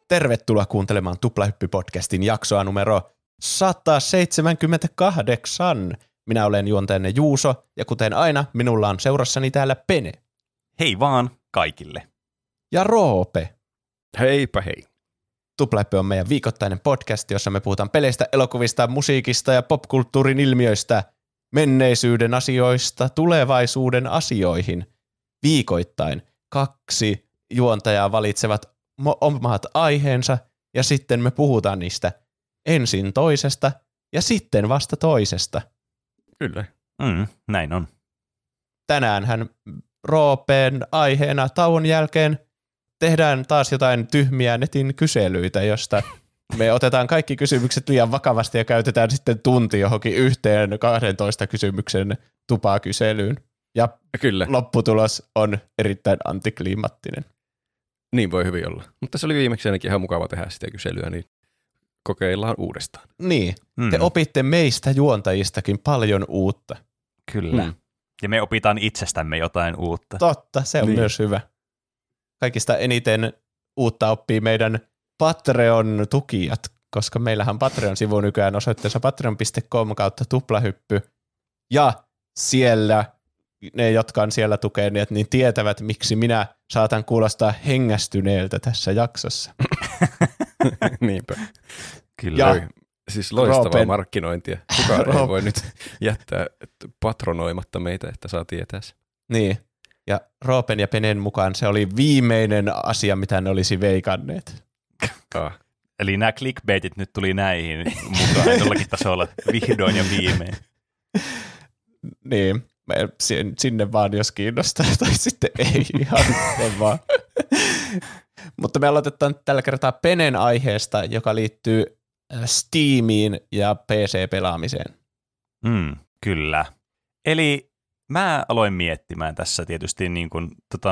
Tervetuloa kuuntelemaan Tuplahyppy-podcastin jaksoa numero 178. Minä olen juontajanne Juuso, ja kuten aina, minulla on seurassani täällä Pene. Hei vaan kaikille. Ja Roope. Heipä hei. Tuplahyppy on meidän viikoittainen podcast, jossa me puhutaan peleistä, elokuvista, musiikista ja popkulttuurin ilmiöistä, menneisyyden asioista, tulevaisuuden asioihin. Viikoittain 2 juontajaa valitsevat omat aiheensa, ja sitten me puhutaan niistä ensin toisesta, ja sitten vasta toisesta. Kyllä. Näin on. Tänäänhän Roopeen aiheena tauon jälkeen tehdään taas jotain tyhmiä netin kyselyitä, josta me otetaan kaikki kysymykset liian vakavasti ja käytetään sitten tunti johonkin yhteen 12 kysymyksen tupakyselyyn. Ja Kyllä. Lopputulos on erittäin antikliimattinen. Niin voi hyvin olla. Mutta se oli viimeksi ainakin ihan mukava tehdä sitä kyselyä, niin kokeillaan uudestaan. Niin. Te opitte meistä juontajistakin paljon uutta. Kyllä. Ja me opitaan itsestämme jotain uutta. Totta, se on myös hyvä. Kaikista eniten uutta oppii meidän Patreon-tukijat, koska meillähän Patreon-sivu nykyään osoitteessa patreon.com/tuplahyppy. Ja siellä ne, jotka on siellä tukeneet, niin tietävät, miksi minä saatan kuulostaa hengästyneeltä tässä jaksossa. Niinpä. Kyllä. Ja siis loistavaa Roopen markkinointia. Kukaan ei voi nyt jättää patronoimatta meitä, että saa tietää se. Niin. Ja Roopen ja Penen mukaan se oli viimeinen asia, mitä ne olisi veikanneet. Eli nämä clickbaitit nyt tuli näihin mukaan jollakin tasolla vihdoin ja viimein. Niin. Sinne vaan, jos kiinnostaa, tai sitten ei ihan vaan. Mutta me aloitetaan tällä kertaa Penen aiheesta, joka liittyy Steamiin ja PC-pelaamiseen. Kyllä. Eli mä aloin miettimään tässä tietysti niin kuin,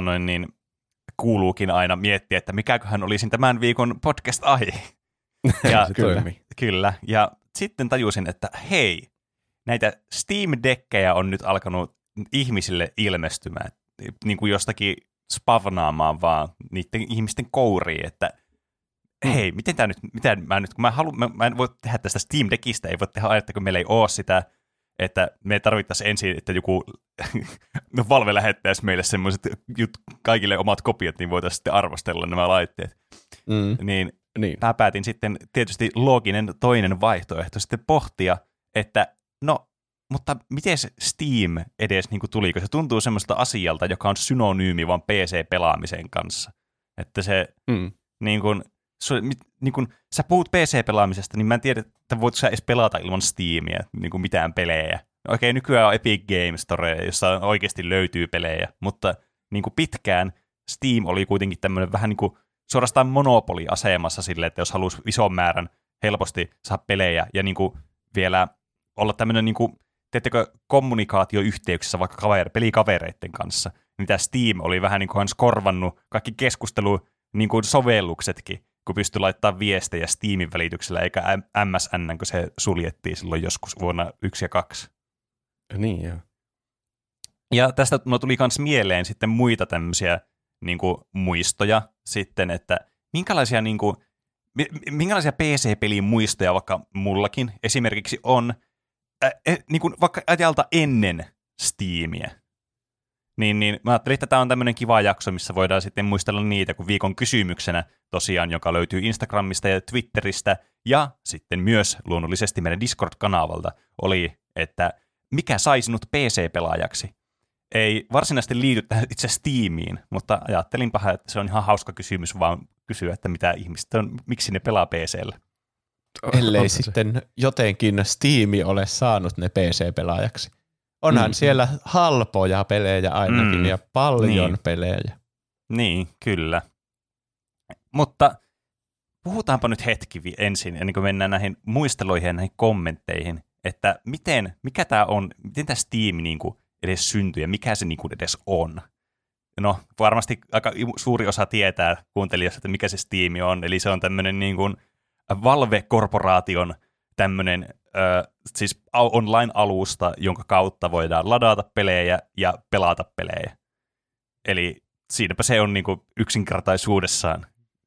kuuluukin aina miettiä, että mikäköhän olisin tämän viikon podcast-aihe. Ja, se toimii. Kyllä. Ja sitten tajusin, että hei, näitä Steam-dekkejä on nyt alkanut ihmisille ilmestymään, niin kuin jostakin spavnaamaan vaan niiden ihmisten kouriin, että hei, miten kun mä en voi tehdä tästä Steam-deckistä, ei voi tehdä aina, kun meillä ei ole sitä, että me tarvittaisiin ensin, että joku Valve lähettäisi meille semmoiset kaikille omat kopiot, niin voitaisiin sitten arvostella nämä laitteet. Niin. Mä päätin sitten tietysti looginen toinen vaihtoehto sitten pohtia, että no, mutta miten Steam edes niin kuin tuli, kun se tuntuu semmoista asialta, joka on synonyymi vaan PC-pelaamisen kanssa. Että se, niin kuin sä puhut PC-pelaamisesta, niin mä en tiedä, että voitko sä edes pelata ilman Steamia, niin kuin mitään pelejä. Okei, nykyään on Epic Games Store, jossa oikeasti löytyy pelejä, mutta niin kuin pitkään Steam oli kuitenkin tämmöinen vähän niin kuin suorastaan monopoli-asemassa silleen, että jos haluaisi ison määrän helposti saada pelejä ja niin kuin vielä olla tämmöinen, niin kuin, teettekö, kommunikaatioyhteyksissä vaikka pelikavereiden kanssa, mitä Steam oli vähän niin kuin korvannut kaikki keskustelu, niin kuin sovelluksetkin, kun pystyi laittamaan viestejä Steamin välityksellä, eikä MSN, kun se suljettiin silloin joskus vuonna 1 ja 2. Niin joo. Ja tästä tuli myös mieleen sitten muita tämmöisiä niin kuin muistoja sitten, että minkälaisia PC-pelin muistoja vaikka mullakin esimerkiksi on niin kuin vaikka ajalta ennen Steamia. Niin mä ajattelin, että tämä on tämmöinen kiva jakso, missä voidaan sitten muistella niitä, kun viikon kysymyksenä tosiaan, joka löytyy Instagramista ja Twitteristä, ja sitten myös luonnollisesti meidän Discord-kanavalta, oli, että mikä sai sinut PC-pelaajaksi? Ei varsinaisesti liity tähän itse Steamiin, mutta ajattelinpahan, että se on ihan hauska kysymys vaan kysyä, että mitä ihmiset on, miksi ne pelaa PC:llä. Ellei sitten jotenkin Steam ole saanut ne PC-pelaajaksi. Onhan siellä halpoja pelejä ainakin ja paljon pelejä. Niin, kyllä. Mutta puhutaanpa nyt hetki ensin, ennen kuin mennään näihin muisteluihin ja näihin kommentteihin, että mikä tämä on, miten tämä Steam niin kuin edes syntyy ja mikä se niin kuin edes on. No, varmasti aika suuri osa tietää kuuntelijasta, että mikä se Steam on, eli se on tämmöinen niin kuin Valve-korporaation tämmöinen siis online-alusta, jonka kautta voidaan ladata pelejä ja pelata pelejä. Eli siinäpä se on niinku yksinkertaisuudessaan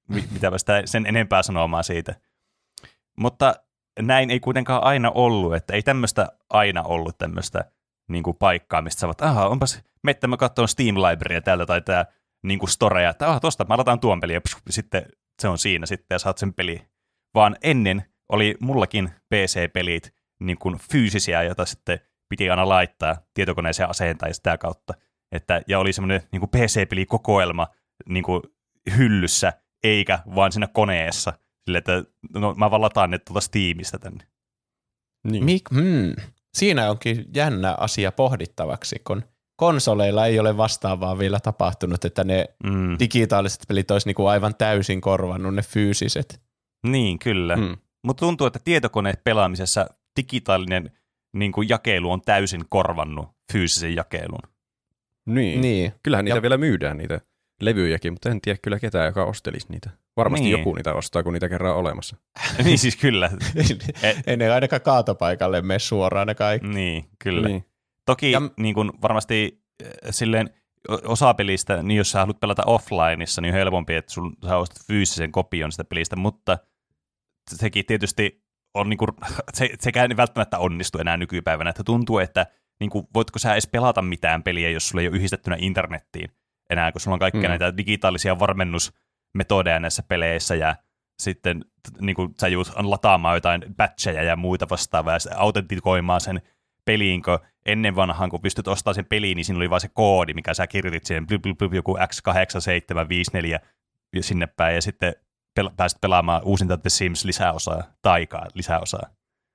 mitäpä sitä sen enempää sanomaan siitä. Mutta näin ei kuitenkaan aina ollut, että ei tämmöistä aina ollut tämmöistä niin kuin paikkaa, mistä sä voit, onpas, mettä mä katson Steam Librarya täältä tai tää niin kuin storeja, että tosta mä aletaan tuon peliä, ja sitten se on siinä sitten ja saat sen peli. Vaan ennen oli mullakin PC-pelit niin kuin fyysisiä, joita sitten piti aina laittaa tietokoneeseen asentaa ja sitä kautta. Ja oli semmoinen niin kuin PC-pelikokoelma niin kuin hyllyssä, eikä vaan siinä koneessa. Sille, että mä vaan lataan ne tuolta Steamista tänne. Niin. Siinä onkin jännä asia pohdittavaksi, kun konsoleilla ei ole vastaavaa vielä tapahtunut, että ne digitaaliset pelit olisi niinku aivan täysin korvannut ne fyysiset. Niin, kyllä. Mutta tuntuu, että tietokoneet pelaamisessa digitaalinen niin kuin jakelu on täysin korvannut fyysisen jakelun. Niin. Kyllähän niitä vielä myydään, niitä levyjäkin, mutta en tiedä kyllä ketään, joka ostelisi niitä. Varmasti joku niitä ostaa, kun niitä kerran on olemassa. Niin siis kyllä. Ei ne ainakaan kaatopaikalle mene suoraan ne kaikki. Niin, kyllä. Niin. Toki niin kun varmasti silleen osa pelistä, niin jos sä haluat pelata offlineissa, niin on helpompi, että sä ostat fyysisen kopion sitä pelistä, mutta sekin tietysti on niin kuin, sekään ei välttämättä onnistu enää nykypäivänä, että tuntuu, että niin kuin, voitko sä edes pelata mitään peliä, jos sulla ei ole yhdistettynä internettiin enää, kun sulla on kaikkia näitä digitaalisia varmennusmetodeja näissä peleissä ja sitten niin kuin, sä joudut lataamaan jotain batcheja ja muita vastaavaa ja autentikoimaan sen peliin, kun ennen vanhaan, kun pystyt ostamaan sen peliin, niin siinä oli vain se koodi, mikä sä kirjoitit siihen joku X8754 sinne päin ja sitten pääsit pelaamaan uusinta The Sims lisäosaa, Taikaa lisäosaa.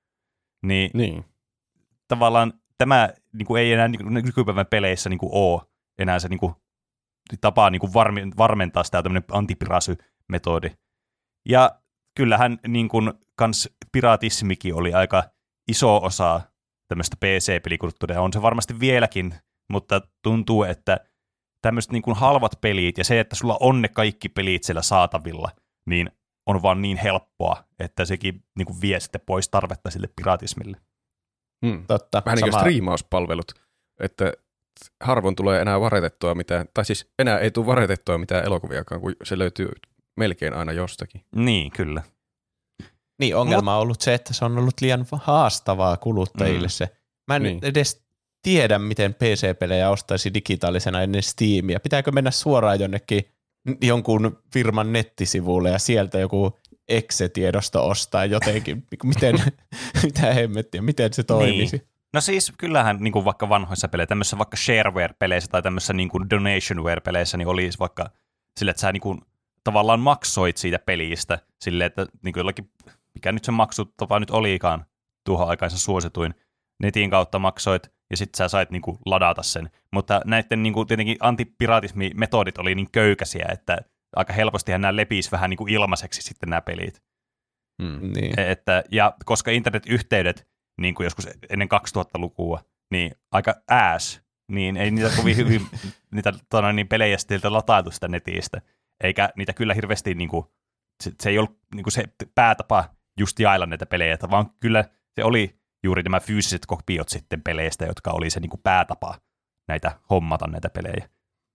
Niin. Tavallaan tämä niin kuin ei enää nykypäivän peleissä niin kuin ole enää se niin kuin, tapa niin kuin varmentaa sitä tämmöinen antipirasy-metodi. Ja kyllähän niin kuin, kans piratismikin oli aika iso osa tämmöistä PC-pelikulttuuria. On se varmasti vieläkin, mutta tuntuu, että tämmöiset niin kuin halvat pelit ja se, että sulla on ne kaikki pelit siellä saatavilla, niin on vaan niin helppoa, että sekin niin kuin vie sitten pois tarvetta sille piratismille. Totta. Vähän niin kuin striimauspalvelut, että harvoin tulee enää varetettua mitään, tai siis enää ei tule varetettua mitään elokuviakaan, kun se löytyy melkein aina jostakin. Niin, kyllä. Niin, ongelma on ollut se, että se on ollut liian haastavaa kuluttajille se. Mä en edes tiedä, miten PC-pelejä ostaisi digitaalisena ennen Steamia. Pitääkö mennä suoraan jonnekin jonkun firman nettisivuille ja sieltä joku exe-tiedosto ostaa jotenkin? Mitä hemmettiä, miten se toimisi? Niin. No siis kyllähän niin kuin vaikka vanhoissa peleissä, tämmöisissä vaikka shareware-peleissä tai tämmöisissä niin kuin donationware-peleissä, niin olisi vaikka sille, että sä niin kuin tavallaan maksoit siitä pelistä silleen, että niin kuin jollakin, mikä nyt se maksutapa nyt olikaan tuohon aikaansa suosituin, netin kautta maksoit ja sitten sä sait niin kuin ladata sen. Mutta näiden niin kuin tietenkin antipiratismimetodit oli niin köykäisiä, että aika helpostihan nämä lepisi vähän niin kuin ilmaiseksi sitten nämä pelit. Niin. Ja koska internetyhteydet niin kuin joskus ennen 2000-lukua, niin aika niin ei niitä kovin hyvin niitä pelejä sitten latailtu sitä netistä, eikä niitä kyllä hirveästi, niin kuin, se ei ollut niin kuin se päätapa just jailla näitä pelejä, vaan kyllä se oli juuri nämä fyysiset kopiot sitten peleistä, jotka oli se niin kuin päätapa näitä hommata näitä pelejä.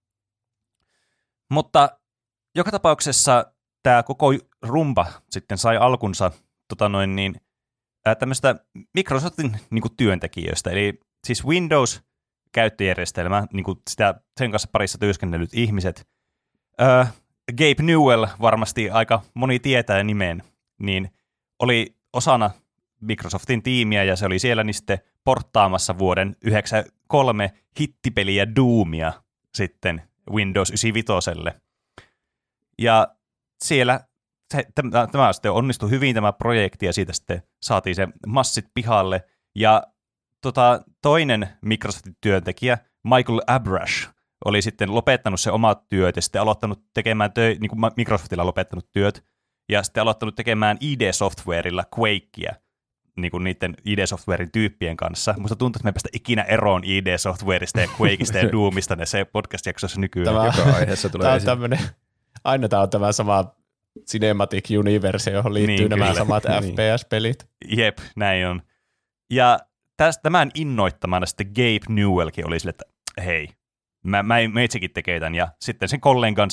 Mutta joka tapauksessa tämä koko rumba sitten sai alkunsa tämmöistä Microsoftin niin kuin työntekijöistä, eli siis Windows-käyttöjärjestelmä, niin kuin sen kanssa parissa työskennellyt ihmiset. Gabe Newell, varmasti aika moni tietää nimen, niin oli osana Microsoftin tiimiä, ja se oli siellä niin sitten porttaamassa vuoden 1993 hittipeliä Doomia sitten Windows 95. Ja siellä tämä sitten onnistui hyvin tämä projekti, ja siitä sitten saatiin se massit pihalle. Ja toinen Microsoftin työntekijä, Michael Abrash, oli sitten lopettanut se omat työt ja sitten aloittanut tekemään niin kuin Microsoftilla lopettanut työt, ja sitten aloittanut tekemään ID-softwarella Quakea, niin kuin niiden ID-softwarein tyyppien kanssa. Musta tuntuu, että me ei päästä ikinä eroon ID-softwareista ja Quakeista ja Doomista näissä podcast-jaksoissa nykyään. Joka aiheessa tulee esiin. Aina tämä on tämä sama Cinematic Universe, johon liittyy nämä samat FPS-pelit. Jep, näin on. Ja tämän innoittamana sitten Gabe Newellkin oli sille, että hei, mä itsekin tekee tämän. Ja sitten sen kollegansa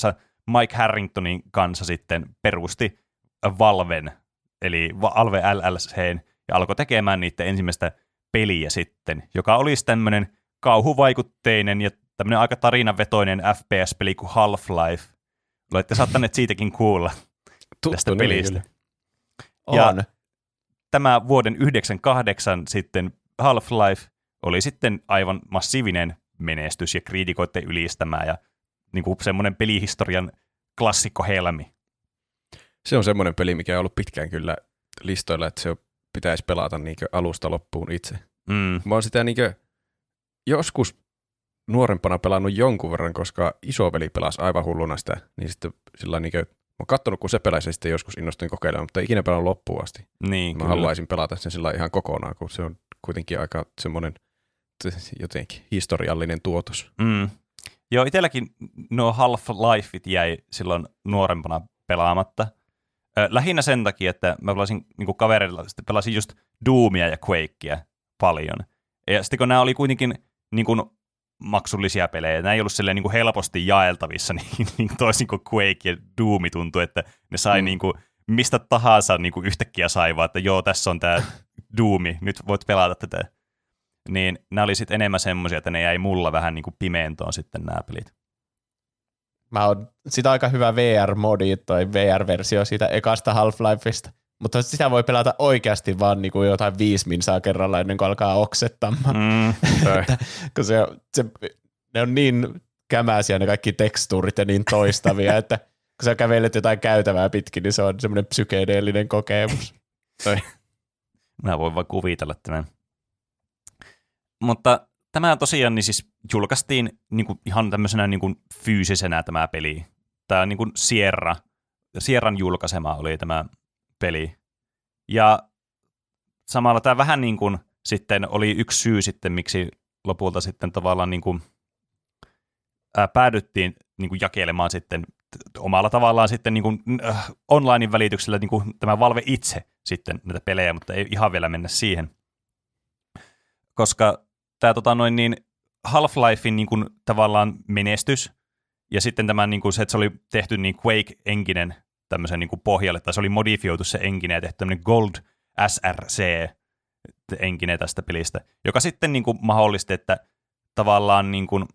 Mike Harringtonin kanssa sitten perusti Valven, eli Valve LLC:n, ja alkoi tekemään niiden ensimmäistä peliä sitten, joka olisi tämmöinen kauhuvaikutteinen ja tämmöinen aika tarinavetoinen FPS-peli kuin Half-Life. Olette saattaneet siitäkin kuulla tästä pelistä. Ja On. tämä vuoden 1998 sitten Half-Life oli sitten aivan massiivinen menestys ja kriitikoiden ylistämää ja niin kuin semmoinen pelihistorian klassikkohelmi. Se on semmoinen peli, mikä on ollut pitkään kyllä listoilla, että se pitäisi pelata niinkö alusta loppuun itse. Mä oon sitä niinkö joskus nuorempana pelannut jonkun verran, koska isoveli pelasi aivan hulluna sitä, niin sitten sillä niinkö, mä oon kattonut, kun se pelasi ja sitten joskus innostuin kokeilemaan, mutta ei ikinä pelannut loppuun asti. Niin, mä haluaisin pelata sen sillä ihan kokonaan, kun se on kuitenkin aika semmoinen jotenkin historiallinen tuotos. Joo, itselläkin nuo Half-Lifeit jäi silloin nuorempana pelaamatta. Lähinnä sen takia, että mä pelasin niin kavereilla, sitten pelasin just Doomia ja Quakea paljon. Ja sitten kun nämä oli kuitenkin niin kuin maksullisia pelejä, nämä ei ollut silleen niin kuin helposti jaeltavissa, niin toisin kuin Quake ja Doomi tuntui, että ne sai niin kuin mistä tahansa niin kuin yhtäkkiä sai vaan, että joo, tässä on tämä Doomi, nyt voit pelata tätä. Niin nämä oli sitten enemmän semmoisia, että ne jäi mulla vähän niin kuin pimentoon sitten nämä pelit. Mä oon sitä aika hyvä VR-modi tai VR-versio siitä ekasta Half-Lifeista, mutta sitä voi pelata oikeasti vaan niin kuin jotain 5 minsaa kerralla ennen kuin alkaa oksettamaan. Kun ne on niin kämäisiä ne kaikki tekstuurit ja niin toistavia, että kun sä kävelet jotain käytävää pitkin, niin se on semmoinen psykedeellinen kokemus. Mä voin vaan kuvitella tämän. Mutta tämä tosiaan niin siis julkaistiin niin kuin ihan tämmöisenä niin kuin fyysisenä tämä peli. Tämä niin kuin Sierran julkaisema oli tämä peli. Ja samalla tämä vähän niin kuin sitten oli yksi syy sitten, miksi lopulta sitten tavallaan niin kuin päädyttiin niin kuin jakelemaan sitten omalla tavallaan sitten niin kuin onlinein välityksellä niin kuin tämä Valve itse sitten näitä pelejä, mutta ei ihan vielä mennä siihen. Koska tämä Half-Lifein niin kuin tavallaan menestys ja sitten tämä niin kuin se, että se oli tehty niin Quake-enkinen tämmöisen niin kuin pohjalle, tai se oli modifioitu se enkinen ja tehty tämmöinen Gold SRC-enkinen tästä pelistä, joka sitten niin kuin mahdollisti, että tavallaan niin kuin,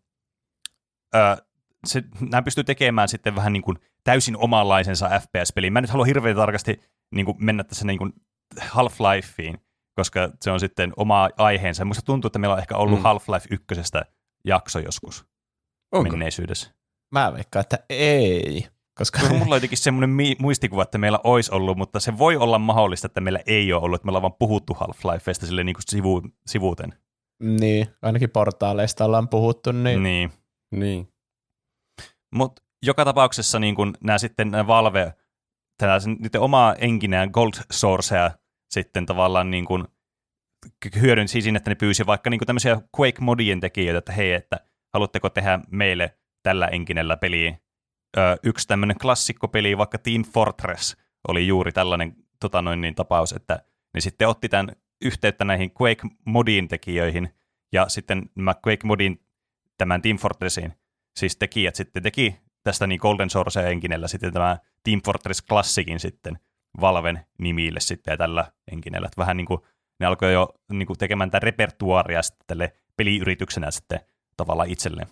nämä pystyy tekemään sitten vähän niin kuin täysin omanlaisensa FPS-peliin. Mä en nyt halua hirveän tarkasti niin kuin mennä tässä niin kuin Half-Lifeen, koska se on sitten oma aiheensa. Musta tuntuu, että meillä on ehkä ollut Half-Life 1 jakso joskus menneisyydessä. Mä veikkaan, että ei. Koska mulla on jotenkin semmoinen muistikuva, että meillä olisi ollut, mutta se voi olla mahdollista, että meillä ei ole ollut, että me ollaan vaan puhuttu Half-Lifeista silleen niin kuin sivuuten. Niin, ainakin portaaleista ollaan puhuttu. Niin. Mutta joka tapauksessa niin kun nämä Valve, niiden omaa enkinään Gold Sourcea sitten tavallaan niin kun hyödynsi siinä, että ne pyysi vaikka niin kun tämmöisiä Quake-modien tekijöitä, että hei, että haluatteko tehdä meille tällä enkinellä peliä. Yksi tämmöinen klassikkopeli, vaikka Team Fortress oli juuri tällainen tapaus, että ne sitten otti tämän yhteyttä näihin Quake-modin tekijöihin, ja sitten nämä Quake-modin tämän Team Fortressin, siis tekijät sitten teki tästä niin Golden Source-enkinellä sitten tämä Team Fortress Classicin sitten Valven nimille sitten ja tällä enkinellä. Että vähän niin kuin ne alkoi jo niin kuin tekemään tätä repertuaaria sitten tälle peliyrityksenä sitten tavallaan itselleen.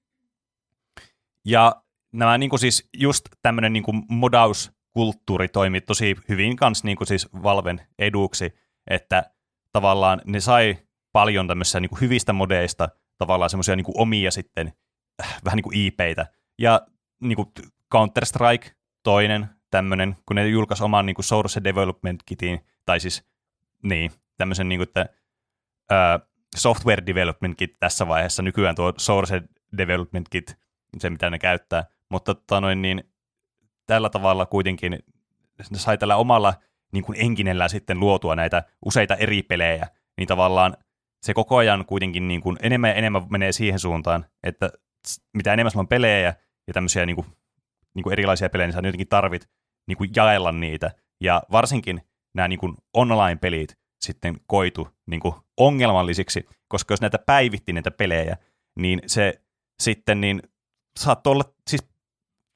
Ja nämä niin kuin siis just tämmöinen niin kuin modauskulttuuri toimi tosi hyvin kanssa niin kuin siis Valven eduksi, että tavallaan ne sai paljon tämmöisiä niin kuin hyvistä modeista tavallaan semmoisia niin kuin omia sitten vähän niin kuin IP:itä. Ja niin kuin Counter-Strike toinen tämmöinen, kun ne julkaisi oman niin kuin Source Development Kitin, tai siis niin, tämmöisen niin kuin, että Software Development Kit tässä vaiheessa, nykyään tuo Source Development Kit, se mitä ne käyttää, mutta niin, tällä tavalla kuitenkin ne sai tällä omalla niin kuin enkinellä sitten luotua näitä useita eri pelejä, niin tavallaan se koko ajan kuitenkin niin kuin enemmän ja enemmän menee siihen suuntaan, että mitä enemmän sulla on pelejä ja tämmöisiä niin kuin erilaisia pelejä, niin sä jotenkin tarvit niin kuin jaella niitä. Ja varsinkin nämä niin kuin online-pelit sitten koitu niin kuin ongelmallisiksi, koska jos näitä päivitti näitä pelejä, niin se sitten niin saattoi olla siis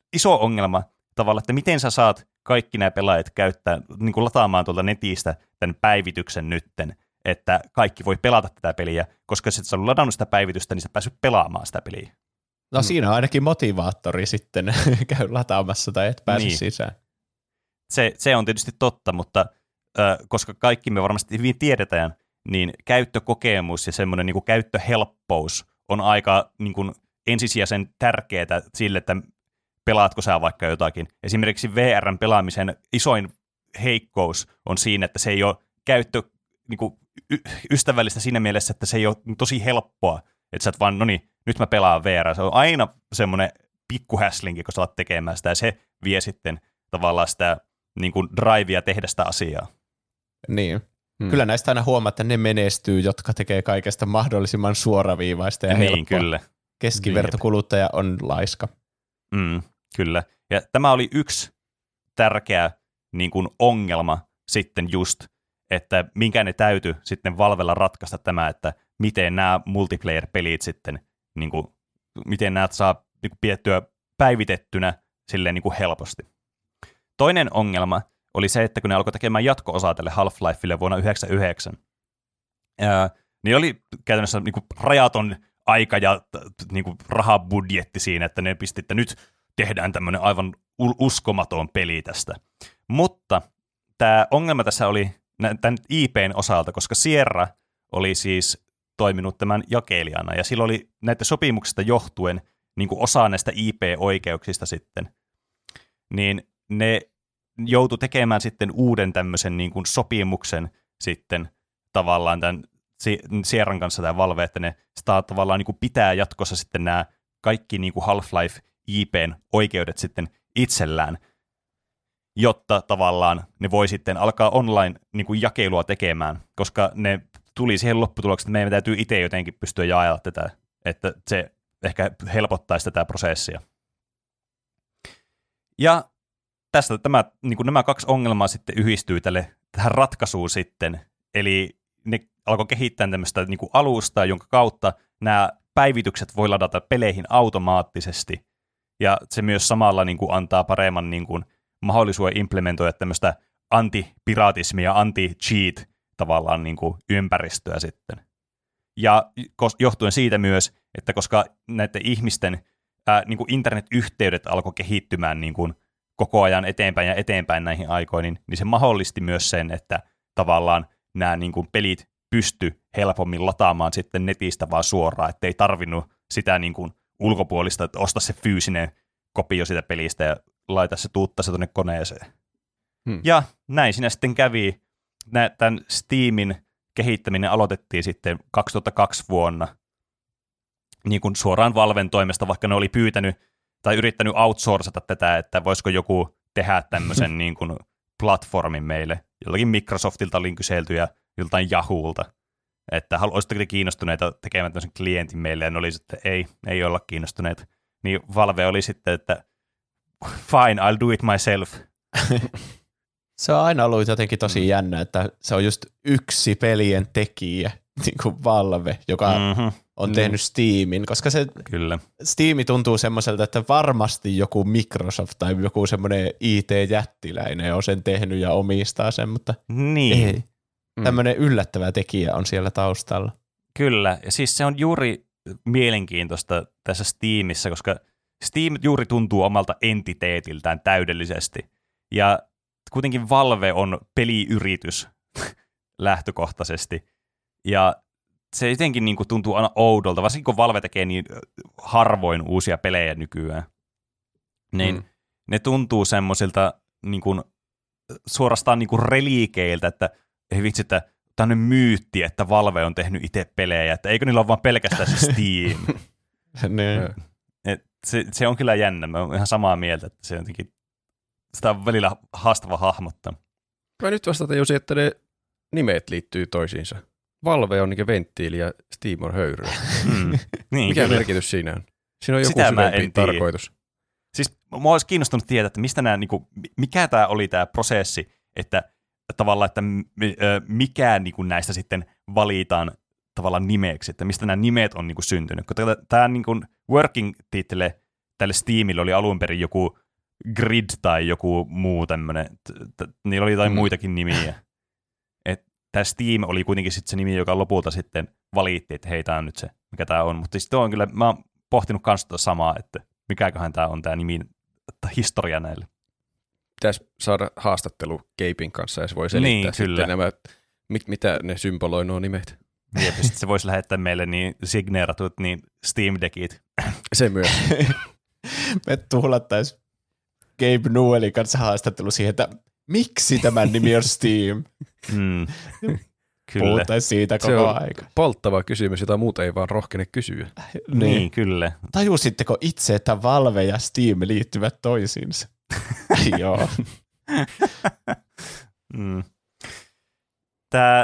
iso ongelma tavallaan, että miten sä saat kaikki nämä pelaajat käyttää, niin kuin lataamaan tuolta netistä tämän päivityksen nytten, että kaikki voi pelata tätä peliä, koska jos et sä ollut ladannut sitä päivitystä, niin sä päässyt pelaamaan sitä peliä. No siinä on ainakin motivaattori sitten, käy lataamassa tai et pääse sisään. Se on tietysti totta, mutta koska kaikki me varmasti hyvin tiedetään, niin käyttökokemus ja semmoinen niin kuin käyttöhelppous on aika niin kuin ensisijaisen tärkeää sille, että pelaatko sä vaikka jotakin. Esimerkiksi VR:n pelaamisen isoin heikkous on siinä, että se ei ole niin kuin ystävällistä siinä mielessä, että se ei ole tosi helppoa, että sä et vaan, no niin, nyt mä pelaan VR. Se on aina semmoinen pikkuhäslinki, kun sä alat tekemään sitä, ja se vie sitten tavallaan sitä niin kuin drivea tehdä sitä asiaa. Niin. Kyllä näistä aina huomaa, että ne menestyy, jotka tekee kaikesta mahdollisimman suoraviivaista ja helppoa. Niin, kyllä. Keskivertokuluttaja on laiska. Kyllä. Ja tämä oli yksi tärkeä niin kuin ongelma sitten just, että minkä ne täytyi sitten Valvella ratkaista tämä, että miten nämä multiplayer-pelit sitten, niin kuin, miten nämä saa niin kuin pidettyä päivitettynä silleen niin kuin helposti. Toinen ongelma oli se, että kun ne alkoi tekemään jatko-osaa tälle Half-Lifelle vuonna 1999, niin oli käytännössä niin kuin rajaton aika ja niin kuin rahabudjetti siinä, että ne pisti, että nyt tehdään tämmöinen aivan uskomaton peli tästä. Mutta tämä ongelma tässä oli tämän IPn osalta, koska Sierra oli siis toiminut tämän jakelijana, ja sillä oli näiden sopimuksista johtuen niin kuin osa näistä IP-oikeuksista sitten, niin ne joutui tekemään sitten uuden tämmöisen niin kuin sopimuksen sitten tavallaan tämän Sierran kanssa tämä Valve, että ne sitä tavallaan niin kuin pitää jatkossa sitten nämä kaikki niin kuin Half-Life IPn oikeudet sitten itsellään, jotta tavallaan ne voi sitten alkaa online niin kuin jakelua tekemään, koska ne tuli siihen lopputulokseen, että meidän täytyy itse jotenkin pystyä jaella tätä, että se ehkä helpottaisi tätä prosessia. Ja tästä niin kuin nämä kaksi ongelmaa sitten yhdistyy tähän ratkaisuun sitten, eli ne alkoi kehittää tämmöistä niin kuin alustaa, jonka kautta nämä päivitykset voi ladata peleihin automaattisesti, ja se myös samalla niin kuin antaa paremman niin kuin mahdollisuuden implementoida tämmöistä antipiratismia, anti-cheat tavallaan niin kuin ympäristöä sitten. Ja johtuen siitä myös, että koska näiden ihmisten niin kuin internetyhteydet alkoi kehittymään niin kuin koko ajan eteenpäin ja eteenpäin näihin aikoihin, niin se mahdollisti myös sen, että tavallaan nämä niin kuin pelit pysty helpommin lataamaan sitten netistä vaan suoraan, ettei tarvinnut sitä niin kuin ulkopuolista, että osta se fyysinen kopio siitä pelistä ja laita se, tuuttaa se tuonne koneeseen. Ja näin siinä sitten kävi. Tämän Steamin kehittäminen aloitettiin sitten 2002 vuonna niin kuin suoraan Valven toimesta, vaikka ne oli pyytänyt tai yrittänyt outsourcata tätä, että voisiko joku tehdä tämmöisen niin kuin platformin meille. Jollakin Microsoftilta oli kyselty ja joltain Yahoolta, että olisitteko te kiinnostuneita tekemään tämmöisen klientin meille, ja ne oli sitten, ei olla kiinnostuneita. Niin Valve oli sitten, että fine, I'll do it myself. Se on aina ollut jotenkin tosi jännä, että se on just yksi pelien tekijä, niin kuin Valve, joka on tehnyt Steamin, koska se Kyllä. Steam tuntuu semmoiselta, että varmasti joku Microsoft tai joku semmoinen IT-jättiläinen on sen tehnyt ja omistaa sen, mutta ei. Tämmöinen yllättävä tekijä on siellä taustalla. Kyllä, ja siis se on juuri mielenkiintoista tässä Steamissa, koska Steam juuri tuntuu omalta entiteetiltään täydellisesti, ja kuitenkin Valve on peliyritys lähtökohtaisesti, ja se jotenkin niin kuin tuntuu aina oudolta, varsinkin kun Valve tekee niin harvoin uusia pelejä nykyään, niin ne tuntuu semmoisilta niin kuin suorastaan niin kuin reliikeiltä, että ei vitsi, että tämä on myytti, että Valve on tehnyt itse pelejä, että eikö niillä ole vaan pelkästään se Steam. Se on kyllä jännä, mä oon ihan samaa mieltä, että se jotenkin, sitä on välillä haastava hahmottaa. Mä nyt vasta tajusin, että ne nimet liittyy toisiinsa. Valve on niin venttiili ja Steam on höyryä. Niin, mikä kyllä. merkitys siinä on? Siinä on joku syvempi tarkoitus. Siis mua olisi kiinnostunut tietää, että mistä nämä, niinku, mikä tämä oli tämä prosessi, että tavallaan, että mikä niinku näistä sitten valitaan tavallaan nimeksi, että mistä nämä nimet on niinku syntynyt. Kun tämä niinku working title tälle Steamille oli alun perin joku Grid tai joku muu tämmöinen. Niillä oli jotain muitakin nimiä. Tämä Steam oli kuitenkin sitten se nimi, joka lopulta sitten valitti, että hei, tämä on nyt se, mikä tämä on. Mutta sitten on kyllä, mä oon pohtinut kans tuota samaa, että mikäköhän tämä on tämä nimi, historia näille. Pitäisi saada haastattelu Gabein kanssa, ja se voi selittää sitten nämä, mitä ne symboloi nuo nimet. Jep, sitten se voisi lähettää meille niin signeeratut niin Steam Deckit. Se myös. Me tuhlattaisiin Gabe Newellin kanssa haastattelu siihen, että miksi tämän nimi on Steam? Kyllä. Puhutaan siitä koko aika. Polttava kysymys, jota muuta ei vaan rohkene kysyä. Niin, kyllä. Tajusitteko itse, että Valve ja Steam liittyvät toisiinsa? Joo. Tämä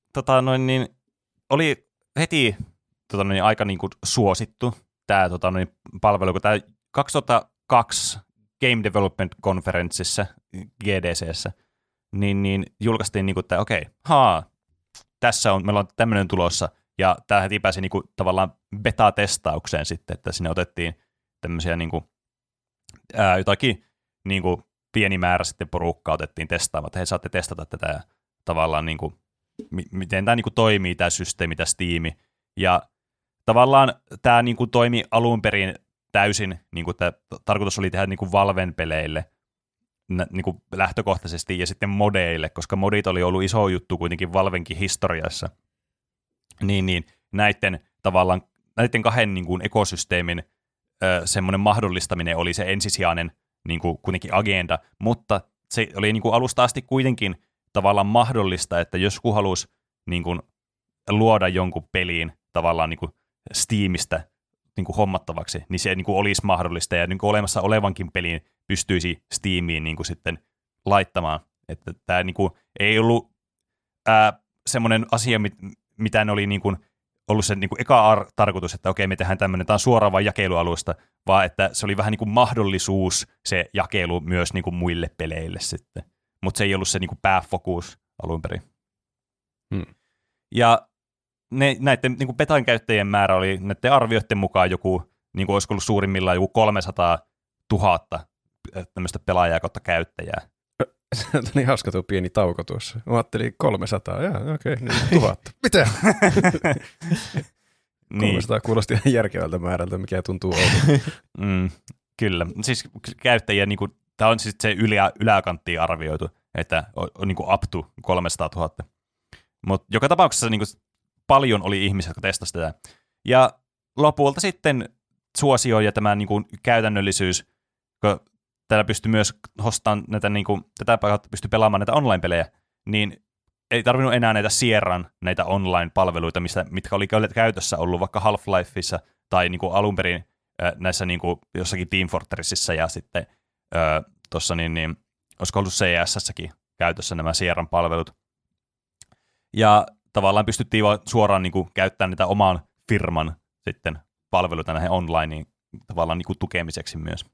oli heti aika suosittu tämä palvelu, kun tämä 2002 Game Development Conferenceissa, GDC:ssä, niin julkaistiin, että okei, meillä on tämmöinen tulossa, ja tämä heti pääsi tavallaan beta-testaukseen sitten, että sinne otettiin tämmöisiä jotakin pieni määrä sitten porukkaa otettiin testaamaan, että he saatte testata tätä ja tavallaan miten tämä toimii, tämä systeemi, tämä Steam, ja tavallaan tämä toimi alun perin täysin, tämä tarkoitus oli tehdä Valven peleille lähtökohtaisesti ja sitten modeille, koska modit oli ollut iso juttu kuitenkin Valvenkin historiassa. Niin näiden kahden ekosysteemin semmoinen mahdollistaminen oli se ensisijainen kuitenkin agenda, mutta se oli alusta asti kuitenkin tavallaan mahdollista, että jos joku halusi luoda jonkun peliin tavallaan Steamista hommattavaksi, niin se olisi mahdollista ja olemassa olevankin pelin pystyisi Steamiin sitten laittamaan. Että tämä ei ollut semmoinen asia, mitä ne oli ollut se eka tarkoitus, että okei, me tehdään tämmöinen, tämä on suoraan vain jakelualusta, vaan että se oli vähän mahdollisuus se jakelu myös muille peleille sitten. Mutta se ei ollut se pääfokus alun perin. Ja näiden betan käyttäjien määrä oli näiden arvioiden mukaan joku, olisiko ollut suurimmillaan joku 300 000 tämmöistä pelaajaa kautta käyttäjää. Se on niin hauska tuo pieni tauko tuossa. Mä ajattelin 300, okei, 1000. Mitä? 300 kuulosti ihan järkevältä määrältä, mikä tuntuu oudolta. Kyllä. Siis käyttäjiä, tämä on siis se yläkanttiin arvioitu, että on up to 300 000. Mutta joka tapauksessa paljon oli ihmisiä, jotka testasivat tätä. Ja lopulta sitten suosio ja tämä käytännöllisyys, kun täällä pystyy myös hostamaan näitä, tätä kautta pystyy pelaamaan näitä online-pelejä, niin ei tarvinnut enää näitä Sierran näitä online-palveluita, mitkä oli käytössä ollut vaikka Half-Lifeissa tai alun perin näissä jossakin Team Fortressissa ja sitten tuossa olisiko ollut CS:ssäkin käytössä nämä Sierran palvelut. Ja tavallaan pystyttiin suoraan käyttämään niitä oman firman sitten palveluita näihin onlineen tavallaan tukemiseksi myös.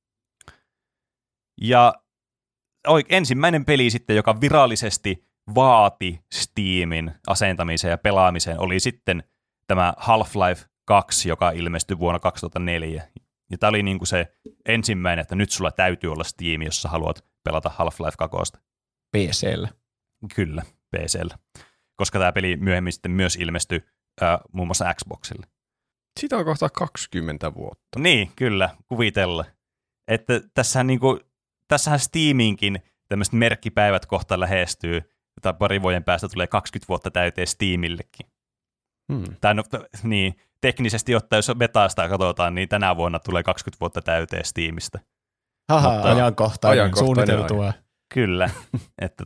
Ja ensimmäinen peli sitten, joka virallisesti vaati Steamin asentamiseen ja pelaamiseen, oli sitten tämä Half-Life 2, joka ilmestyi vuonna 2004. Ja tämä oli se ensimmäinen, että nyt sulla täytyy olla Steam, jos sä haluat pelata Half-Life 2. PC:llä. Kyllä, PC:llä. Koska tämä peli myöhemmin sitten myös ilmestyi muun muassa Xboxille. Siitä on kohta 20 vuotta. Niin, kyllä, kuvitella. Että tässähän Steaminkin tämmöiset merkkipäivät kohta lähestyy, tai pari vuoden päästä tulee 20 vuotta täyteen Steamillekin. Tai niin, teknisesti ottaen, jos betaasta katsotaan, niin tänä vuonna tulee 20 vuotta täyteen Steamista. Mutta ajankohtainen suunniteltua. Kyllä, että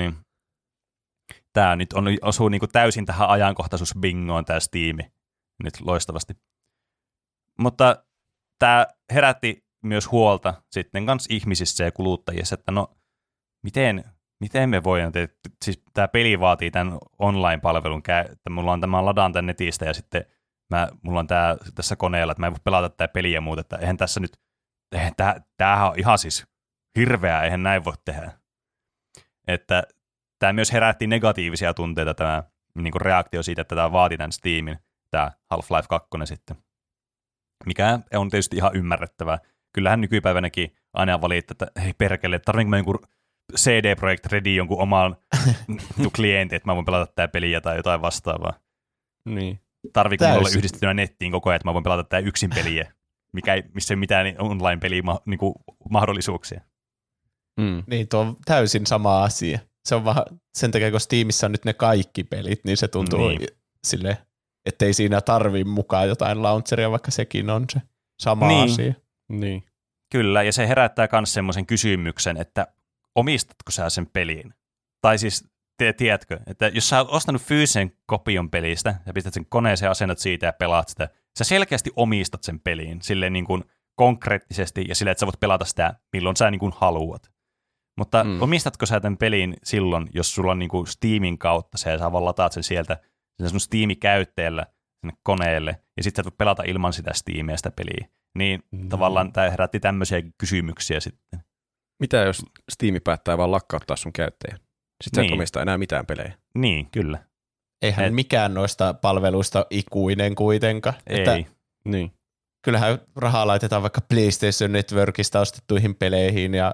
tämä nyt osuu täysin tähän ajankohtaisuusbingoon tämä Steam nyt loistavasti. Mutta tämä herätti myös huolta sitten kans ihmisissä ja kuluttajissa, että miten me voidaan siis tämä peli vaatii tämän online-palvelun, että mulla on tämä ladaan tän netistä ja sitten mulla on tässä koneella, että mä en voi pelata tätä peliä ja muuta, että eihän tässä nyt, tämähän on ihan siis hirveää, eihän näin voi tehdä. Että tämä myös herätti negatiivisia tunteita, tämä reaktio siitä, että tämä vaati tämän Steamin, tämä Half-Life 2 sitten. mikä on tietysti ihan ymmärrettävää. Kyllähän nykypäivänäkin aina valittaa, että hei perkele, tarvitsenko mä jonkun CD Projekt Redin jonkun oman klientin, että mä voin pelata tää peliä tai jotain vastaavaa. Niin. Tarviiko mulla olla yhdistettynä nettiin koko ajan, että mä voin pelata tää yksin peliä, missä ei mitään online-peliä niinku mahdollisuuksia. Niin, tuo on täysin sama asia. Se on vaan sen takia, kun Steamissa on nyt ne kaikki pelit, niin se tuntuu silleen, ettei siinä tarvii mukaan jotain launcheria, vaikka sekin on se sama asia. Niin. Kyllä, ja se herättää myös semmoisen kysymyksen, että omistatko sä sen pelin? Tai siis, tiedätkö, että jos sä oot ostanut fyysisen kopion pelistä ja pistät sen koneeseen ja asennat siitä ja pelaat sitä, sä selkeästi omistat sen peliin silleen niin kuin konkreettisesti ja silleen, että sä voit pelata sitä milloin sä niin kuin haluat. Mutta omistatko sä tämän pelin silloin, jos sulla on niin kuin Steamin kautta se ja sä vaan lataat sen sieltä sun Steam-käyttäjällä sinne koneelle ja sitten sä voit pelata ilman sitä Steamia sitä peliä. Niin tavallaan tämä herätti tämmöisiä kysymyksiä sitten. Mitä jos Steam päättää vaan lakkauttaa sun käyttäjän? Sitten sä et omista enää mitään pelejä. Niin, kyllä. Eihän mikään noista palveluista ikuinen kuitenkaan. Ei. Niin. Kyllähän rahaa laitetaan vaikka PlayStation Networkista ostettuihin peleihin ja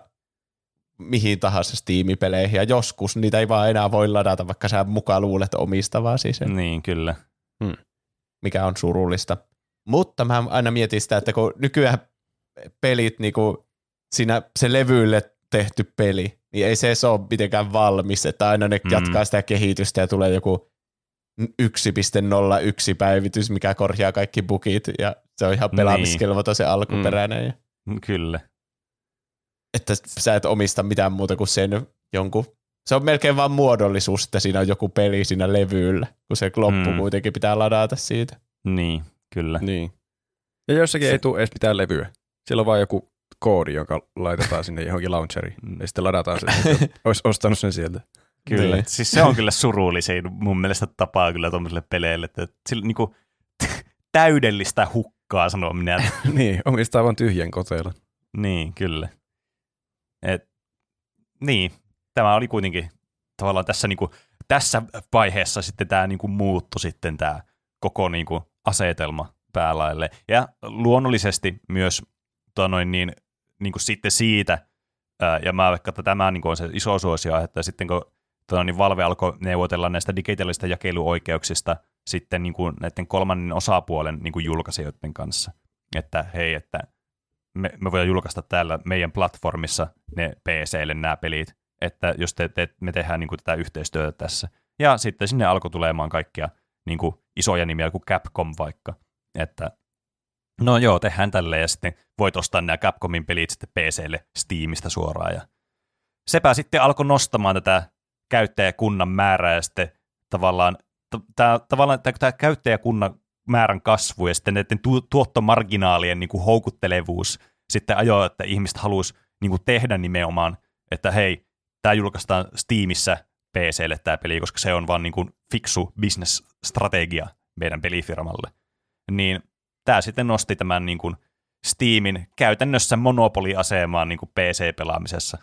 mihin tahansa Steam-peleihin, ja joskus niitä ei vaan enää voi ladata, vaikka sä mukaan luulet omistavaa siis. Niin, kyllä. Mikä on surullista. Mutta mä aina mietin sitä, että kun nykyään pelit, niin kuin siinä se levylle tehty peli, niin ei se ole mitenkään valmis, että aina ne jatkaa sitä kehitystä ja tulee joku 1.01 päivitys, mikä korjaa kaikki bugit, ja se on ihan pelaamiskelvoton se alkuperäinen. Kyllä. Että sä et omista mitään muuta kuin sen jonkun. Se on melkein vaan muodollisuus, että siinä on joku peli siinä levyllä, kun se loppu kuitenkin pitää ladata siitä. Niin, kyllä. Niin. Ja jossakin ei tule edes mitään levyä. Siellä on vaan joku koodi, jonka laitetaan sinne johonkin launcheriin. Ja sitten ladataan sen, että olisi ostanut sen sieltä. Kyllä. Niin. Siis se on kyllä surullisin mun mielestä tapaa kyllä tuollaiselle peleille. Että sillä niinku täydellistä hukkaa, sanoo minä. Niin, omistaa vaan tyhjän koteilla. Niin, kyllä. Niin, tämä oli kuitenkin tavallaan tässä vaiheessa sitten tämä niinku muuttui sitten tämä koko niinku asetelma päälaille. Ja luonnollisesti myös niinku sitten siitä, ja mä vaikka että tämä niinku on se iso suosio, että sitten kun Valve alkoi neuvotella näistä digitaalisista jakeluoikeuksista sitten niinku näiden kolmannen osapuolen niinku julkaisijoiden kanssa, että hei, että me voidaan julkaista täällä meidän platformissa ne PC:lle nämä pelit, että jos me tehdään niinku tätä yhteistyötä tässä. Ja sitten sinne alkoi tulemaan kaikkia niinku isoja nimiä, kuin Capcom vaikka, että no joo, tehdään tälleen ja sitten voit ostaa nämä Capcomin pelit sitten PC:lle Steamista suoraan. Ja sepä sitten alkoi nostamaan tätä käyttäjäkunnan määrää ja sitten tavallaan tämä käyttäjäkunnan määrän kasvu ja sitten näiden tuottomarginaalien niin kuin houkuttelevuus sitten ajoi, että ihmiset halusi niin kuin tehdä nimenomaan, että hei, tämä julkaistaan Steamissa PC:lle tämä peli, koska se on vaan niin kuin fiksu business-strategia meidän pelifirmalle. Niin tämä sitten nosti tämän niin kuin Steamin käytännössä monopoliasemaan niin kuin PC-pelaamisessa.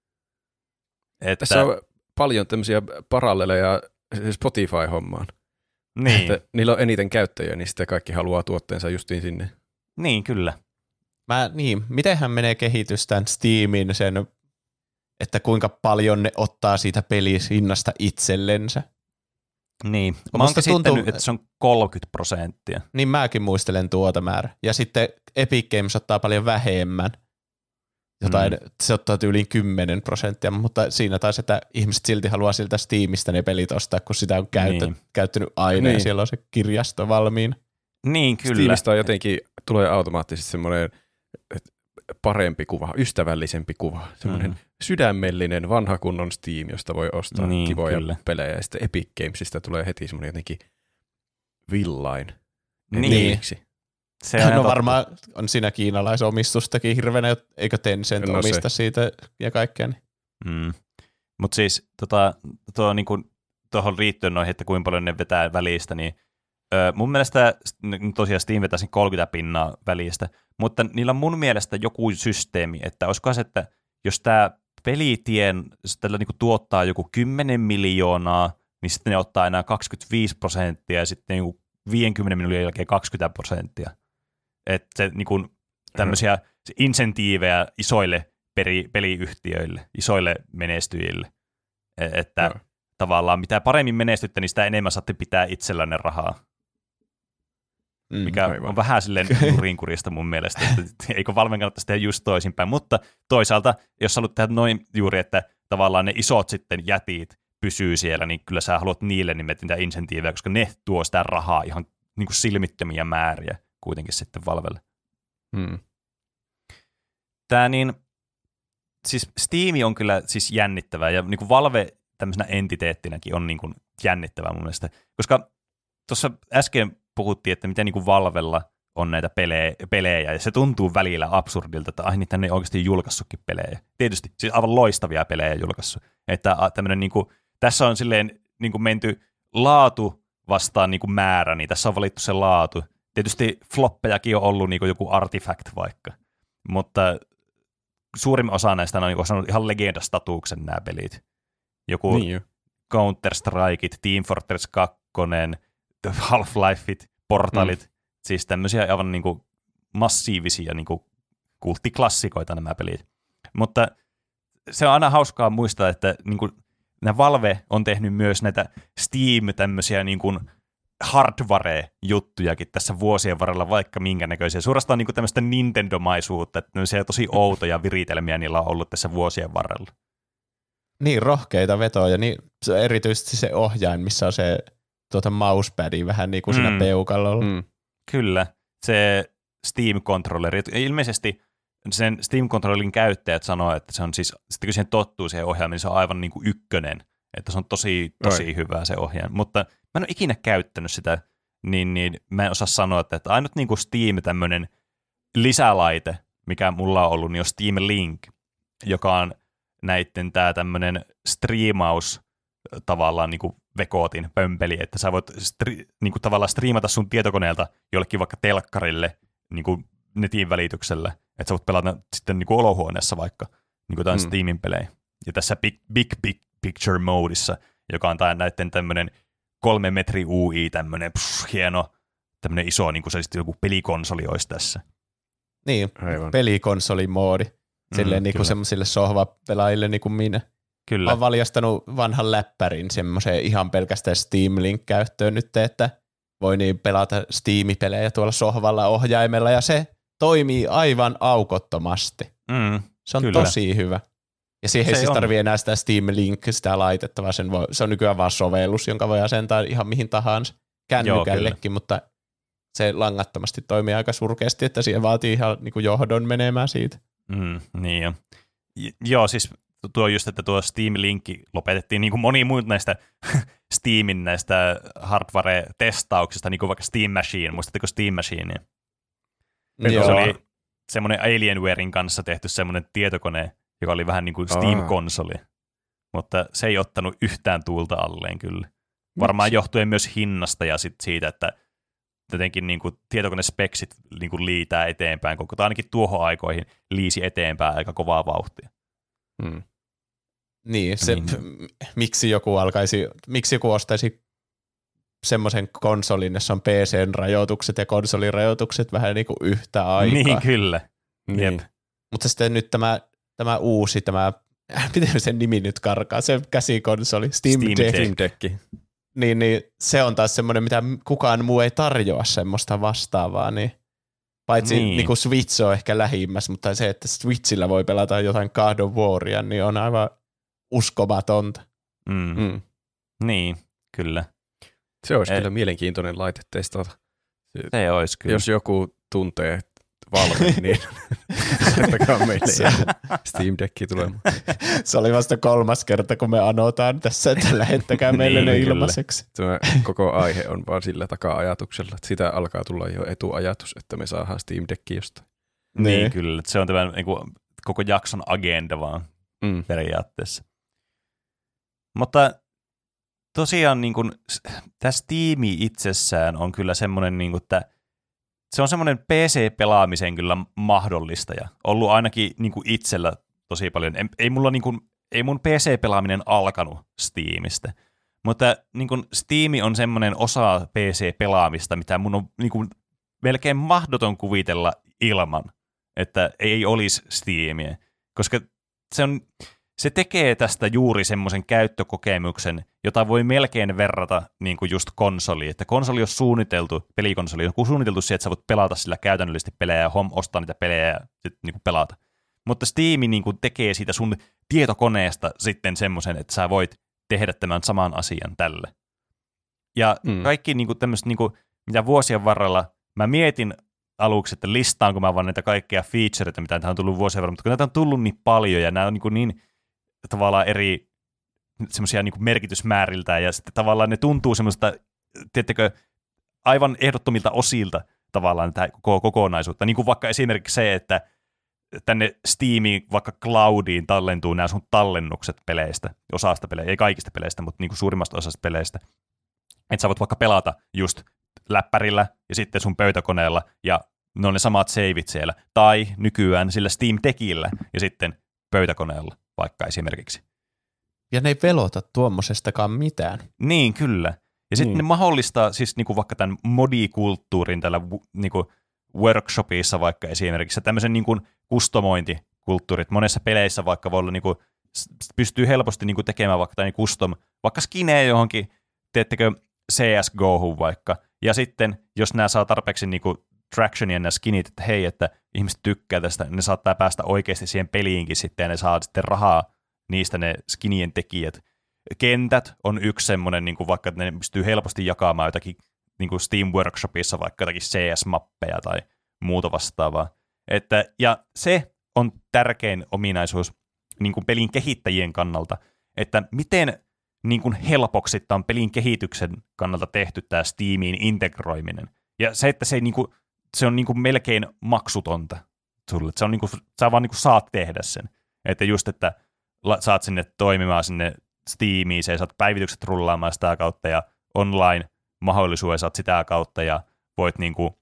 Tässä on paljon tämmöisiä paralleleja Spotify-hommaan. Niin. Että niillä on eniten käyttäjiä, niin sitten kaikki haluaa tuotteensa justiin sinne. Niin, kyllä. Mitenhän menee kehitys tämän Steamin sen, että kuinka paljon ne ottaa siitä pelihinnasta itsellensä? Niin, mä oon käsittänyt, että se on 30%. Niin mäkin muistelen tuota määrää. Ja sitten Epic Games ottaa paljon vähemmän. Se ottaa tyyliin 10%, mutta siinä taas, että ihmiset silti haluaa siltä Steamista ne pelit ostaa, kun sitä on käyttänyt aina ja siellä on se kirjasto valmiina. Niin, kyllä. Steamista on jotenkin, tulee automaattisesti semmoinen parempi kuva, ystävällisempi kuva, semmoinen sydämellinen vanha kunnon Steam, josta voi ostaa kivoja pelejä. Ja sitten Epic Gamesista tulee heti semmoinen jotenkin villain. Niin. No varmaan on siinä kiinalaisomistustakin hirveänä, eikö Tencent omista siitä ja kaikkea. Niin. Mutta siis tuohon liittyen noihin, että kuinka paljon ne vetää välistä, niin mun mielestä tosiaan Steam vetäisi 30% välistä, mutta niillä on mun mielestä joku systeemi, että olisiko se, että jos tämä pelitien niinku tuottaa joku 10 miljoonaa, niin sitten ne ottaa enää 25% ja sitten niinku 50 miljoonan jälkeen 20%. että se niin kuin tämmöisiä insentiivejä isoille peliyhtiöille, isoille menestyjille, että tavallaan mitä paremmin menestytte, niin sitä enemmän saatte pitää itsellänne rahaa. Mikä on vähän silleen nurinkurista mun mielestä, että eikö Valven kannattaisi tehdä just toisinpäin, mutta toisaalta, jos haluat tehdä noin juuri, että tavallaan ne isot sitten jätit pysyy siellä, niin kyllä sä haluat niille niitä insentiivejä, koska ne tuo sitä rahaa ihan niin kuin silmittömiä määriä kuitenkin sitten Valvelle. Tää niin, siis Steam on kyllä siis jännittävää, ja niin kuin Valve tämmöisenä entiteettinäkin on niin kuin jännittävää mun mielestä, koska tuossa äsken puhuttiin, että miten niin kuin Valvella on näitä pelejä, ja se tuntuu välillä absurdilta, että niitä ei oikeasti julkaissutkin pelejä. Tietysti, siis aivan loistavia pelejä julkaissut. Että tämmöinen, niin kuin, tässä on silleen niin kuin menty laatu vastaan niin kuin määrä, niin tässä on valittu se laatu. Tietysti floppejakin on ollut niin kuin joku Artifact vaikka, mutta suurin osa näistä on niin saanut ihan legendastatuksen nämä pelit. Joku niin Counter-Strikeit, Team Fortress 2, Half-Lifeit, Portalit, siis tämmöisiä aivan niin kuin massiivisia niin kuin kulttiklassikoita nämä pelit. Mutta se on aina hauskaa muistaa, että niin kuin, nämä Valve on tehnyt myös näitä Steam tämmöisiä niin kuin hardware-juttujakin tässä vuosien varrella, vaikka minkä näköisiä. Suorastaan niin kuin tämmöistä Nintendo-maisuutta, että tämmöisiä tosi outoja viritelmiä niillä on ollut tässä vuosien varrella. Niin, rohkeita vetoja, niin erityisesti se ohjain, missä on se mousepadi vähän niin kuin siinä peukalolla. Kyllä, se Steam-controlleri. Ilmeisesti sen Steam-controllerin käyttäjät sanoo, että se on siis, sitten kun siihen tottuu siihen ohjaamaan, niin se on aivan niin kuin ykkönen. Että se on tosi hyvä se ohjaaja. Mutta mä en ole ikinä käyttänyt sitä, niin mä en osaa sanoa, että ainut niin kuin Steam tämmöinen lisälaite, mikä mulla on ollut, niin on Steam Link, joka on näitten tää tämmöinen striimaus tavallaan niin kuin vekotin pömpeli, että sä voit niin kuin tavallaan striimata sun tietokoneelta jollekin vaikka telkkarille niin kuin netin välityksellä, että sä voit pelata sitten niin kuin olohuoneessa vaikka niin kuin Steamin pelejä. Ja tässä Big Picture Modeissa, joka on näiden tämmöinen 3 metri UI, tämmöinen hieno, tämmöinen iso, niin kuin se joku pelikonsoli olisi tässä. Niin, pelikonsolimoodi. Silleen niin kuin semmoisille sohvapelaajille niin kuin minä. Kyllä. Olen valjastanut vanhan läppärin semmoiseen ihan pelkästään Steam Link-käyttöön nyt, että voi niin pelata Steam-pelejä tuolla sohvalla ohjaimella, ja se toimii aivan aukottomasti. Se on tosi hyvä. Ja siihen ei siis tarvitse enää sitä Steam Link, sitä laitettavaa. Se on nykyään vaan sovellus, jonka voi asentaa ihan mihin tahansa kännykällekin, mutta se langattomasti toimii aika surkeasti, että siihen vaatii ihan niin kuin johdon menemään siitä. Niin jo. Joo, siis tuo just, että tuo Steam-linkki lopetettiin niin kuin moni muut näistä Steamin näistä hardware-testauksista, niin kuin vaikka Steam Machine. Muistatteko Steam Machinea? Se oli semmoinen Alienwarein kanssa tehty semmoinen tietokone, joka oli vähän niin kuin Steam-konsoli. Mutta se ei ottanut yhtään tuulta alleen kyllä. Varmaan johtuen myös hinnasta ja sit siitä, että jotenkin niin kuin tietokonespeksit niin kuin liitää eteenpäin, koko ainakin tuohon aikoihin liisi eteenpäin aika kovaa vauhtia. Niin, miksi joku ostaisi semmoisen konsolin, jossa on PC:n rajoitukset ja konsolirajoitukset vähän niin kuin yhtä aikaa. Niin, kyllä. Niin. Mutta sitten nyt tämä uusi, miten sen nimi nyt karkaa, se käsikonsoli, Steam Deck. Niin, se on taas semmoinen, mitä kukaan muu ei tarjoa semmoista vastaavaa, niin paitsi niin kuin Switch on ehkä lähimmässä, mutta se, että Switchillä voi pelata jotain God of Waria, niin on aivan uskomatonta. Niin, kyllä. Se olisi kyllä mielenkiintoinen laite testata. Se olisi kyllä. Jos joku tuntee Valve, niin laittakaa meille Steam Decki tulemaan. Se oli vasta 3. kerta, kun me anotaan tässä, että lähettäkää meille ne ilmaiseksi. Tämä koko aihe on vaan sillä taka-ajatuksella, että sitä alkaa tulla jo etuajatus, että me saadaan Steam Decki jostain. Niin, kyllä. Se on tämä niin kuin, koko jakson agenda vaan periaatteessa. Mutta tosiaan niin kuin, tämä Steam itsessään on kyllä semmoinen, niin kuin, että se on semmoinen PC-pelaamisen kyllä mahdollistaja. Ollut ainakin niin kuin itsellä tosi paljon. Ei mun PC-pelaaminen alkanut Steamista, mutta niin kuin Steam on semmoinen osa PC-pelaamista, mitä mun on niin kuin melkein mahdoton kuvitella ilman, että ei olisi Steamia, koska se tekee tästä juuri semmoisen käyttökokemuksen, jota voi melkein verrata niin kuin just konsoliin. Että konsoli on suunniteltu, pelikonsoli on suunniteltu siihen, että sä voit pelata sillä käytännöllisesti pelejä ja ostaa niitä pelejä ja sitten niin kuin pelata. Mutta Steam niin kuin tekee siitä sun tietokoneesta sitten semmoisen, että sä voit tehdä tämän saman asian tälle. Ja kaikki niin kuin tämmöiset, niin kuin, mitä vuosien varrella mä mietin aluksi, että listaanko mä vaan näitä kaikkia featureita, mitä tähän on tullut vuosien varrella, mutta kun näitä on tullut niin paljon ja nämä on niin tavallaan eri semmoisia niin merkitysmääriltä ja sitten tavallaan ne tuntuu semmoista, tiedättekö, aivan ehdottomilta osilta tavallaan tämä koko kokonaisuutta. Niin kuin vaikka esimerkiksi se, että tänne Steamiin, vaikka Cloudiin tallentuu nämä sun tallennukset peleistä, osasta peleistä, ei kaikista peleistä, mutta niin kuin suurimmasta osasta peleistä. Että sä voit vaikka pelata just läppärillä ja sitten sun pöytäkoneella ja ne on ne samat saveit siellä. Tai nykyään sillä Steam Deckillä ja sitten pöytäkoneella vaikka esimerkiksi. Ja ne ei velota tuommoisestakaan mitään. Niin, kyllä. Ja sitten ne mahdollistaa siis niinku vaikka tämän modikulttuurin tällä niinku workshopissa vaikka esimerkiksi, tämmöisen niinku kustomointikulttuurit. Monessa peleissä vaikka voi olla niinku, pystyy helposti niinku tekemään vaikka tai custom, vaikka skinejä johonkin, teettekö CSGOhun vaikka. Ja sitten, jos nämä saa tarpeeksi niinku tractionia nämä skinit, että hei, että ihmiset tykkää tästä, ne saattaa päästä oikeasti siihen peliinkin sitten, ja ne saa sitten rahaa niistä ne skinien tekijät. Kentät on yksi semmoinen, niin kuin vaikka ne pystyy helposti jakamaan jotakin niin kuin Steam Workshopissa vaikka jotakin CS-mappeja tai muuta vastaavaa. Ja se on tärkein ominaisuus niin kuin pelin kehittäjien kannalta, että miten niin kuin helpoksi tämä on pelin kehityksen kannalta tehty tämä Steamiin integroiminen. Ja se, että se on niin kuin melkein maksutonta sulle. Se on niin kuin, sä vaan niin kuin saat tehdä sen. Että just, että saat sinne toimimaan sinne Steamiin, ja saat päivitykset rullaamaan sitä kautta ja online-mahdollisuuden saat sitä kautta ja voit niinku,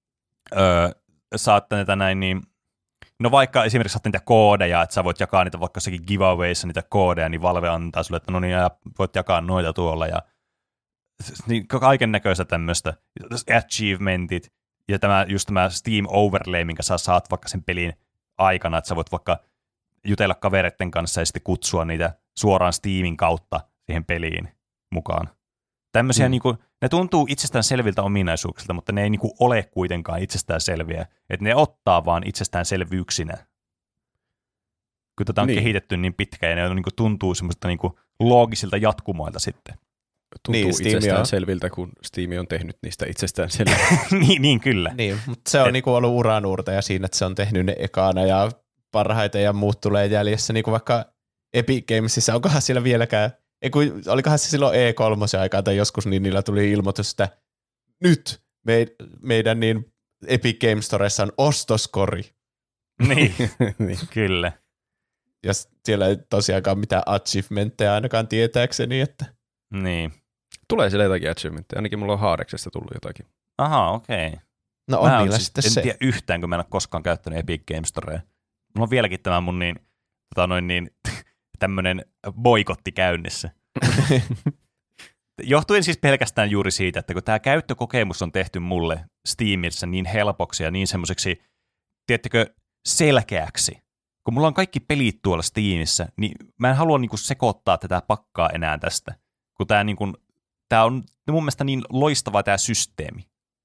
saat näitä näin niin, no vaikka esimerkiksi saat niitä koodeja, että sä voit jakaa niitä vaikka jossakin giveawayissa niitä koodeja, niin Valve antaa sulle, että no niin, ja voit jakaa noita tuolla ja niin kaiken näköistä tämmöistä, achievementit ja tämä Steam Overlay, minkä sä saat vaikka sen pelin aikana, että sä voit vaikka jutella kavereiden kanssa ja sitten kutsua niitä suoraan Steamin kautta siihen peliin mukaan. Tämmöisiä, niin kuin, ne tuntuu itsestään selviltä ominaisuuksilta, mutta ne ei niin kuin ole kuitenkaan itsestään selviä. Että ne ottaa vaan itsestään selvyyksinä. Kun tätä on kehitetty niin pitkään ja ne niin kuin tuntuu semmoista niin kuin loogisilta jatkumoilta sitten. Tuntuu itsestään selviltä, kun Steam on tehnyt niistä itsestään selviä. niin, kyllä. Niin, mutta se on niin kuin ollut uranuurtaja siinä, että se on tehnyt ne ekana ja parhaiten ja muut tulee jäljessä, niin kuin vaikka Epic Gamesissa, onkohan siellä vieläkään, olikohan se silloin E3 aikaa tai joskus, niin niillä tuli ilmoitus, että nyt meidän niin Epic Games Storessa on ostoskori. Niin, kyllä. Ja siellä ei tosiaankaan mitään achievementteja ainakaan tietääkseni, että niin. Tulee siellä jotakin achievementteja, ainakin mulla on Haareksesta tullut jotakin. Aha, okei. Okay. No on niillä sitten en se. En tiedä yhtään, kun mä en ole koskaan käyttänyt Epic Games Storea. Mulla on vieläkin tämä mun tämmönen boikotti käynnissä. Johtuen siis pelkästään juuri siitä, että kun tämä käyttökokemus on tehty mulle Steamissa niin helpoksi ja niin semmoiseksi, tiedättekö, selkeäksi. Kun mulla on kaikki pelit tuolla Steamissa, niin mä en halua niinku sekoittaa tätä pakkaa enää tästä. Kun tää on mun mielestä niin loistava tämä systeemi.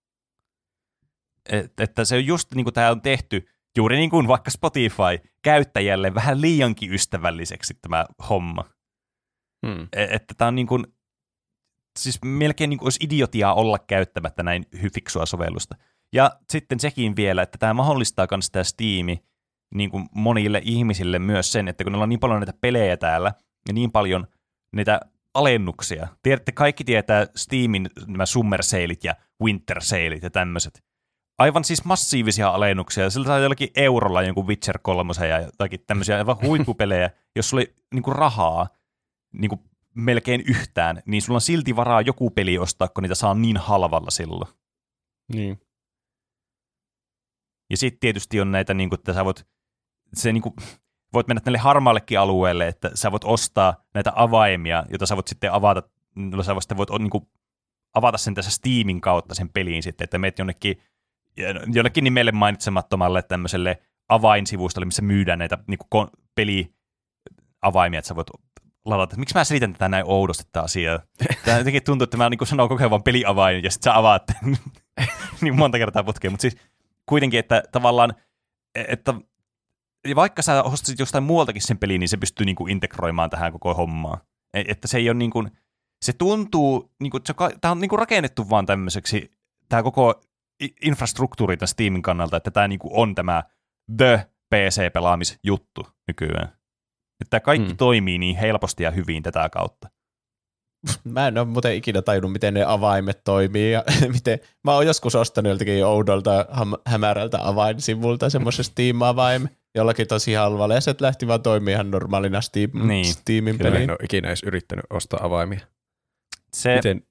Että se on just niin kuin tämä on tehty juuri niin kuin vaikka Spotify käyttäjälle vähän liiankin ystävälliseksi tämä homma. Että tämä on niin kuin, siis melkein niin kuin olisi idiotiaa olla käyttämättä näin fiksua sovellusta. Ja sitten sekin vielä, että tämä mahdollistaa myös tämä Steam niin kuin monille ihmisille myös sen, että kun on niin paljon näitä pelejä täällä ja niin paljon niitä alennuksia. Tiedätte, kaikki tietää Steamin nämä summer salei't ja winter salei't ja tämmöiset. Aivan siis massiivisia alennuksia. Sillä saa jollakin eurolla jonkun Witcher 3 ja jotakin tämmöisiä aivan huippupelejä. Jos sulla oli niinku rahaa niinku melkein yhtään, niin sulla on silti varaa joku peli ostaa, kun niitä saa niin halvalla silloin. Niin. Ja sitten tietysti on näitä, niinku, että sä voit mennä näille harmaallekin alueelle, että sä voit ostaa näitä avaimia, joita sä voit sitten avata, joilla sä voit niinku avata sen tässä Steamin kautta sen peliin sitten, että meet jonnekin jollekin nimelle mainitsemattomalle tämmöiselle avainsivustolle, missä myydään näitä niin peliavaimia, että sä voit ladata. Miksi mä selitän tätä näin oudosti tätä asiaa? Tämä jotenkin tuntuu, että mä niin sanon koko ajan vaan peliavain, ja sitten sä avaat niin monta kertaa putkeen. Mutta siis kuitenkin, että tavallaan, että vaikka sä ostasit jostain muualtakin sen peliin, niin se pystyy niin kuin integroimaan tähän koko hommaan. Että se ei ole niin kuin, se tuntuu, niin kuin, tämä on niin kuin rakennettu vaan tämmöiseksi, tämä koko infrastruktuuri tämän Steamin kannalta, että tämä niin kuin on tämä the PC-pelaamisjuttu nykyään. Että kaikki toimii niin helposti ja hyvin tätä kautta. Mä en ole muuten ikinä tajunnut, miten ne avaimet toimii. Ja miten. Mä oon joskus ostanut joltakin oudolta, hämärältä avainsivulta semmoisen Steam-avaim, jollakin tosi halvalla, ja se lähti vaan toimia ihan normaalina Steamin Kyllä peliin. en ole ikinä edes yrittänyt ostaa avaimia. Miten,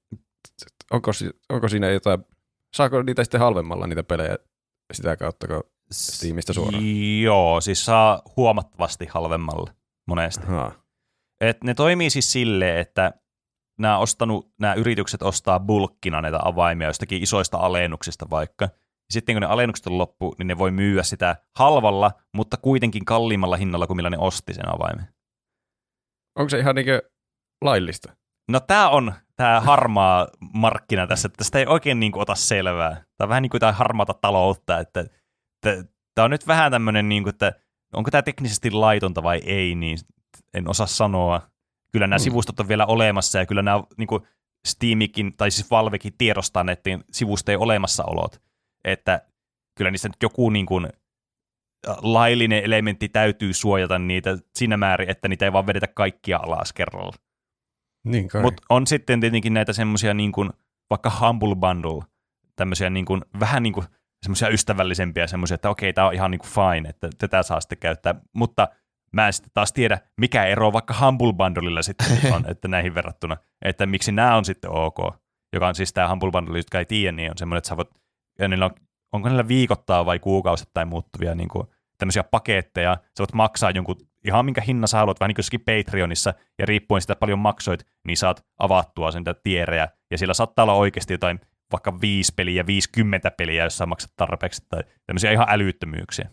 onko siinä jotain, saako niitä sitten halvemmalla niitä pelejä sitä kautta, kun Steamista suoraan? Joo, siis saa huomattavasti halvemmalla monesti. Et ne toimii siis silleen, että nämä yritykset ostaa bulkkina näitä avaimia jostakin isoista alennuksista vaikka. Sitten kun ne alennukset on loppu, niin ne voi myyä sitä halvalla, mutta kuitenkin kalliimmalla hinnalla kuin millä ne osti sen avaimen. Onko se ihan niinkö laillista? No tämä on tämä harmaa markkina tässä, että tästä ei oikein niin kuin ota selvää. Tämä on vähän niin kuin jotain harmaata taloutta, että tämä on nyt vähän tämmöinen, niin kuin, että onko tämä teknisesti laitonta vai ei, niin en osaa sanoa. Kyllä nämä sivustot on vielä olemassa ja kyllä nämä niin kuin Steamikin, tai siis Valvekin tiedostaa näiden sivustojen olemassaolot, että kyllä niistä nyt joku niin kuin laillinen elementti täytyy suojata niitä siinä määrin, että niitä ei vaan vedetä kaikkia alas kerralla. Niin kai. Mutta on sitten tietenkin näitä semmoisia niin kuin vaikka Humble Bundle, tämmöisiä niin kuin, vähän niin kuin semmoisia ystävällisempiä semmoisia, että okei, tämä on ihan niin kuin fine, että tätä saa sitten käyttää, mutta mä en sitten taas tiedä, mikä ero vaikka Humble Bundlella sitten on, että näihin verrattuna, että miksi nämä on sitten ok, joka on siis tämä Humble Bundle, jotka ei tiedä, niin on semmoinen, että sä voit, ja onko niillä viikoittaa vai kuukausittain muuttuvia niin kuin tämmöisiä paketteja, sä voit maksaa jonkun ihan minkä hinnan sä haluat, vähän niin kuin jossakin Patreonissa, ja riippuen sitä paljon maksoit, niin saat avattua sen tierejä, ja siellä saattaa olla oikeasti jotain vaikka 5 peliä, 50 peliä, jos sä maksat tarpeeksi, tai tämmöisiä ihan älyttömyyksiä.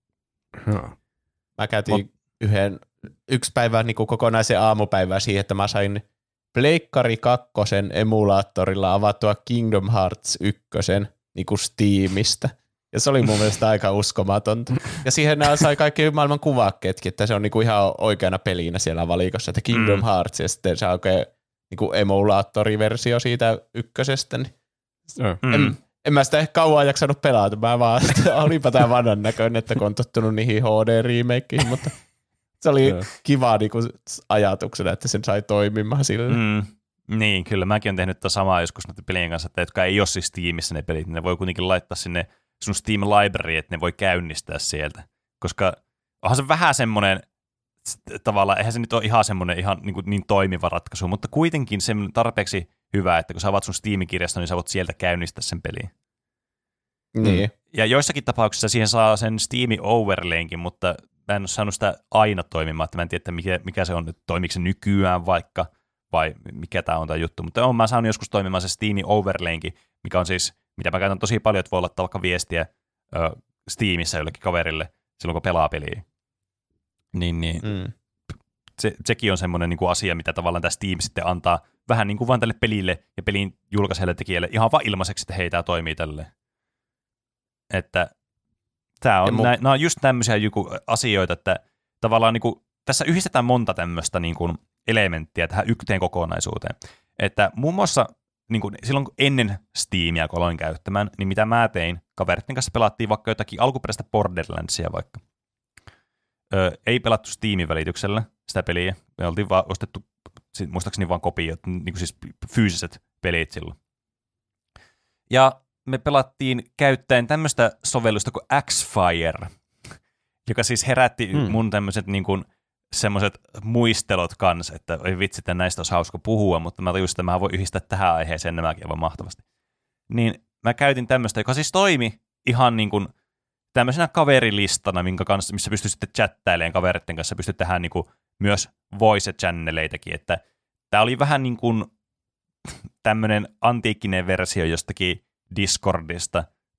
Mä käytin yksi päivä niin kuin kokonaisen aamupäivää siihen, että mä sain Pleikkari 2 emulaattorilla avattua Kingdom Hearts 1 niin kuin Steamista. Ja se oli mun mielestä aika uskomatonta. Ja siihen sai kaikki maailman kuvakkeetkin, että se on niinku ihan oikeana pelinä siellä valikossa, että Kingdom Hearts ja sitten se on oikein niinku emulaattoriversio siitä ykkösestä. Niin en mä sitä ehkä kauan jaksanut pelata, mä vaan, olipa tää vanhan näköinen, että kun on tottunut niihin HD-remakeihin, mutta se oli kiva niinku ajatuksena, että sen sai toimimaan sillä. Niin, kyllä mäkin olen tehnyt tätä samaa joskus näiden pelien kanssa, että jotka ei ole siis Steamissa ne pelit, niin ne voi kuitenkin laittaa sinne sun Steam Library, että ne voi käynnistää sieltä, koska onhan se vähän semmoinen, tavallaan, eihän se nyt ole ihan semmoinen ihan niin toimiva ratkaisu, mutta kuitenkin se tarpeeksi hyvä, että kun sä avaat sun Steam-kirjasta, niin sä voit sieltä käynnistää sen peliin. Niin. Ja joissakin tapauksissa siihen saa sen Steam Overlaynkin, mutta mä en ole saanut sitä aina toimimaan, että mä en tiedä, että mikä se on, että toimiiko se nykyään vaikka, vai mikä tämä on tämä juttu, mutta mä saanut joskus toimimaan se Steam Overlaynkin, mikä on siis, mitä mä käytän tosi paljon, että voi laittaa vaikka viestiä Steamissa jollekin kaverille silloin, kun pelaa peliä. Sekin on semmoinen niin kuin asia, mitä tavallaan tämä Steam sitten antaa vähän niin kuin vaan tälle pelille ja pelin julkaiselle tekijälle ihan vaan ilmaiseksi, että hei, tämä toimii tälleen. Että nämä on just tämmöisiä asioita, että tavallaan niin kuin, tässä yhdistetään monta tämmöistä niin kuin elementtiä tähän yhteen kokonaisuuteen. Että muun muassa niin kuin silloin ennen Steamia, kun aloin käyttämään, niin mitä mä tein, kaveritten kanssa pelattiin vaikka jotakin alkuperäistä Borderlandsia vaikka. Ei pelattu Steamin välityksellä sitä peliä. Me oltiin vaan ostettu, muistaakseni vaan kopiot, niin kuin siis fyysiset pelit silloin. Ja me pelattiin käyttäen tämmöistä sovellusta kuin X-Fire, joka siis herätti mun tämmöiset niin kuin semmoiset muistelot kanssa, että oi vitsi, että näistä olisi hauska puhua, mutta mä tajusin, että mä voin yhdistää tähän aiheeseen nämäkin aivan mahtavasti. Niin mä käytin tämmöistä, joka siis toimi ihan niin kuin tämmöisenä kaverilistana, minkä kanssa, missä pystyy sitten chattailemaan kaveritten kanssa, pystyy tehdä niin kuin myös voice-channeleitäkin, että tää oli vähän niin kuin tämmöinen antiikkinen versio jostakin Discordista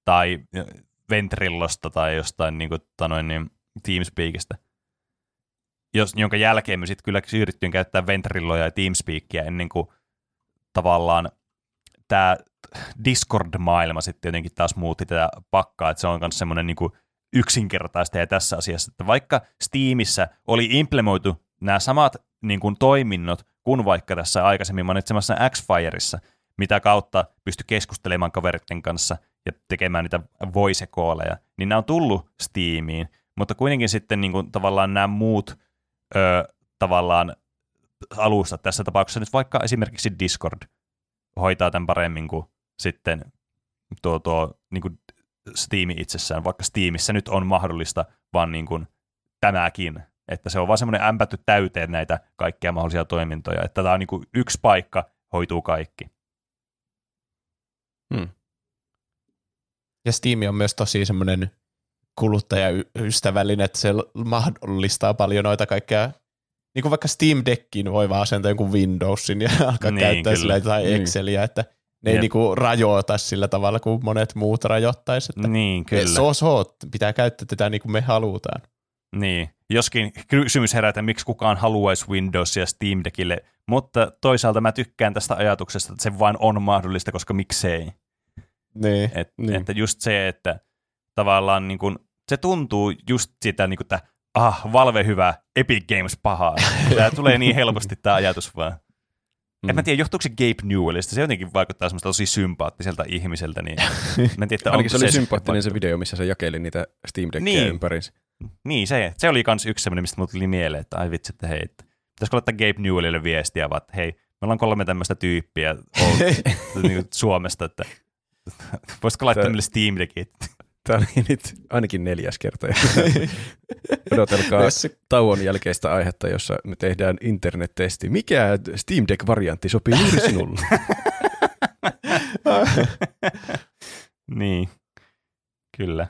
tai Ventrillosta tai jostain Teamspeakista. Jonka jälkeen me sitten kyllä siirryttiin käyttää Ventrilloja ja Teamspeakia ennen kuin tavallaan tämä Discord-maailma sitten jotenkin taas muutti tätä pakkaa, että se on myös semmoinen niin yksinkertaista ja tässä asiassa, että vaikka Steamissä oli implemoitu nämä samat niin kuin toiminnot kuin vaikka tässä aikaisemmin mainitsemassa X-Fireissa, mitä kautta pystyi keskustelemaan kaveritten kanssa ja tekemään niitä voice-calleja, niin nämä on tullut Steamiin, mutta kuitenkin sitten niin kuin, tavallaan nämä muut tavallaan alustat tässä tapauksessa nyt vaikka esimerkiksi Discord hoitaa tämän paremmin kuin sitten niin kuin Steam itsessään, vaikka Steamissä nyt on mahdollista vaan niin kuin tämäkin, että se on vaan semmoinen ämpätty täyteen näitä kaikkia mahdollisia toimintoja, että tämä on niin kuin yksi paikka, hoituu kaikki. Ja Steam on myös tosi semmoinen kuluttajaystävällinen, että se mahdollistaa paljon noita kaikkea, niin kuin vaikka Steam Deckin voi vaan asentaa jonkun Windowsin ja alkaa käyttää sillä jotain Exceliä, että ne ei niinku rajoita sillä tavalla kuin monet muut rajoittaisi. Niin, kyllä. Pitää käyttää tätä niin kuin me halutaan. Niin, joskin kysymys herätä, miksi kukaan haluaisi Windowsia Steam Deckille, mutta toisaalta mä tykkään tästä ajatuksesta, että se vain on mahdollista, koska miksei. Niin. Että just se, että tavallaan niin kun, se tuntuu just sitä, niin kun, että Valve hyvä, Epic Games pahaa. Tämä tulee niin helposti tämä ajatus vaan. En mä tiedä, johtuuko se Gabe Newellista, se jotenkin vaikuttaa semmoista tosi sympaattiselta ihmiseltä. Niin mä en tiedä, ainakin se oli sympaattinen se video, missä se jakeli niitä Steam Deckia ympäriinsä. Niin, se oli kans yksi semmoinen, mistä mulle tuli mieleen, että ai vitsi, että hei, pitäisikö laittaa Gabe Newellille viestiä, vaan että hei, me ollaan 3 tämmöistä tyyppiä niin Suomesta, että voisitko laittaa meille Steam Deckit? Tämä oli nyt ainakin 4. kerta. Odotelkaa tauon jälkeistä aihetta, jossa me tehdään internet-testi. Mikä Steam Deck-variantti sopii juuri sinulle? Niin, kyllä.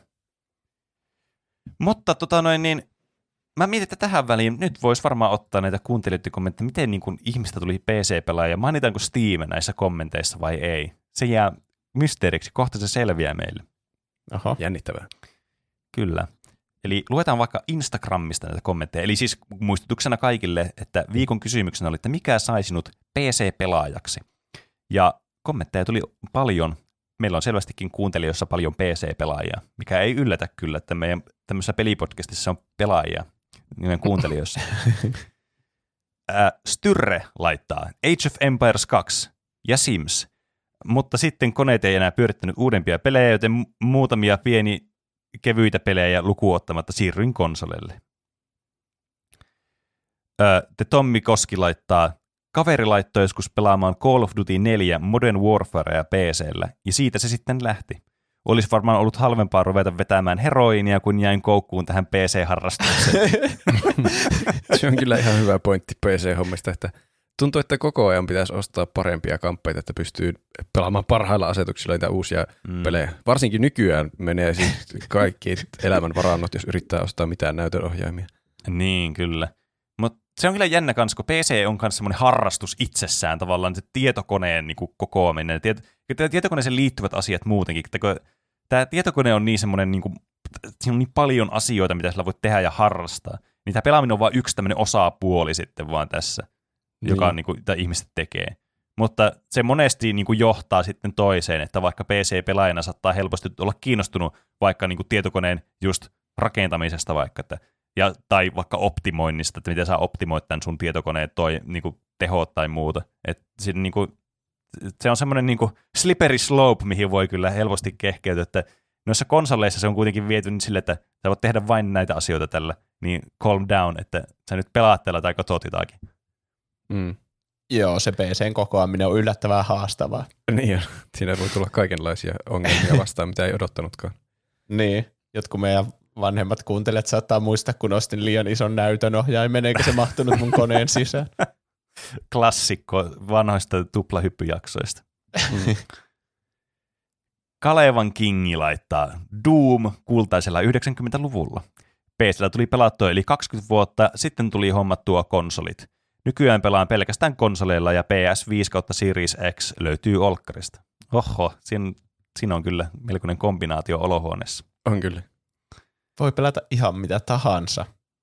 Mutta mä mietin, että tähän väliin nyt voisi varmaan ottaa näitä kuuntelijoiden kommentteja, miten niin kuin ihmistä tuli PC-pelaaja, mainitaanko Steam näissä kommenteissa vai ei. Se jää mysteeriksi, kohta se selviää meille. Aha. Jännittävää. Kyllä. Eli luetaan vaikka Instagramista näitä kommentteja. Eli siis muistutuksena kaikille, että viikon kysymyksenä oli, että mikä sai sinut PC-pelaajaksi? Ja kommentteja tuli paljon. Meillä on selvästikin kuuntelijoissa paljon PC-pelaajia, mikä ei yllätä kyllä, että meidän tämmöisessä pelipodcastissa on pelaajia nimen kuuntelijoissa. Styrre laittaa Age of Empires 2 ja Sims, mutta sitten koneet ei enää pyörittänyt uudempia pelejä, joten muutamia kevyitä pelejä lukuun ottamatta siirryin konsolelle. Tommi Koski laittaa, kaveri laittoi joskus pelaamaan Call of Duty 4 Modern Warfarea PC:llä, ja siitä se sitten lähti. Olisi varmaan ollut halvempaa ruveta vetämään heroinia, kun jäin koukkuun tähän PC-harrastukseen. Se on kyllä ihan hyvä pointti PC-hommista, että tuntuu, että koko ajan pitäisi ostaa parempia kamppeita, että pystyy pelaamaan parhailla asetuksilla niitä uusia pelejä. Varsinkin nykyään menee siis kaikki elämän varannot, jos yrittää ostaa mitään näytönohjaimia. Niin, kyllä. Mutta se on kyllä jännä kans, kun PC on myös semmoinen harrastus itsessään tavallaan, se tietokoneen niin kuin kokoaminen. Tietokoneeseen liittyvät asiat muutenkin. Tämä tietokone on niin semmoinen, niin kuin, siinä on niin paljon asioita, mitä sillä voi tehdä ja harrastaa. Niin tämä pelaaminen on vain yksi tämmöinen osapuoli sitten vaan tässä, joka on, niin kuin, mitä ihmiset tekee. Mutta se monesti niin kuin johtaa sitten toiseen, että vaikka PC-pelaajana saattaa helposti olla kiinnostunut vaikka niin kuin tietokoneen just rakentamisesta vaikka, tai vaikka optimoinnista, että miten saa optimoit tämän sun tietokoneen niin kuin tehot tai muuta. Niin kuin, se on semmoinen niin kuin slippery slope, mihin voi kyllä helposti kehkeytyä, että noissa konsoleissa se on kuitenkin viety niin sille, että sä voit tehdä vain näitä asioita tällä, niin calm down, että sä nyt pelaat tällä tai katot jotakin. Joo, se PC:n kokoaminen on yllättävän haastavaa. Niin, siinä voi tulla kaikenlaisia ongelmia vastaan, mitä ei odottanutkaan. Niin, jotkut meidän vanhemmat kuuntelijat saattaa muistaa, kun ostin liian ison näytönohjaimen, eikä se mahtunut mun koneen sisään. Klassikko vanhoista tuplahyppyjaksoista. Kalevan Kingi laittaa Doom kultaisella 90-luvulla. PC:llä tuli pelattua yli 20 vuotta, sitten tuli hommattua konsolit. Nykyään pelaan pelkästään konsoleilla ja PS5 kautta Series X löytyy olkkarista. Oho, siinä siinä on kyllä melkoinen kombinaatio olohuoneessa. On kyllä. Voi pelata ihan mitä tahansa.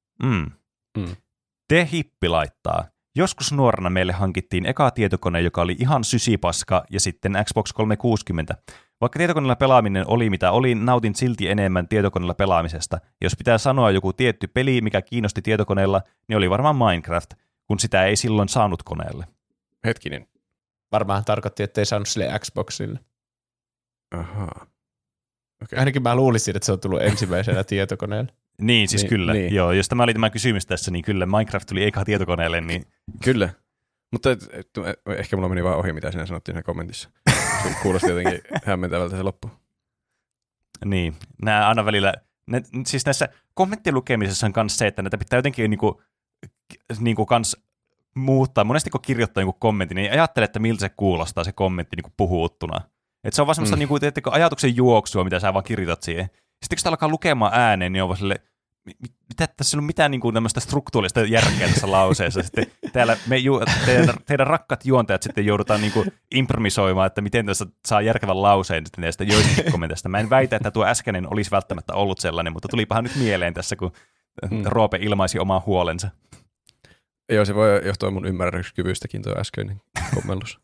Te Hippi laittaa. Joskus nuorena meille hankittiin eka tietokone, joka oli ihan sysipaska, ja sitten Xbox 360. Vaikka tietokoneella pelaaminen oli mitä oli, nautin silti enemmän tietokoneella pelaamisesta. Jos pitää sanoa joku tietty peli, mikä kiinnosti tietokoneella, niin oli varmaan Minecraft, kun sitä ei silloin saanut koneelle. Hetkinen. Varmaan tarkoitti, että ei saanut sille Xboxille. Ahaa. Okay. Ainakin mä luulisin, että se on tullut ensimmäisenä tietokoneelle. Niin, siis kyllä. Niin. Joo, jos tämä oli tämä kysymys tässä, niin kyllä Minecraft tuli eka tietokoneelle. Niin... Kyllä. Mutta ehkä mulla meni vaan ohi, mitä sinä sanottiin siinä kommentissa. Se kuulosti jotenkin hämmentävältä se loppu. Niin, nämä aina välillä, siis näissä kommenttien lukemisessa on myös se, että näitä pitää jotenkin niinku kans muuttaa. Monesti kun kirjoittaa joku kommentti, niin ajattelee, että miltä se kuulostaa se kommentti niinku puhuttuna. Että se on vaan semmoista niinku, ajatuksen juoksua, mitä sä vaan kirjoitat siihen. Sitten kun sitä alkaa lukemaan ääneen, niin on vaan silleen, mitä tässä ei ole mitään niinku tämmöistä struktuurista järkeä tässä lauseessa. Sitten täällä teidän rakkaat juontajat sitten joudutaan niinku improvisoimaan, että miten tässä saa järkevän lauseen näistä joistakin kommenteista. Mä en väitä, että tuo äskeinen olisi välttämättä ollut sellainen, mutta tulipahan nyt mieleen tässä, kun Roope ilmaisi omaa huolensa. Joo, se voi johtua mun ymmärryskyvystäkin tuo äskeinen kommellus.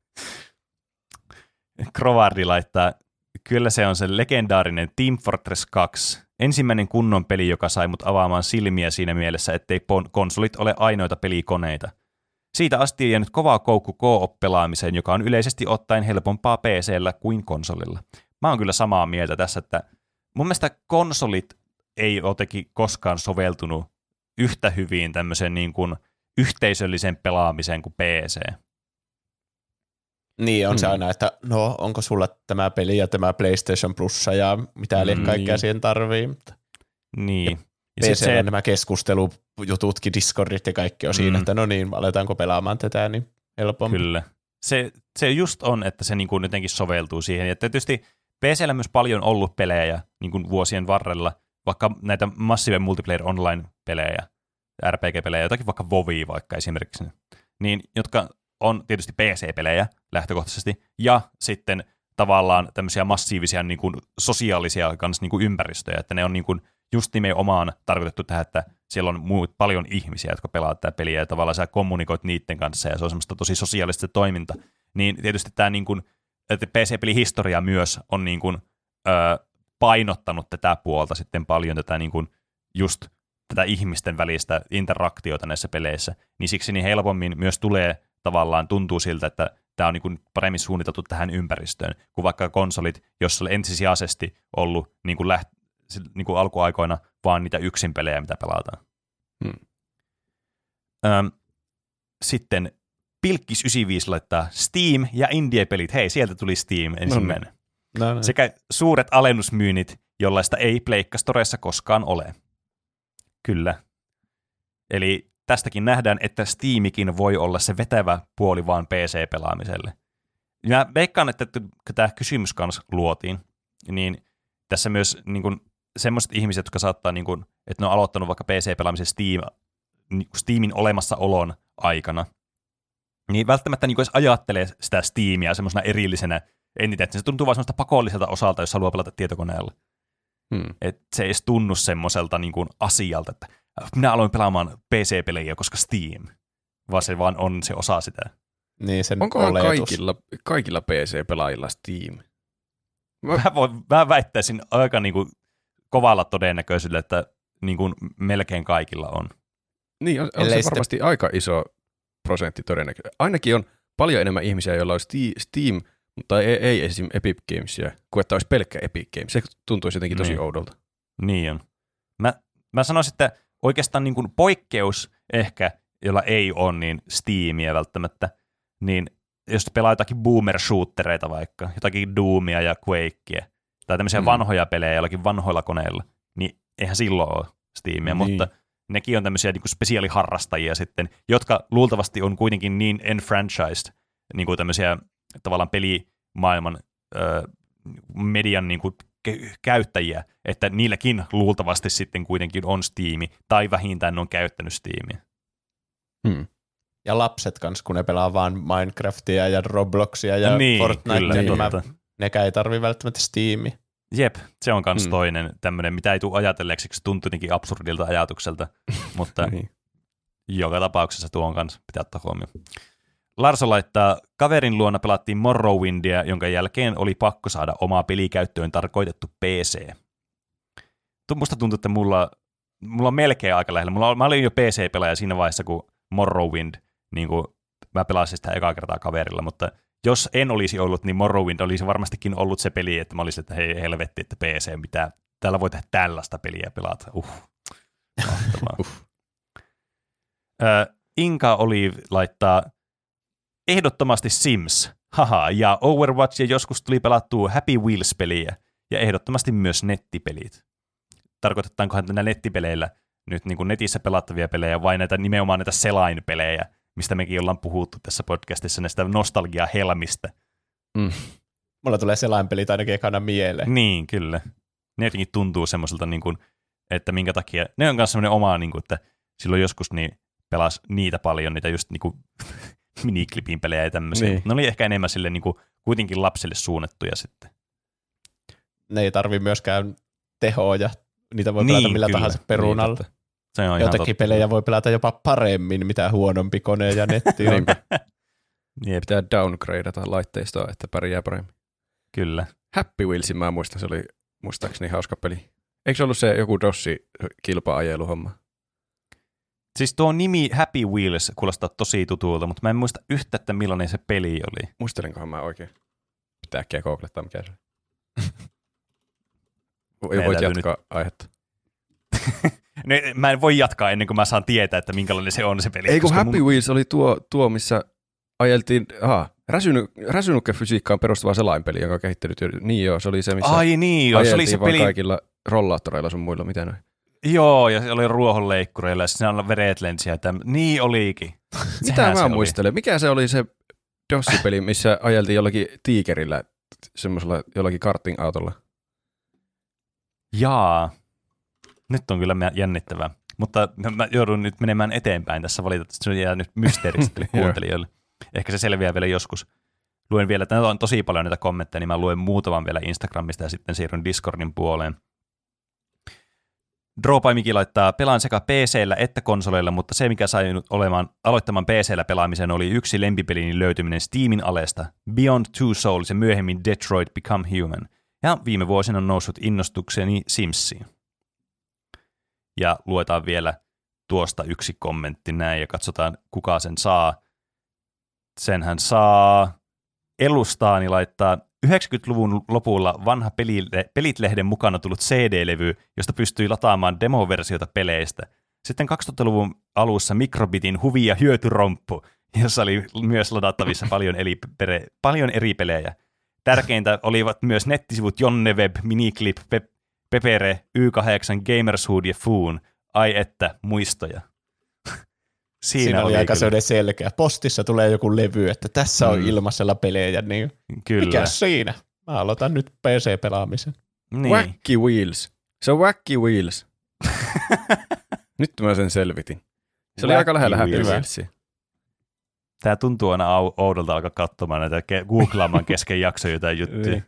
Krovardi laittaa, kyllä se on se legendaarinen Team Fortress 2. Ensimmäinen kunnon peli, joka sai mut avaamaan silmiä siinä mielessä, ettei konsolit ole ainoita pelikoneita. Siitä asti on jäänyt kovaa koukku co-op-pelaamiseen, joka on yleisesti ottaen helpompaa PC:llä kuin konsolilla. Mä oon kyllä samaa mieltä tässä, että mun mielestä konsolit ei ole koskaan soveltunut yhtä hyvin tämmöisen niin kuin yhteisöllisen pelaamiseen kuin PC. Niin, on se aina, että no, onko sulla tämä peli ja tämä PlayStation Plussa ja mitä kaikkea siihen tarvii. Niin. Ja PC:llä nämä keskustelujututkin, Discordit ja kaikki on siinä, että no niin, aletaanko pelaamaan tätä, niin helpommin. Kyllä. Se just on, että se niin kuin jotenkin soveltuu siihen. Ja tietysti PC:llä myös paljon ollut pelejä niin kuin vuosien varrella, vaikka näitä Massive Multiplayer Online-pelejä, RPG-pelejä, jotakin vaikka WoWia vaikka esimerkiksi, niin, jotka on tietysti PC-pelejä lähtökohtaisesti, ja sitten tavallaan tämmöisiä massiivisia niin kuin sosiaalisia kans, niin kuin ympäristöjä, että ne on niin kuin just nimenomaan tarkoitettu tähän, että siellä on paljon ihmisiä, jotka pelaavat tätä peliä, ja tavallaan sä kommunikoit niiden kanssa, ja se on semmoista tosi sosiaalista se toiminta. Niin tietysti tämä niin kuin, että PC-pelihistoria myös on niin kuin, painottanut tätä puolta sitten paljon, tätä niin kuin just tätä ihmisten välistä interaktiota näissä peleissä, niin siksi niin helpommin myös tavallaan tuntuu siltä, että tämä on niin kuin paremmin suunniteltu tähän ympäristöön, kuin vaikka konsolit, jossa oli ensisijaisesti ollut niin kuin alkuaikoina vaan niitä yksin pelejä, mitä pelataan. Sitten Pilkkis 95 laittaa Steam ja indie-pelit. Hei, sieltä tuli Steam ensimmäinen. No. Sekä suuret alennusmyynnit, jollaista ei Pleikka-storeissa koskaan ole. Kyllä. Eli tästäkin nähdään, että Steamikin voi olla se vetävä puoli vaan PC-pelaamiselle. Ja veikkaan, että kun tämä kysymys kanssa luotiin, niin tässä myös niin kuin, semmoiset ihmiset, jotka saattaa, niin kuin, että ne on aloittanut vaikka PC-pelaamisen Steamin olemassaolon aikana, niin välttämättä niin kuin edes ajattelee sitä Steamia semmoisena erillisenä entiteettinä. Se tuntuu vaan semmoista pakolliselta osalta, jos haluaa pelata tietokoneella. Että se ei edes tunnu semmoiselta niin kuin asialta, että minä aloin pelaamaan PC-pelejä, koska Steam, vaan se vaan on se osa sitä. Niin, sen onkohan oletus. kaikilla PC-pelaajilla Steam? Mä väittäisin aika niin kuin kovalla todennäköisyydellä, että niin kuin melkein kaikilla on. Niin, on se varmasti aika iso prosentti todennäköisesti. Ainakin on paljon enemmän ihmisiä, joilla on Steam, mutta ei esim. Epic Gamesia, kuin että olisi pelkkä Epic Games. Se tuntuisi jotenkin tosi oudolta. Niin on. Mä sanoisin, että oikeastaan niin kuin poikkeus ehkä, jolla ei ole niin Steamia välttämättä, niin jos pelaa jotakin boomer-shootereita vaikka, jotakin Doomia ja Quakea, tai tämmöisiä vanhoja pelejä jollakin vanhoilla koneilla, niin eihän silloin ole Steamia, mutta nekin on tämmöisiä niin kuin spesiaaliharrastajia sitten, jotka luultavasti on kuitenkin niin enfranchised, niin kuin tämmöisiä tavallaan pelimaailman median niin kuin käyttäjiä, että niilläkin luultavasti sitten kuitenkin on Steam, tai vähintään ne on käyttänyt Steamia. Ja lapset kanssa, kun ne pelaa vaan Minecraftia ja Robloxia ja niin, Fortnitea. Kyllä, nekään ei tarvitse välttämättä Steamia. Jep, se on kans toinen tämmöinen, mitä ei tule ajatelleeksi, se tuntuu jotenkin absurdilta ajatukselta, mutta niin. Joka tapauksessa tuo on kans pitää ottaa huomioon. Larso laittaa, kaverin luona pelattiin Morrowindia, jonka jälkeen oli pakko saada omaa pelikäyttöön tarkoitettu PC. Musta tuntuu, että mulla on melkein aika lähellä. Mä olin jo PC-pelaaja siinä vaiheessa, kun Morrowind, niin kuin mä pelasin sitä ekaa kertaa kaverilla, mutta jos en olisi ollut, niin Morrowind olisi varmastikin ollut se peli, että mä olisin, että hei helvetti, että PC, mitä täällä voi tehdä tällaista peliä pelata. Inka Olive laittaa ehdottomasti Sims, haha, ja Overwatch, ja joskus tuli pelattua Happy Wheels-peliä, ja ehdottomasti myös nettipelit. Tarkoitetaankohan näillä nettipeleillä nyt niin kuin netissä pelattavia pelejä, vai nimenomaan näitä selainpelejä, mistä mekin ollaan puhuttu tässä podcastissa, näistä nostalgia-helmistä. Mulla tulee selainpelit ainakin ekana mieleen. Niin, kyllä. Ne jotenkin tuntuu semmoiselta, niin kuin, että minkä takia, ne on myös semmoinen oma, niin kuin, että silloin joskus niin pelasi niitä paljon, niitä just niin kuin miniklipin pelejä ja tämmöisiä. Niin. Ne oli ehkä enemmän sille niin kuin, kuitenkin lapsille suunnattuja sitten. Ne ei tarvi myöskään tehoa ja niitä voi pelata millä tahansa perunalla. Niin, jotakin pelejä voi pelata jopa paremmin, mitä huonompi kone ja netti on. Pitää downgradeata laitteistoa, että pärjää paremmin. Kyllä. Happy Wheelsin mä muistan, se oli muistaakseni hauska peli. Eikö se ollut se joku DOS-kilpa-ajeluhomma? Siis tuo nimi Happy Wheels kuulostaa tosi tutulta, mutta mä en muista yhtä, että millainen se peli oli. Muistelenkohan mä oikein? Pitää äkkiä googlettaa, mikä se on. Voit jatkaa aihetta. No, mä en voi jatkaa ennen kuin mä saan tietää, että minkälainen se on se peli. Ei kun Happy Wheels oli tuo missä ajeltiin, räsynukkefysiikkaan perustuva selainpeli, joka on kehittänyt. Niin joo, se oli se, missä se oli se peli kaikilla rollaattoreilla sun muilla, mitä noin. Joo, ja se oli ruohonleikkureilla, ja siinä on veret lensiä. Niin olikin. Mitä mä muistelen? Mikä se oli se DOS-peli, missä ajeltiin jollakin tiikerillä, semmoisella jollakin karting-autolla? Jaa. Nyt on kyllä jännittävää. Mutta mä joudun nyt menemään eteenpäin tässä valitettavasti. Se jää nyt mysteeristä kuuntelijoille. Ehkä se selviää vielä joskus. Luen vielä, että on tosi paljon näitä kommentteja, niin mä luen muutaman vielä Instagramista ja sitten siirryn Discordin puoleen. Drawpaimikin laittaa, pelaan sekä PC:llä että konsoleilla, mutta se mikä sai aloittamaan PC:llä pelaamisen oli yksi lempipelini löytyminen Steamin alesta, Beyond Two Souls ja myöhemmin Detroit Become Human. Ja viime vuosina on noussut innostukseni Simsiin. Ja luetaan vielä tuosta yksi kommentti näin ja katsotaan kuka sen saa. Senhän saa Elustaani laittaa 90-luvun lopulla vanha Pelit-lehden mukana tullut CD-levy, josta pystyi lataamaan demoversiota peleistä. Sitten 2000-luvun alussa Microbitin huvi- ja hyötyromppu, jossa oli myös ladattavissa paljon eri pelejä. Tärkeintä olivat myös nettisivut Jonneweb, Miniclip, Pepere, Y8, Gamershood ja Foon. Ai että, muistoja. Siinä oli aika sellainen selkeä. Postissa tulee joku levy, että tässä on ilmaisella pelejä, niin kyllä. Mikä siinä? Mä aloitan nyt PC-pelaamisen. Niin. Wacky Wheels. Se on Wacky Wheels. Nyt mä sen selvitin. Se oli aika lähellä Happy Wheelsia. Tää tuntuu aina oudolta alkaa katsomaan näitä, googlaamaan kesken jaksoja jotain juttuja.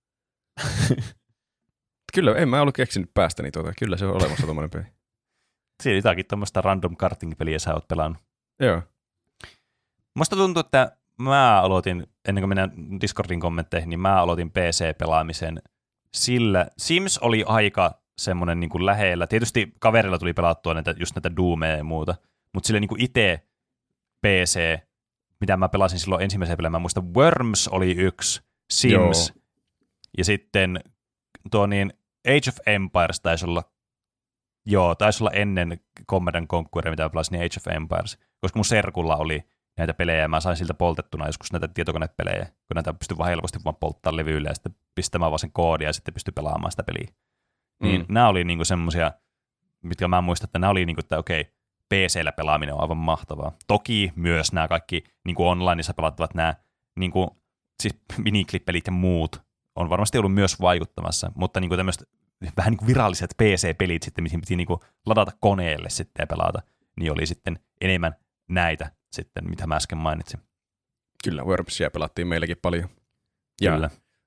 Kyllä, en mä ollut keksinyt päästäni tuota. Kyllä se on olemassa tommoinen peli. Siinä jotakin tuommoista random karting-peliä sä oot pelannut. Joo. Musta tuntuu, että mä aloitin, ennen kuin mennään Discordin kommentteihin, niin mä aloitin PC-pelaamisen sillä. Sims oli aika semmoinen niin kuin lähellä. Tietysti kaverilla tuli pelattua just näitä Doomeja ja muuta, mutta sille niin kuin itse PC, mitä mä pelasin silloin ensimmäisen pelin, mä muistan Worms oli yksi, Sims, joo. Ja sitten tuo niin Age of Empires taisi olla ennen Command & Conquer, mitä mä pelasin, niin Age of Empires, koska mun serkulla oli näitä pelejä, ja mä sain siltä poltettuna joskus näitä tietokonepelejä, kun näitä pystyi vaan helposti vaan polttaa levyille, ja sitten pistämään vaan sen koodia, ja sitten pystyi pelaamaan sitä peliä. Niin nämä oli niinku semmosia, mitkä mä muistan, että nämä oli niinku, että okei, PC:llä pelaaminen on aivan mahtavaa. Toki myös nämä kaikki niinku onlineissa pelattavat nämä niinku, siis miniklipelit ja muut on varmasti ollut myös vaikuttamassa, mutta niinku tämmöiset vähän niinku viralliset PC-pelit sitten, mihin piti niinku ladata koneelle sitten ja pelata, niin oli sitten enemmän näitä sitten, mitä mä äsken mainitsin. Kyllä, Wormsia pelattiin meilläkin paljon. Ja kyllä.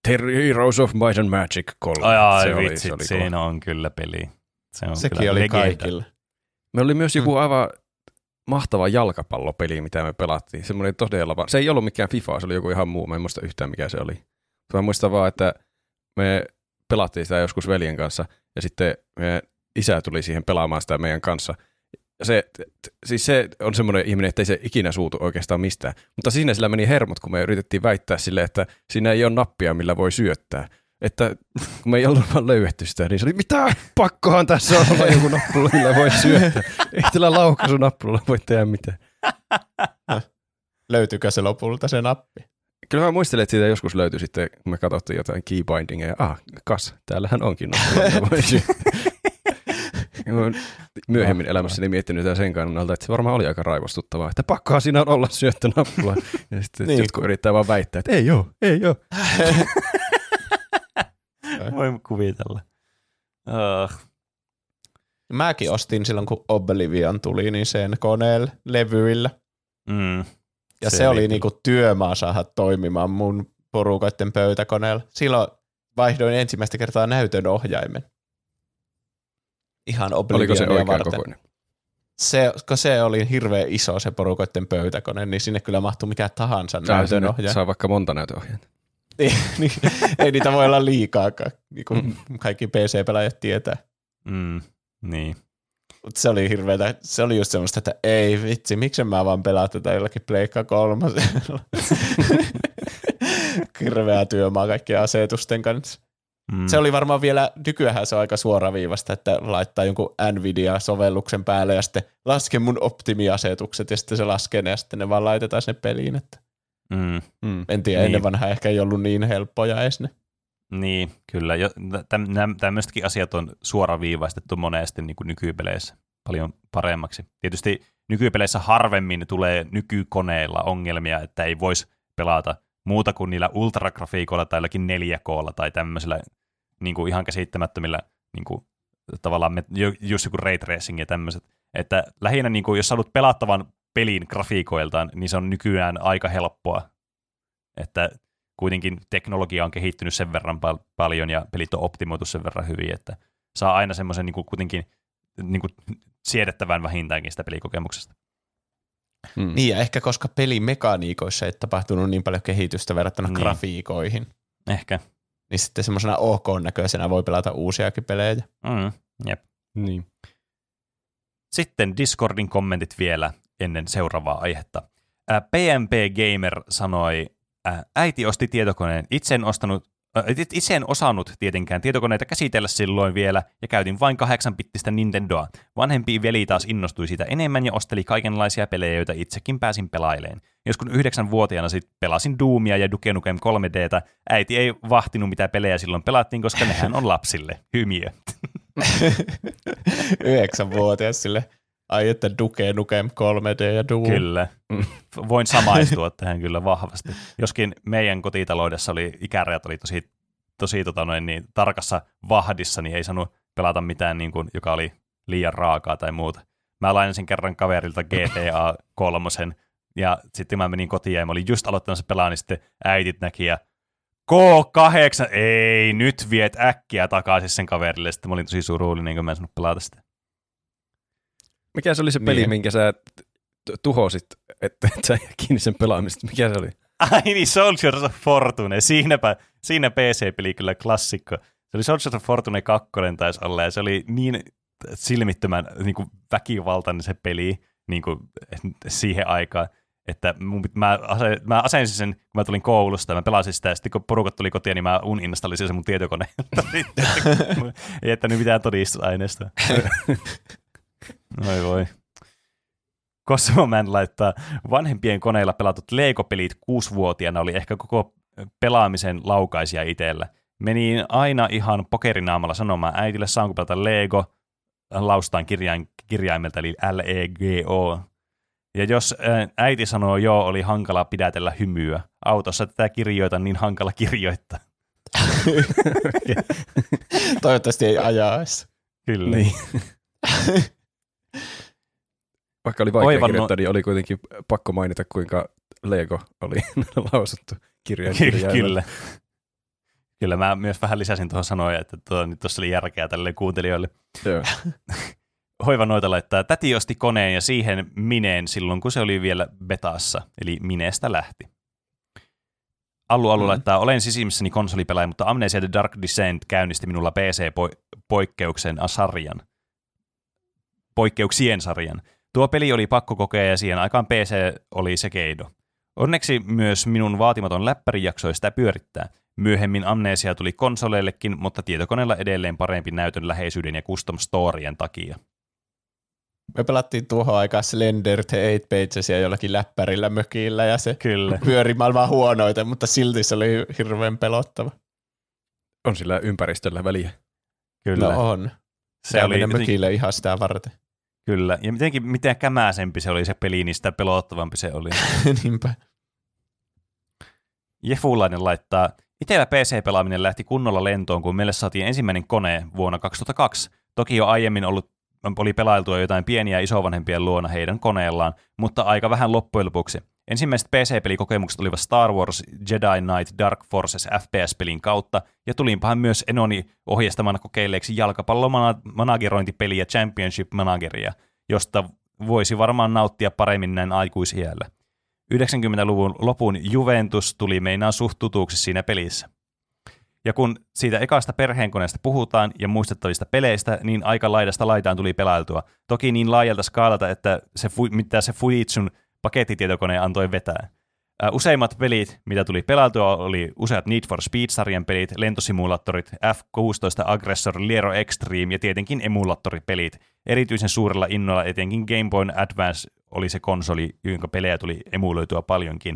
Heroes of Might and Magic 3. Ai vitsit, siinä on kyllä peli. Sekin kyllä oli legenda. kaikilla. Me oli myös joku aivan mahtava jalkapallopeli, mitä me pelattiin. Semmoinen todella se ei ollut mikään FIFA, se oli joku ihan muu. Mä en muista yhtään, mikä se oli. Mä muistan vaan, että me pelattiin sitä joskus veljen kanssa, ja sitten meidän isä tuli siihen pelaamaan sitä meidän kanssa. Se on semmoinen ihminen, että ei se ikinä suutu oikeastaan mistään. Mutta siinä sillä meni hermot, kun me yritettiin väittää sille, että siinä ei ole nappia, millä voi syöttää. Että kun me ei ollut vaan löydetty sitä, niin se oli, mitä? Pakkohan tässä on olla joku nappula, millä voi syöttää. Ei tällä laukaisunappulalla voi tehdä mitään. Löytyykö se lopulta se nappi? Kyllä mä muistelen, että siitä joskus löytyi sitten, kun me katsottiin jotain keybindingia. Täällähän onkin nappula, millä voi syöttää. Myöhemmin elämässäni miettinyt sen kannalta, että se varmaan oli aika raivostuttavaa, että pakkohan siinä on olla syöttönappula. Ja sitten niin. Jotkut yrittää vaan väittää, että ei oo. Voin kuvitella. Mäkin ostin silloin, kun Oblivion tuli, niin sen koneella levyillä. Ja se oli niinku työmaa saada toimimaan mun porukoiden pöytäkoneella. Silloin vaihdoin ensimmäistä kertaa näytön ohjaimen. Ihan Oblivionia varten. Kokoinen? Se oli hirveän iso se porukoiden pöytäkone, niin sinne kyllä mahtuu mikä tahansa näytönohjaaja. Saa vaikka monta näytönohjainta. niin, ei niitä voi olla liikaakaan, niin kuin kaikki PC-pelaajat tietää. Niin. Mutta se oli hirveätä. Se oli just semmoista, että ei vitsi, miksi mä vaan pelaa tätä jollakin Pleikka 3. Hirveää työmaa kaikkien asetusten kanssa. Se oli varmaan vielä, nykyään se on aika suoraviivasta, että laittaa jonkun Nvidia-sovelluksen päälle ja sitten laske mun optimiasetukset ja sitten se laskee ne ja sitten ne vaan laitetaan sinne peliin. Että. En tiedä, ennen vanhaa ehkä ei ollut niin helppoja edes ne. Niin, kyllä. Tämmöistäkin asiat on suoraviivaistettu monesti niin kuin nykypeleissä paljon paremmaksi. Tietysti nykypeleissä harvemmin tulee nykykoneilla ongelmia, että ei voisi pelata muuta kuin niillä ultragrafiikoilla tai jollakin 4K:lla tai tämmöisillä niin kuin ihan käsittämättömillä niin kuin, tavallaan just joku ray tracing ja tämmöiset. Että lähinnä niin kuin, jos haluat pelattavan pelin grafiikoiltaan, niin se on nykyään aika helppoa. Että kuitenkin teknologia on kehittynyt sen verran paljon ja pelit on optimoitu sen verran hyvin, että saa aina semmoisen niin kuin, kuitenkin niin kuin, siedettävän vähintäänkin sitä pelikokemuksesta. Niin ja ehkä koska pelimekaniikoissa ei tapahtunut niin paljon kehitystä verrattuna grafiikoihin. Ehkä. Niin sitten semmoisena OK-näköisenä voi pelata uusiakin pelejä. Jep. Niin. Sitten Discordin kommentit vielä ennen seuraavaa aihetta. PMP Gamer sanoi, äiti osti tietokoneen. Itse en osannut tietenkään tietokoneita käsitellä silloin vielä ja käytin vain 8-bittistä Nintendoa. Vanhempi veli taas innostui siitä enemmän ja osteli kaikenlaisia pelejä, joita itsekin pääsin pelaileen. Joskus 9-vuotiaana sit pelasin Doomia ja Duke Nukem 3D:tä. Äiti ei vahtinut mitä pelejä silloin pelattiin, koska nehän on lapsille. Hymiö. 9-vuotias sille. Ai että Duke Nukem 3D ja Doom. Kyllä. Voin samaistua tähän kyllä vahvasti. Joskin meidän kotitaloudessa ikärajat oli tosi niin tarkassa vahdissa, niin ei saanut pelata mitään, niin kuin, joka oli liian raakaa tai muuta. Mä lainasin kerran kaverilta GTA 3, ja sitten mä menin kotiin ja mä olin just aloittamassa pelaa, niin sitten äitit näki ja K8, ei, nyt viet äkkiä takaisin sen kaverille. Sitten mä olin tosi surullinen, kun mä en saanut pelata sitä. Mikä se oli se peli, minkä sä tuhosit, että et sä kiinni sen pelaamista? Mikä se oli? Ai niin, Soldiers of Fortune. Siinä PC-peli kyllä klassikko. Se oli Soldiers of Fortune 2 taisi olla, ja se oli niin silmittömän niin kuin väkivaltainen se peli niin kuin siihen aikaan, että mä asensin sen, kun mä tulin koulusta, ja mä pelasin sitä, ja sitten kun porukat tuli kotiin, niin mä uninstallisin sen mun tietokoneelta. Ei jättänyt mitään todistusaineistoa. Voi. Cosmoman laittaa, vanhempien koneilla pelatut Lego-pelit 6-vuotiaana oli ehkä koko pelaamisen laukaisia itsellä. Menin aina ihan pokerinaamalla sanomaan äitille, saanko pelata Lego, laustaan kirjaimelta, eli LEGO. Ja jos äiti sanoo joo, oli hankala pidätellä hymyä. Autossa tätä kirjoitan niin hankala kirjoittaa. Toivottavasti ei ajaisi. Kyllä. Niin. Vaikka oli vaikea kirjoittaa, niin oli kuitenkin pakko mainita, kuinka Lego oli lausuttu kirjaimella. Kyllä. Kyllä mä myös vähän lisäsin tuohon sanoja, että tuossa oli järkeä tälle kuuntelijoille. Joo. Hoiva noita laittaa, täti osti koneen ja siihen Mineen silloin, kun se oli vielä betassa, eli Mineestä lähti. Allu laittaa, olen sisimmässäni konsolipelaaja, mutta Amnesia The Dark Descent käynnisti minulla poikkeuksien sarjan. Tuo peli oli pakko kokea ja siihen aikaan PC oli se keino. Onneksi myös minun vaatimaton läppäri jaksoi sitä pyörittää. Myöhemmin Amnesia tuli konsoleillekin, mutta tietokoneella edelleen parempi näytön läheisyyden ja custom storien takia. Me pelattiin tuohon aikaan Slender The 8 Pagesia jollakin läppärillä mökillä ja se Kyllä. pyöri maailman huonoiten, mutta silti se oli hirveän pelottava. On sillä ympäristöllä väliä. Kyllä. No on. Se oli mökille ihan sitä varten. Kyllä. Ja miten kämäisempi se oli se peli, niin sitä pelottavampi se oli. Niinpä. Jefulainen laittaa, itsellä PC-pelaaminen lähti kunnolla lentoon, kun meille saatiin ensimmäinen kone vuonna 2002. Toki jo aiemmin oli pelailtua jotain pieniä isovanhempien luona heidän koneellaan, mutta aika vähän loppujen lopuksi. Ensimmäiset PC-pelikokemukset olivat Star Wars Jedi Knight Dark Forces FPS-pelin kautta, ja tulinpahan myös Enoni ohjeistamana kokeilleeksi jalkapallomanagerointipeliä Championship Manageria, josta voisi varmaan nauttia paremmin näin aikuisiällä. 90-luvun lopun Juventus tuli meinaan suht tutuuksi siinä pelissä. Ja kun siitä ekasta perheenkoneesta puhutaan ja muistettavista peleistä, niin aika laidasta laitaan tuli pelailtua. Toki niin laajalta skaalalta, että mitä se Fujitsun pakettitietokone antoi vetää. Useimmat pelit, mitä tuli pelailtua, oli useat Need for Speed-sarjan pelit, lentosimulaattorit, F-16 Aggressor, Liero Extreme ja tietenkin emulaattoripelit. Erityisen suurella innolla etenkin Game Boy Advance oli se konsoli, jonka pelejä tuli emuloitua paljonkin.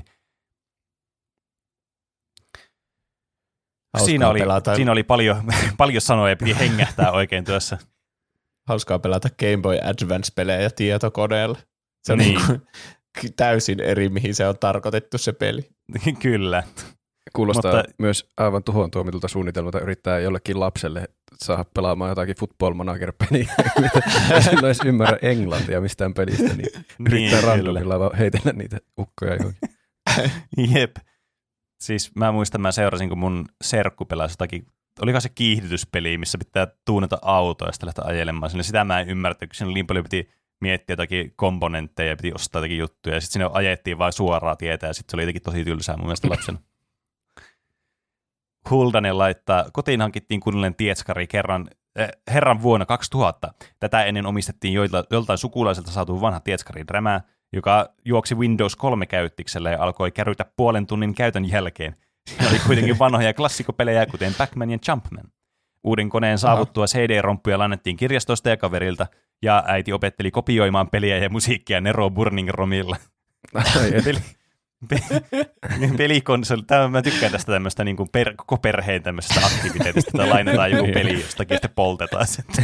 Siinä oli paljon sanoja ja piti hengähtää oikein tuossa. Hauskaa pelata Game Boy Advance-pelejä tietokoneella. Se on niin täysin eri, mihin se on tarkoitettu se peli. Kyllä. Kuulostaa myös aivan tuhoon tuomitulta suunnitelmalta yrittää jollekin lapselle saada pelaamaan jotakin Football Manager-peliä. Silloin edes ymmärrä englantia mistään pelistä, niin yrittää randomilla vaan heitellä niitä ukkoja johonkin. Jep. Siis mä muistan, mä seurasin, kun mun serkku pelasi jotakin, oliko se kiihdytyspeli, missä pitää tuunata autoa ja sitten lähteä ajelemaan sinne. Sitä mä en ymmärtänyt, kun siinä niin paljon piti miettiä jotakin komponentteja ja piti ostaa jotakin juttuja. Ja sitten sinne ajettiin vain suoraa tietä ja sitten se oli jotenkin tosi tylsää mun mielestä lapsena. Huldanen laittaa, kotiin hankittiin kunnollinen tietskari herran vuonna 2000. Tätä ennen omistettiin joltain sukulaiselta saatu vanha tietskarin rämää, joka juoksi Windows 3-käyttiksellä ja alkoi kärytä puolen tunnin käytön jälkeen. Siinä oli kuitenkin vanhoja klassikopelejä, kuten Pac-Man ja Jumpman. Uuden koneen saavuttua CD-romppuja lainattiin kirjastosta ja kaverilta, ja äiti opetteli kopioimaan peliä ja musiikkia Nero Burning Romilla. Pelikonsoli, mä tykkään tästä tämmöistä niin kuin koko perheen tämmöisestä aktiviteetista, että lainataan joku peli jostakin ja sitten poltetaan sitten.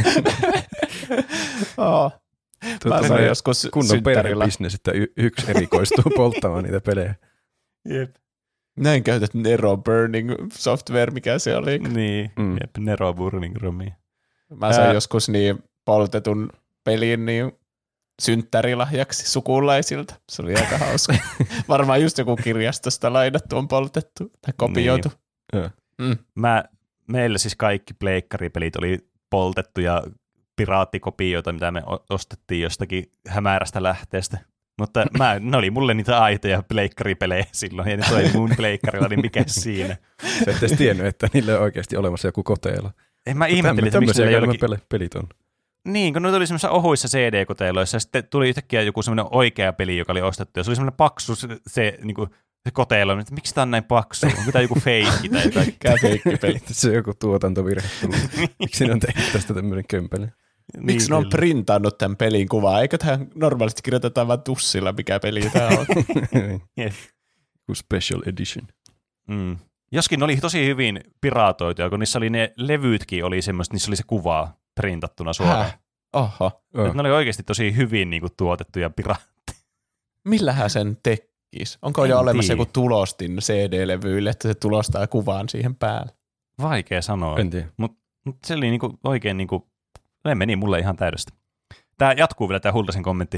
Joskus kunnon perhebisnes, että yksi erikoistuu polttamaan niitä pelejä. Jep. Näin käytät Nero Burning software, mikä se oli. Niin, jep, Nero Burning Romi. Mä sain joskus niin poltetun pelin niin synttärilahjaksi sukulaisilta. Se oli aika hauska. Varmaan just joku kirjastosta lainattu on poltettu tai kopioitu. Niin. Meillä siis kaikki pleikkaripelit oli poltettuja piraattikopioita, mitä me ostettiin jostakin hämärästä lähteestä. Mutta ne oli mulle niitä aitoja pleikkaripelejä silloin, ja ne toi mun pleikkarilla, niin mikä siinä. Sä et edes tiennyt, että niillä on oikeasti olemassa joku koteelo. En mä ihmettelin, että miksi niillä jollakin pelit on. Niin, kun ne tuli semmoisessa ohuissa CD-koteeloissa, ja sitten tuli yhtäkkiä joku semmoinen oikea peli, joka oli ostettu, ja se oli semmoinen paksu se koteelo, että miksi tää on näin paksu? Onko tää joku feikki tai jotain? Mikä feikkipeli? Se on joku tuotantovirhe tullut. Miksi ne on tehty tästä tämmöinen kömpelö? Miksi ne on printannut tämän pelin kuvaa? Eikö tähän normaalisti kirjoitetaan vain tussilla, mikä peli tämä on? Special edition. Joskin ne oli tosi hyvin piraatoituja, kun niissä oli ne levytkin, oli semmoista, niissä oli se kuva printattuna suoraan. Oho. Ne oli oikeasti tosi hyvin niin kuin, tuotettuja piraatteja. Millähän sen tekisi? Onko jo olemassa joku tulostin CD-levyille, että se tulostaa kuvan siihen päälle? Vaikea sanoa. En tiedä. Mutta se oli niinku, oikein, niinku, ne meni mulle ihan täydestä. Tämä jatkuu vielä, tämä Hultasen kommentti.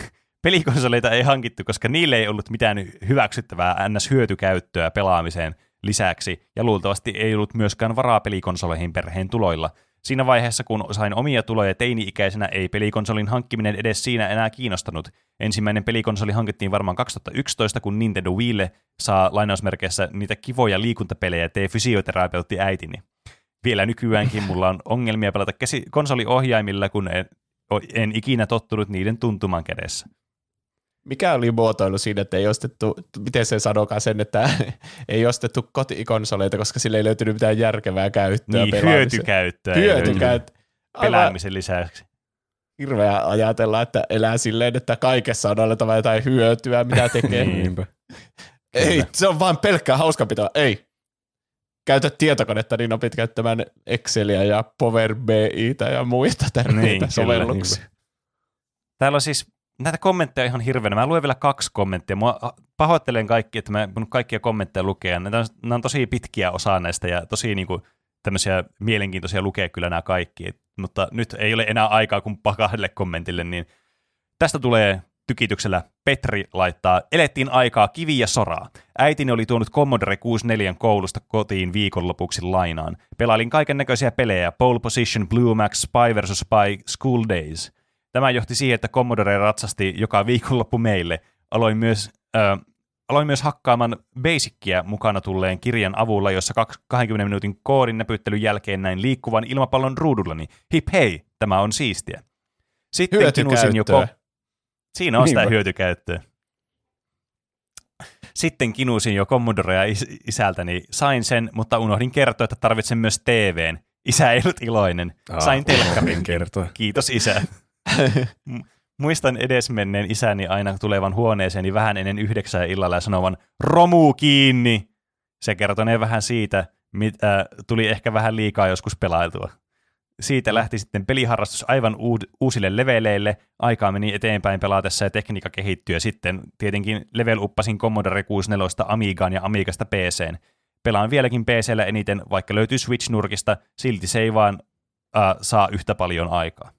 Pelikonsoleita ei hankittu, koska niille ei ollut mitään hyväksyttävää NS-hyötykäyttöä pelaamiseen. lisäksi, ja luultavasti ei ollut myöskään varaa pelikonsoleihin perheen tuloilla. Siinä vaiheessa, kun sain omia tuloja teini-ikäisenä, ei pelikonsolin hankkiminen edes siinä enää kiinnostanut. Ensimmäinen pelikonsoli hankittiin varmaan 2011, kun Nintendo Wiille saa lainausmerkeissä niitä kivoja liikuntapelejä tee fysioterapeutti äitini. Vielä nykyäänkin mulla on ongelmia pelata konsoliohjaimilla, kun en ikinä tottunut niiden tuntuman kädessä. Mikä oli muotoilu siinä, että ei ostettu, miten se sanokaan sen, että ei ostettu kotikonsoleita, koska sille ei löytynyt mitään järkevää käyttöä. Niin, hyötykäyttöä. Pelaamisen lisäksi. Hirveä ajatella, että elää silleen, että kaikessa on oltava jotain hyötyä, mitä tekee. Niinpä. Ei, se on vaan pelkkää hauskanpitoa. Ei. Käytä tietokonetta, niin opit käyttämään Exceliä ja Power BI:tä ja muita tärkeitä sovelluksia. Täällä on siis näitä kommentteja ihan hirveänä. Mä luen vielä 2 kommenttia. Mä pahoittelen kaikki, että mä en kaikkia kommentteja lukea. Nämä on tosi pitkiä osa näistä ja tosi niinku tämmöisiä mielenkiintoisia lukea kyllä nämä kaikki. Mutta nyt ei ole enää aikaa kuin 2 kommentille, niin tästä tulee tykityksellä. Petri laittaa, elettiin aikaa kivi ja soraa. Äitini oli tuonut Commodore 64 koulusta kotiin viikonlopuksi lainaan. Pelailin kaiken näköisiä pelejä, Pole Position, Blue Max, Spy vs. Spy, School Days. Tämä johti siihen, että Commodore ratsasti joka viikonloppu meille. Aloin myös hakkaamaan Basicia mukana tulleen kirjan avulla, jossa 20 minuutin koodin näpyttelyn jälkeen näin liikkuvan ilmapallon ruudullani. Hip hei, tämä on siistiä. Sitten kinusin joko... Siinä on sitä hyötykäyttöä. Sitten kinusin jo Commodorea isältäni. Sain sen, mutta unohdin kertoa, että tarvitsen myös TV:n. Isä ei ollut iloinen. Sain telkkarin. Kiitos isä. Muistan edesmenneen isäni aina tulevan huoneeseeni vähän ennen 9 illalla ja sanovan romu kiinni. Se kertonee vähän siitä, mitä tuli ehkä vähän liikaa joskus pelailtua. Siitä lähti sitten peliharrastus aivan uusille leveleille. Aikaa meni eteenpäin pelatessa ja tekniikka kehittyi. Ja sitten tietenkin level-uppasin Commodore 64 Amigaan ja Amigasta PC:n. Pelaan vieläkin PC:llä eniten, vaikka löytyy Switch-nurkista, silti se ei vaan saa yhtä paljon aikaa.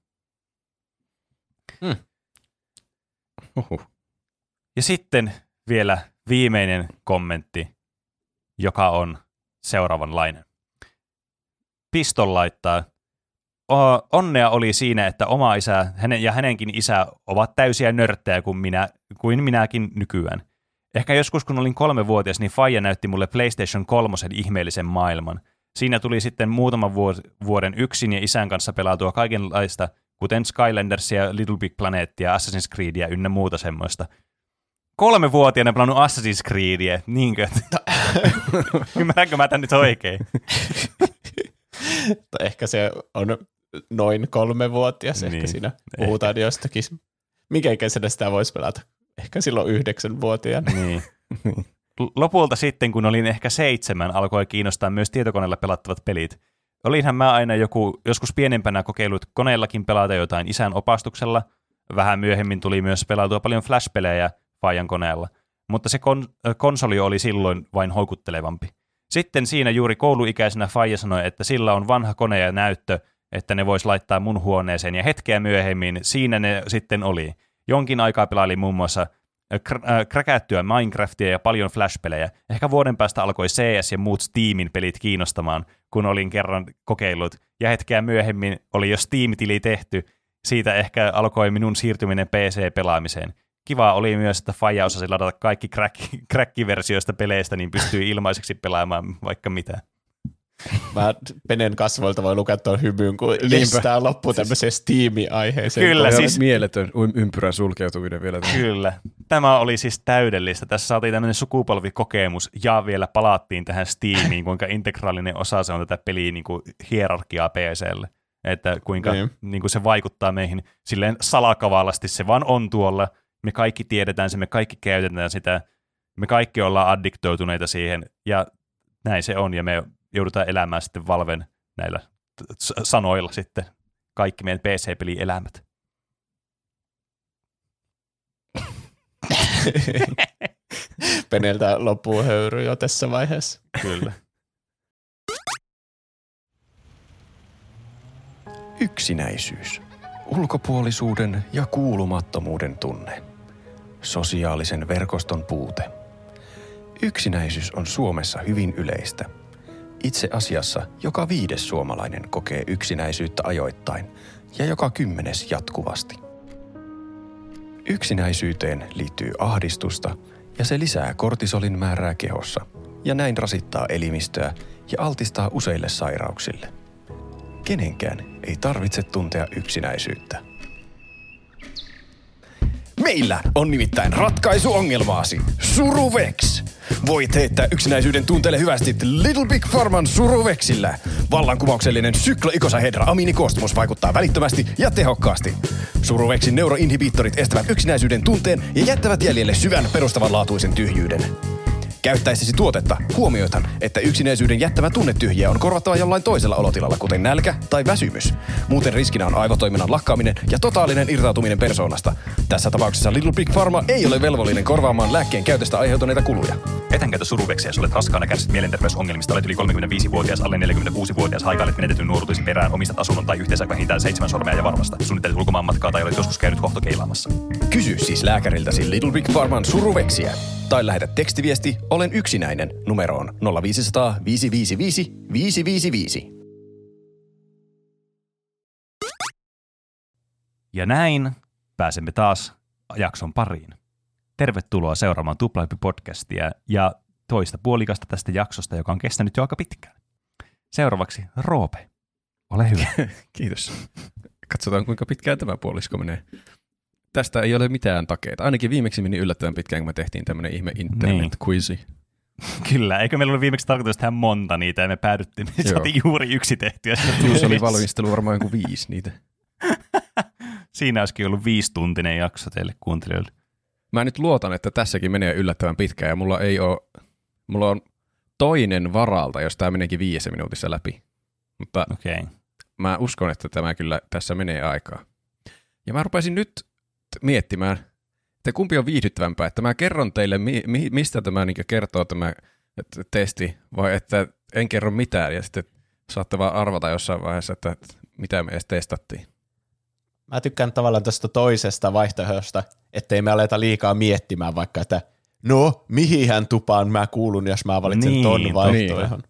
Ja sitten vielä viimeinen kommentti, joka on seuraavanlainen. Piston laittaa, onnea oli siinä, että oma isä ja hänenkin isä ovat täysiä nörttejä kuin minäkin nykyään. Ehkä joskus kun olin 3-vuotias, niin faija näytti mulle PlayStation 3 ihmeellisen maailman. Siinä tuli sitten muutaman vuoden yksin ja isän kanssa pelautua kaikenlaista, kuten Skylandersia, Little Big Planetia, Assassin's Creedia ynnä muuta semmoista. 3-vuotiaana pelannut Assassin's Creedia, niinkö? Ymmärränkö mä tän nyt oikein? Ehkä se on noin 3-vuotias, niin, ehkä siinä puhutaan jostakin. Mikä ikäisenä sitä voisi pelata? Ehkä silloin 9-vuotiaana. Niin. Lopulta sitten, kun olin ehkä 7, alkoi kiinnostaa myös tietokoneella pelattavat pelit. Olinhan mä aina joskus pienempänä kokeillut koneellakin pelata jotain isän opastuksella. Vähän myöhemmin tuli myös pelautua paljon Flash-pelejä faijan koneella. Mutta se konsoli oli silloin vain houkuttelevampi. Sitten siinä juuri kouluikäisenä faija sanoi, että sillä on vanha kone ja näyttö, että ne vois laittaa mun huoneeseen. Ja hetkeä myöhemmin siinä ne sitten oli. Jonkin aikaa pelaili muun muassa kräkättyä Minecraftia ja paljon Flash-pelejä. Ehkä vuoden päästä alkoi CS ja muut Steamin pelit kiinnostamaan, kun olin kerran kokeillut. Ja hetkeä myöhemmin oli jo Steam-tili tehty. Siitä ehkä alkoi minun siirtyminen PC-pelaamiseen. Kiva oli myös, että faija osasi ladata kaikki crack-versioista peleistä, niin pystyy ilmaiseksi pelaamaan vaikka mitä. Mä Penen kasvoilta voi lukea tuon hymyyn, kun listää loppu tämmöiseen Steam-aiheeseen. Kyllä, siis mieletön ympyrän sulkeutuminen vielä. Kyllä. Tämä oli siis täydellistä. Tässä saatiin tämmöinen sukupolvikokemus ja vielä palattiin tähän Steamiin, kuinka integraalinen osa se on tätä peliä niin kuin hierarkiaa PC:lle. Että kuinka niin kuin se vaikuttaa meihin silleen salakavallasti. Se vaan on tuolla. Me kaikki tiedetään se, me kaikki käytetään sitä. Me kaikki ollaan addiktoituneita siihen ja näin se on ja me joudutaan elämään sitten Valven näillä sanoilla sitten kaikki meidän PC-peli-elämät. Peneltä loppuu höyry jo tässä vaiheessa. Kyllä. Yksinäisyys, ulkopuolisuuden ja kuulumattomuuden tunne, sosiaalisen verkoston puute. Yksinäisyys on Suomessa hyvin yleistä. Itse asiassa joka 5. suomalainen kokee yksinäisyyttä ajoittain ja joka 10. jatkuvasti. Yksinäisyyteen liittyy ahdistusta ja se lisää kortisolin määrää kehossa ja näin rasittaa elimistöä ja altistaa useille sairauksille. Kenenkään ei tarvitse tuntea yksinäisyyttä. Meillä on nimittäin ratkaisu ongelmaasi. Suruvex! Voit heittää yksinäisyyden tunteelle hyvästi Little Big Pharman Suruvexillä. Vallankumouksellinen sykloikosahedra aminikoostumus vaikuttaa välittömästi ja tehokkaasti. Suruvexin neuroinhibiittorit estävät yksinäisyyden tunteen ja jättävät jäljelle syvän perustavanlaatuisen tyhjyyden. Käyttäessäsi tuotetta huomioithan, että yksinäisyyden jättävä tunnetyhjiä on korvattava jollain toisella olotilalla, kuten nälkä tai väsymys. Muuten riskinä on aivotoiminnan lakkaaminen ja totaalinen irtautuminen persoonasta. Tässä tapauksessa Little Big Pharma ei ole velvollinen korvaamaan lääkkeen käytöstä aiheutuneita kuluja. Etän käytä Suruvexia, jos olet raskaana kärsit mielenterveysongelmista, olet yli 35-vuotias, alle 46-vuotias, haikailet menetetyn nuoruutesi perään, omistat asunnon tai yhteensä vähintään 7 sormea ja varmasta. Suunnittelet ulkomaanmatkaa tai olet joskus käynyt hohtokeilaamassa. Kysy siis lääkäriltäsi Little Big Pharman Suruvexia. Tai lähetä tekstiviesti Olen yksinäinen numeroon 0500 555 555. Ja näin pääsemme taas jakson pariin. Tervetuloa seuraamaan Tuplahyppy-podcastia ja toista puolikasta tästä jaksosta, joka on kestänyt jo aika pitkään. Seuraavaksi Roope, ole hyvä. Kiitos. Katsotaan kuinka pitkään tämä puolisko menee. Tästä ei ole mitään takeita. Ainakin viimeksi meni yllättävän pitkään, kun me tehtiin tämmöinen ihme internet-quizi. Kyllä, eikö meillä ollut viimeksi tarkoitus tehdä monta niitä ja me päädyttiin, me saatiin juuri yksi tehtyä. Juus oli valmistelu varmaan joku 5 niitä. Siinä olisikin ollut 5-tuntinen jakso teille kuuntelijoille. Mä nyt luotan, että tässäkin menee yllättävän pitkään ja mulla on toinen varalta, jos tää meneekin 5 minuutissa läpi. Mutta Mä uskon, että tämä kyllä tässä menee aikaa. Ja mä rupesin nyt miettimään, että kumpi on viihdyttävämpää, että mä kerron teille, mistä tämä niin kertoo tämä testi, vai että en kerro mitään, ja sitten saatte vaan arvata jossain vaiheessa, että mitä me edes testattiin. Mä tykkään tavallaan tästä toisesta vaihtoehdosta, ettei me aleta liikaa miettimään vaikka, että no, mihinhän tupaan mä kuulun, jos mä valitsen ton vaihtoehdon.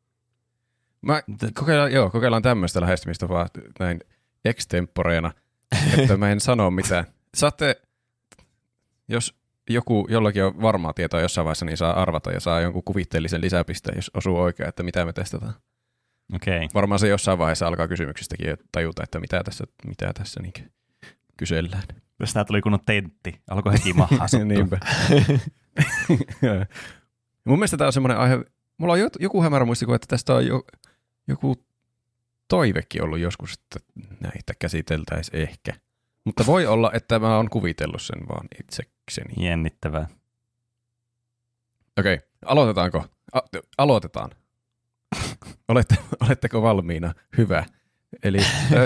Kokeillaan tämmöistä lähestymistä vaan näin extemporeena, että mä en sano mitään. Saatte, jos jollakin on varmaa tietoa jossain vaiheessa, niin saa arvata ja saa jonkun kuvitteellisen lisäpisteen, jos osuu oikein, että mitä me testataan. Okay. Varmaan se jossain vaiheessa alkaa kysymyksistäkin tajuta, että mitä tässä niin kysellään. Jos tää tuli kunnon tentti, alkoi heti mahaa sattua. Niinpä. Mun mielestä tää on semmoinen aihe, mulla on joku hämärä muistikuva, että tästä on joku toivekin ollut joskus, että näitä käsiteltäisiin ehkä. Mutta voi olla, että mä oon kuvitellut sen vaan itsekseni. Jännittävää. Okei, aloitetaanko? Aloitetaan. Oletteko valmiina? Hyvä. Eli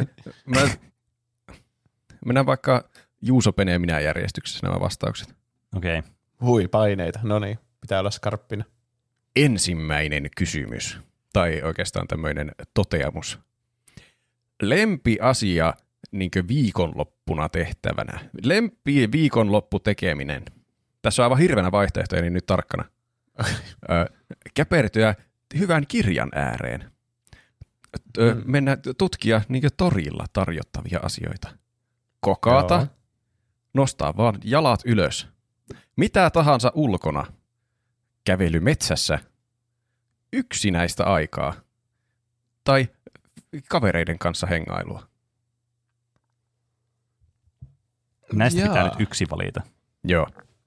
mennään vaikka Juuso, Pene ja minä järjestyksessä nämä vastaukset. Okei. Hui, paineita. No niin, pitää olla skarppina. Ensimmäinen kysymys, tai oikeastaan tämmöinen toteamus. Lempiasia niin viikonloppuna tehtävänä. Viikonloppu tekeminen. Tässä on aivan hirveänä vaihtoehtoja, niin nyt tarkkana. Käpertyä hyvän kirjan ääreen. Mennä tutkia niin torilla tarjottavia asioita. Kokata. Joo. Nostaa vaan jalat ylös. Mitä tahansa ulkona. Kävely metsässä. Yksinäistä aikaa. Tai kavereiden kanssa hengailua. Näistä pitää nyt yksi valita. Joo.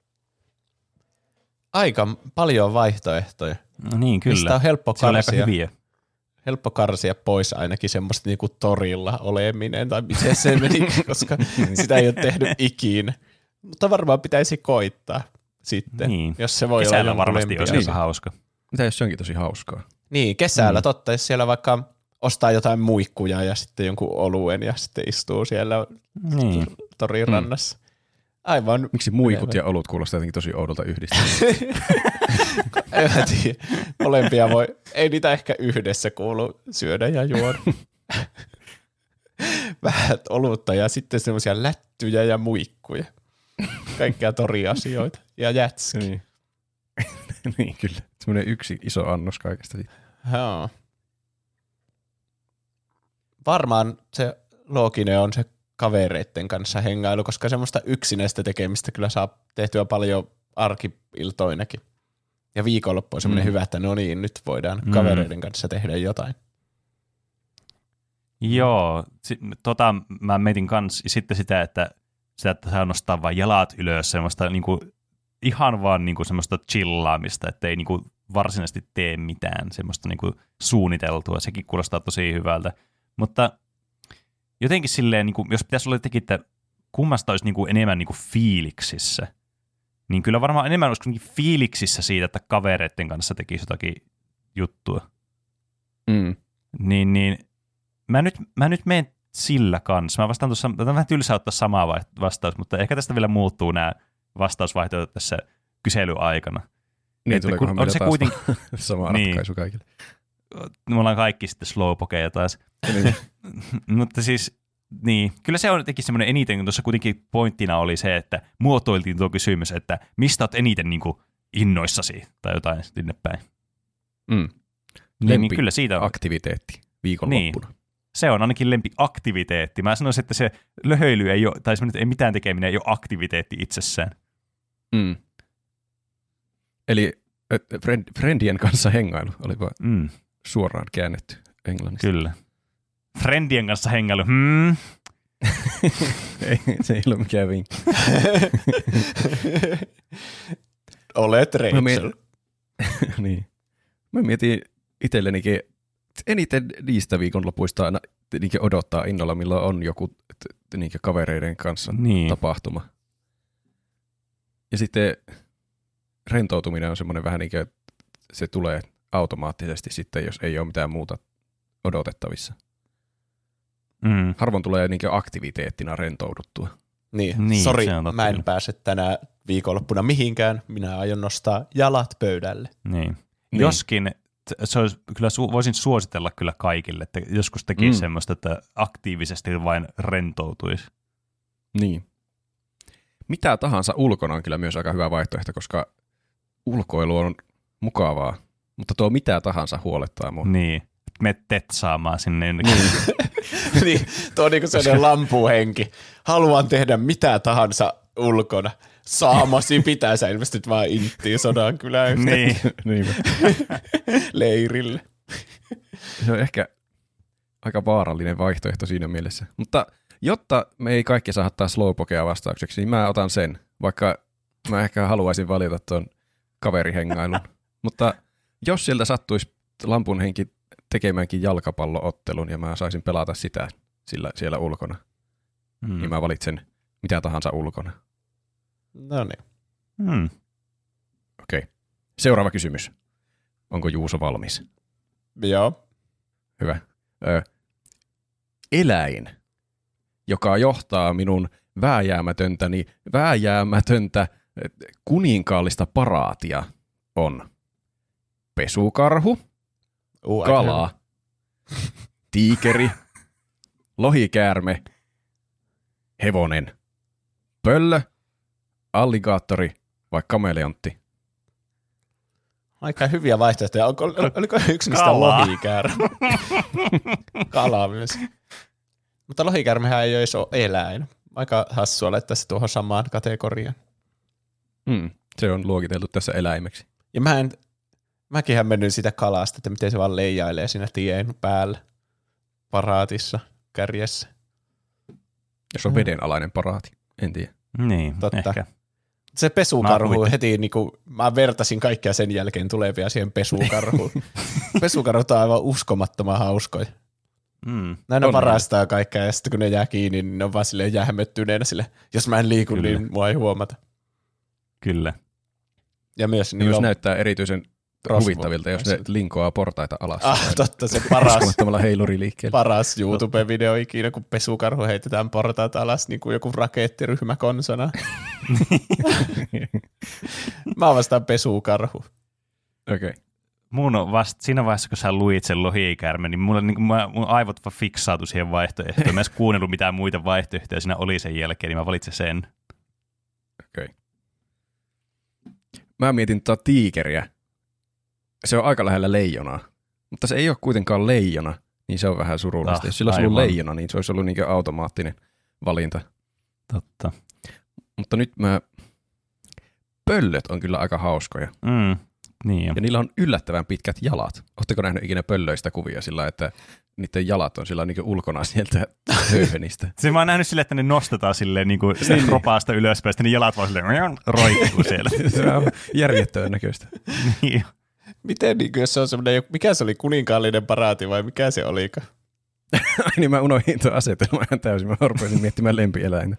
Aika paljon vaihtoehtoja. No niin, kyllä. Mistä on helppo karsia. Aika hyviä. Helppo karsia pois ainakin semmoista niinku torilla oleminen, tai miten se meni, koska sitä ei ole tehnyt ikinä. Mutta varmaan pitäisi koittaa sitten, niin. Jos se voi kesällä olla varmasti olisi aika hauska. Mitä jos se onkin tosi hauskaa? Niin, kesällä totta, jos siellä vaikka ostaa jotain muikkuja ja sitten jonkun oluen ja sitten istuu siellä torin rannassa. Aivan. Miksi muikut ja olut kuulostaa jotenkin tosi oudolta yhdistää? En mä tiedä. Molempia voi, ei niitä ehkä yhdessä kuulu syödä ja juoda. Vähän olutta ja sitten semmoisia lättyjä ja muikkuja. Kaikkea toriasioita ja jätski. Niin. Niin kyllä, semmoinen yksi iso annos kaikesta. Joo. Varmaan se looginen on se kavereitten kanssa hengailu, koska semmoista yksinäistä tekemistä kyllä saa tehtyä paljon arki-iltoinakin. Ja viikonloppu on semmoinen hyvä, että no niin, nyt voidaan kavereiden kanssa tehdä jotain. Joo, mä mietin kans sitten sitä, että saa nostaa vaan jalat ylös, semmoista niinku, ihan vaan niinku semmoista chillaamista, että ei niinku varsinaisesti tee mitään semmoista niinku suunniteltua. Sekin kuulostaa tosi hyvältä. Mutta jotenkin silleen, niinku, jos pitäisi olla jotenkin, että kummasta olisi niinku enemmän niinku fiiliksissä, niin kyllä varmaan enemmän olisi fiiliksissä siitä, että kavereiden kanssa tekisi jotakin juttua. Niin mä nyt menen sillä kanssa. Mä vastaan tuossa, tämä on vähän tylsää ottaa samaa vastaus, mutta ehkä tästä vielä muuttuu nämä vastausvaihtoehdot tässä kyselyaikana. Niin, tuleekohan meillä taas kuitenkin sama ratkaisu kaikille. Me ollaan kaikki sitten slowpokeja taas. Mutta siis, niin, kyllä se on jotenkin semmoinen eniten, kun tuossa kuitenkin pointtina oli se, että muotoiltiin tuo kysymys, että mistä olet eniten niin kuin innoissasi tai jotain sinne päin. Niin kyllä siitä on. Aktiviteetti viikonloppuna. Niin. Se on ainakin lempiaktiviteetti. Mä sanoisin, että se löhöily ei ole, tai ei mitään tekeminen ei ole aktiviteetti itsessään. Eli friendien kanssa hengailu, oliko suoraan käännetty englannista? Kyllä. Friendien kanssa hengailu, Se ei ole mikään vinkki. Olet Rachel. Niin. Mä mietin itsellenikin, eniten niistä viikonlopuista aina odottaa innolla, milloin on joku kavereiden kanssa tapahtuma. Ja sitten rentoutuminen on semmoinen vähän niin kuin, se tulee automaattisesti sitten, jos ei ole mitään muuta odotettavissa. Harvoin tulee niin kuin aktiviteettina rentouduttua. Niin. Sori, mä en pääse tänä viikonloppuna mihinkään. Minä aion nostaa jalat pöydälle. Niin. Joskin se olisi, kyllä voisin suositella kyllä kaikille, että joskus tekisi semmoista, että aktiivisesti vain rentoutuisi. Niin. Mitä tahansa ulkona on kyllä myös aika hyvä vaihtoehto, koska ulkoilu on mukavaa, mutta tuo mitä tahansa huolettaa mua. Niin, me tetsaamaan sinne jonnekin. Niin, tuo on niin kuin sellainen lampuhenki. Haluan tehdä mitä tahansa ulkona. Saamasi pitää, sä ilmestyt vaan Inttiin Sodankylään niin. Leirille. Se on ehkä aika vaarallinen vaihtoehto siinä mielessä. Mutta jotta me ei kaikki saa ottaa slowpokea vastaukseksi, niin mä otan sen, vaikka mä ehkä haluaisin valita tuon kaverihengailun. Mutta jos sieltä sattuisi lampunhenki tekemäänkin jalkapalloottelun ja mä saisin pelata sitä siellä ulkona, niin mä valitsen mitä tahansa ulkona. No niin. Okei. Seuraava kysymys. Onko Juuso valmis? Joo. Hyvä. Eläin, joka johtaa minun vääjäämätöntä kuninkaallista paraatia, on pesukarhu, kala, tiikeri, lohikäärme, hevonen, pöllö, alligaattori vai kameleontti? Aika hyviä vaihtoehtoja. Oliko yksi niistä lohikäärme? Kala myös. Mutta lohikäärmehän ei olisi ole eläin. Aika hassua laittaa se tuohon samaan kategoriaan. Se on luokiteltu tässä eläimeksi. Ja mäkinhän mennyt sitä kalasta, että miten se vaan leijailee siinä tien päällä paraatissa, kärjessä. Jos on vedenalainen paraati, en tiedä. Niin, totta. Ehkä. Se pesukarhu heti, mä vertasin kaikkia sen jälkeen tulevia siihen pesukarhuun. Pesukarhut on aivan uskomattoman hauskoja. Näin on varastaa kaikkea ja sitten kun ne jää kiinni, niin ne on vaan silleen jähmettyneenä sille. Jos mä en liiku, niin mua ei huomata. Kyllä. Ja myös myös näyttää erityisen huvittavilta, jos ne linkoaa portaita alas. Totta, se paras YouTube-video ikinä, kun pesukarhu heitetään portaita alas, niin kuin joku rakettiryhmä konsona. Mä vastaan pesukarhu. Okei. Mun on siinä vaiheessa, kun sä luit sen lohikäärme, niin mun aivot vaan fiksaatu siihen vaihtoehtoon. Mä en kuunnellut mitään muita vaihtoehtoja siinä oli sen jälkeen, niin mä valitsen sen. Okei. Mä mietin tiikeriä, se on aika lähellä leijonaa. Mutta se ei ole kuitenkaan leijona, niin se on vähän surullista. Jos sillä olisi ollut leijona, niin se olisi ollut niin automaattinen valinta. Totta. Mutta nyt pöllöt on kyllä aika hauskoja. Niin. Ja niillä on yllättävän pitkät jalat. Oletteko nähnyt ikinä pöllöistä kuvia sillä, että niiden jalat on sillä niin ulkona sieltä höyhenistä? Se mä oon nähnyt silleen, että ne nostetaan silleen niin ropaasta ylöspäin, ja ne jalat vaan silleen roikkuu siellä. Se on järjettömän näköistä. Niin. Miten, niin, jos se on semmoinen, mikä se oli, kuninkaallinen paraati vai mikä se olikaan? Ai niin, mä unohdin tuon asetelman ihan täysin. Mä rupesin miettimään lempieläintä.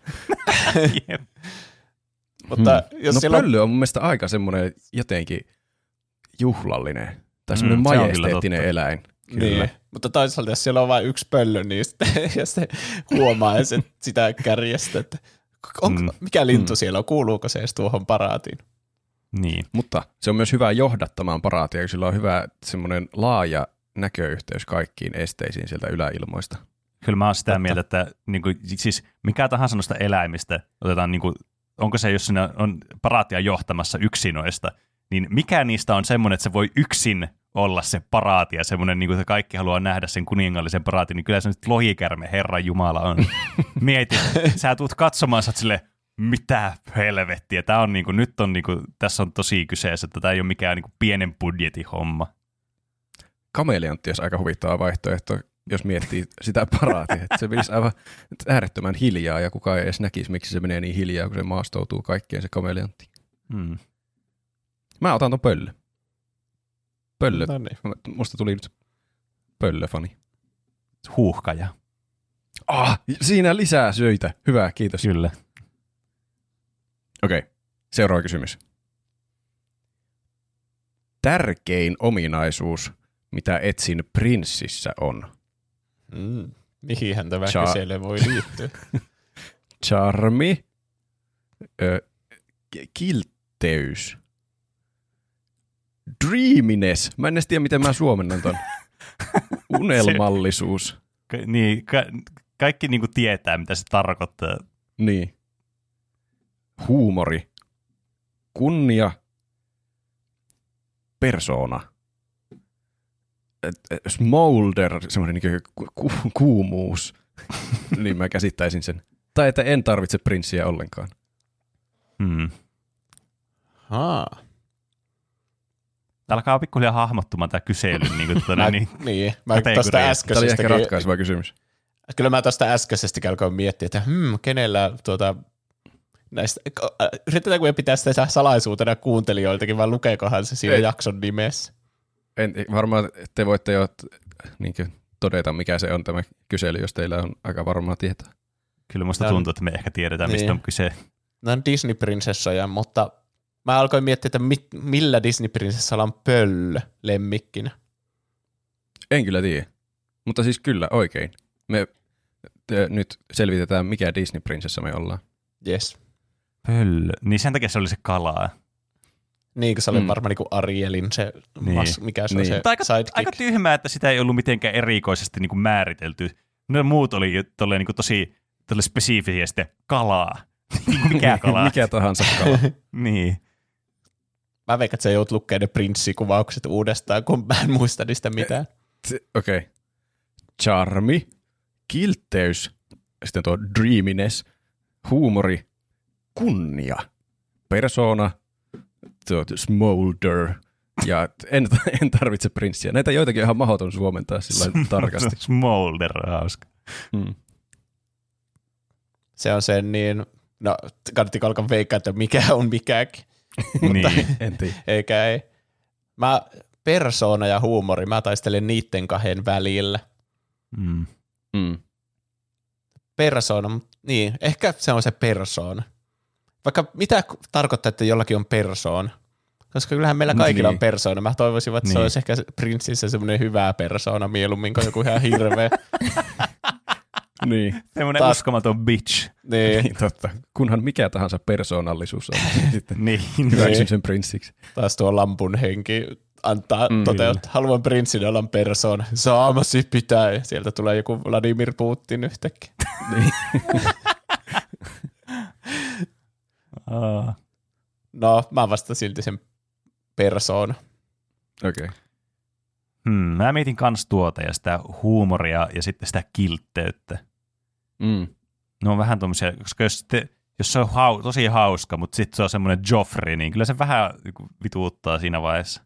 Mutta jos pöllö on mun mielestä aika semmoinen jotenkin juhlallinen tai semmoinen majesteettinen eläin. Kyllä. Niin, mutta toisaalta jos siellä on vain yksi pöllö, niin sitten, jos se huomaa sitä kärjestä, että mikä lintu siellä on, kuuluuko se edes tuohon paraatiin. Niin. Mutta se on myös hyvä johdattamaan paraatia, kun sillä on hyvä semmoinen laaja näköyhteys kaikkiin esteisiin sieltä yläilmoista. Kyllä mä oon sitä mieltä, että niin kuin, siis mikä tahansa noista eläimistä otetaan, niin kuin, onko se, jos siinä on paraatia johtamassa yksinoista, niin mikä niistä on semmoinen, että se voi yksin olla se paraati ja semmoinen, niin kuin että kaikki haluaa nähdä sen kuningallisen paraatin, niin kyllä se nyt lohikärme, Herran Jumala on. Mieti, sä tuut katsomaan, sä oot silleen, mitä helvettiä, tää on niinku, nyt on niinku, tässä on tosi kyseessä, että tämä ei ole mikään niinku pienen budjetin homma. Kameleontti olisi aika huvittava vaihtoehto, jos miettii sitä paraatia, että se menisi aivan äärettömän hiljaa ja kukaan ei edes näkisi, miksi se menee niin hiljaa, kun se maastoutuu kaikkeen se kameleontti. Mä otan ton pöllö. Pöllö. No niin. Musta tuli nyt pöllöfani. Huuhkaja. Siinä lisää syitä. Hyvä, kiitos. Kyllä. Okei, seuraava kysymys. Tärkein ominaisuus, mitä etsin prinssissä on? Mihinhän tämä kysely voi liittyä? Charmi, kiltteys, dreaminess. Mä en edes tiedä, miten mä suomennan ton. Unelmallisuus. Kaikki niinku tietää, mitä se tarkoittaa. Niin. Huumori, kunnia, persoona, smolder, semmoinen niin kuumuus, niin mä käsittäisin sen. Tai että en tarvitse prinssiä ollenkaan. Alkaa pikkuhiljaa hahmottumaan tämä kysely. Mä tuosta äskeisestäkin. Tämä oli ehkä ratkaiseva kysymys. Kyllä mä tuosta äskeisestäkin alkoin miettiä, että kenellä näistä, yritetäänkö me pitää sitä salaisuutena kuuntelijoiltakin, vai lukeekohan se siinä jakson nimessä? Varmaan te voitte jo todeta, mikä se on tämä kysely, jos teillä on aika varmaa tietoa. Kyllä musta tuntuu, että me ehkä tiedetään, mistä on kyse. Nämä on Disney-prinsessoja, mutta mä alkoin miettiä, että millä Disney-prinsessalla on pöllö lemmikkinä. En kyllä tiedä, mutta siis kyllä oikein. Me nyt selvitetään, mikä Disney-prinsessa me ollaan. Yes. Pöllö. Niin sen takia se oli se kalaa. Niin, kun se oli varmaan niin Arielin se, mikä se on se aika tyhmää, että sitä ei ollut mitenkään erikoisesti niin kuin määritelty. Ne muut oli tolleen, niin kuin tosi spesiifisesti kalaa. Mikä kalaa? Mikä tahansa kala. Niin. Mä veikkaan, että sä joudut lukemaan ne prinssikuvaukset uudestaan, kun mä en muista niistä mitään. Okei. Charmi, kiltteys, sitten tuo dreaminess, huumori, kunnia, persona, smolder ja en tarvitse prinssiä. Näitä joitakin ihan mahdoton suomentaa sillä tarkasti. Smolder, hauska. Se on sen niin, no kannattiko alkaa veikkaa, että mikä on mikäkin. Niin, en tiedä. Eikä ei. Persona ja huumori, mä taistelen niitten kahden välillä. Persona, niin, ehkä se on se persona. Vaikka mitä tarkoittaa, että jollakin on persoona? Koska kyllähän meillä kaikilla on persoona. Mä toivoisin, että se olisi ehkä prinssissä semmoinen hyvä persoona mieluummin kuin joku ihan hirveä. Niin. Semmoinen uskomaton bitch. Niin. Totta. Kunhan mikä tahansa persoonallisuus on, sitten niin. hyväksyn sen prinssiksi. Taas tuo lampun henki antaa toteuttaa. Haluan prinssin olla persoona. Saamasi pitää. Ja sieltä tulee joku Vladimir Putin yhtäkkiä. Niin. No, mä vastaan silti sen persoona. Okei. Mä mietin kans tuota ja sitä huumoria ja sitten sitä kiltteyttä. Ne on vähän tommosia, koska jos se on tosi hauska, mutta sitten se on semmoinen Joffrey, niin kyllä se vähän vituuttaa siinä vaiheessa.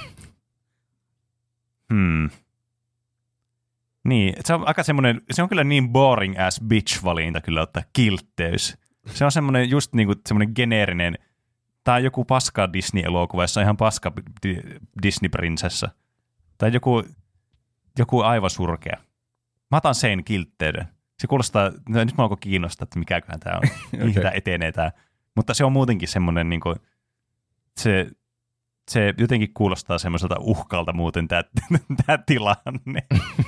Niin, se on aika semmoinen, se on kyllä niin boring ass bitch-valinta kyllä ottaa kiltteys. Se on semmoinen just niinku semmoinen geneerinen, tai joku paska Disney-elokuva, jossa on ihan paska Disney-prinsessa. Tai joku aivan surkea. Mä otan sen kiltteyden. Se kuulostaa, nyt mä alkoi kiinnostaa, että mikäköhän tää on, mihin tää etenee tää. Mutta se on muutenkin semmoinen, niinku, se jotenkin kuulostaa semmoiselta uhkalta muuten tää tilanne.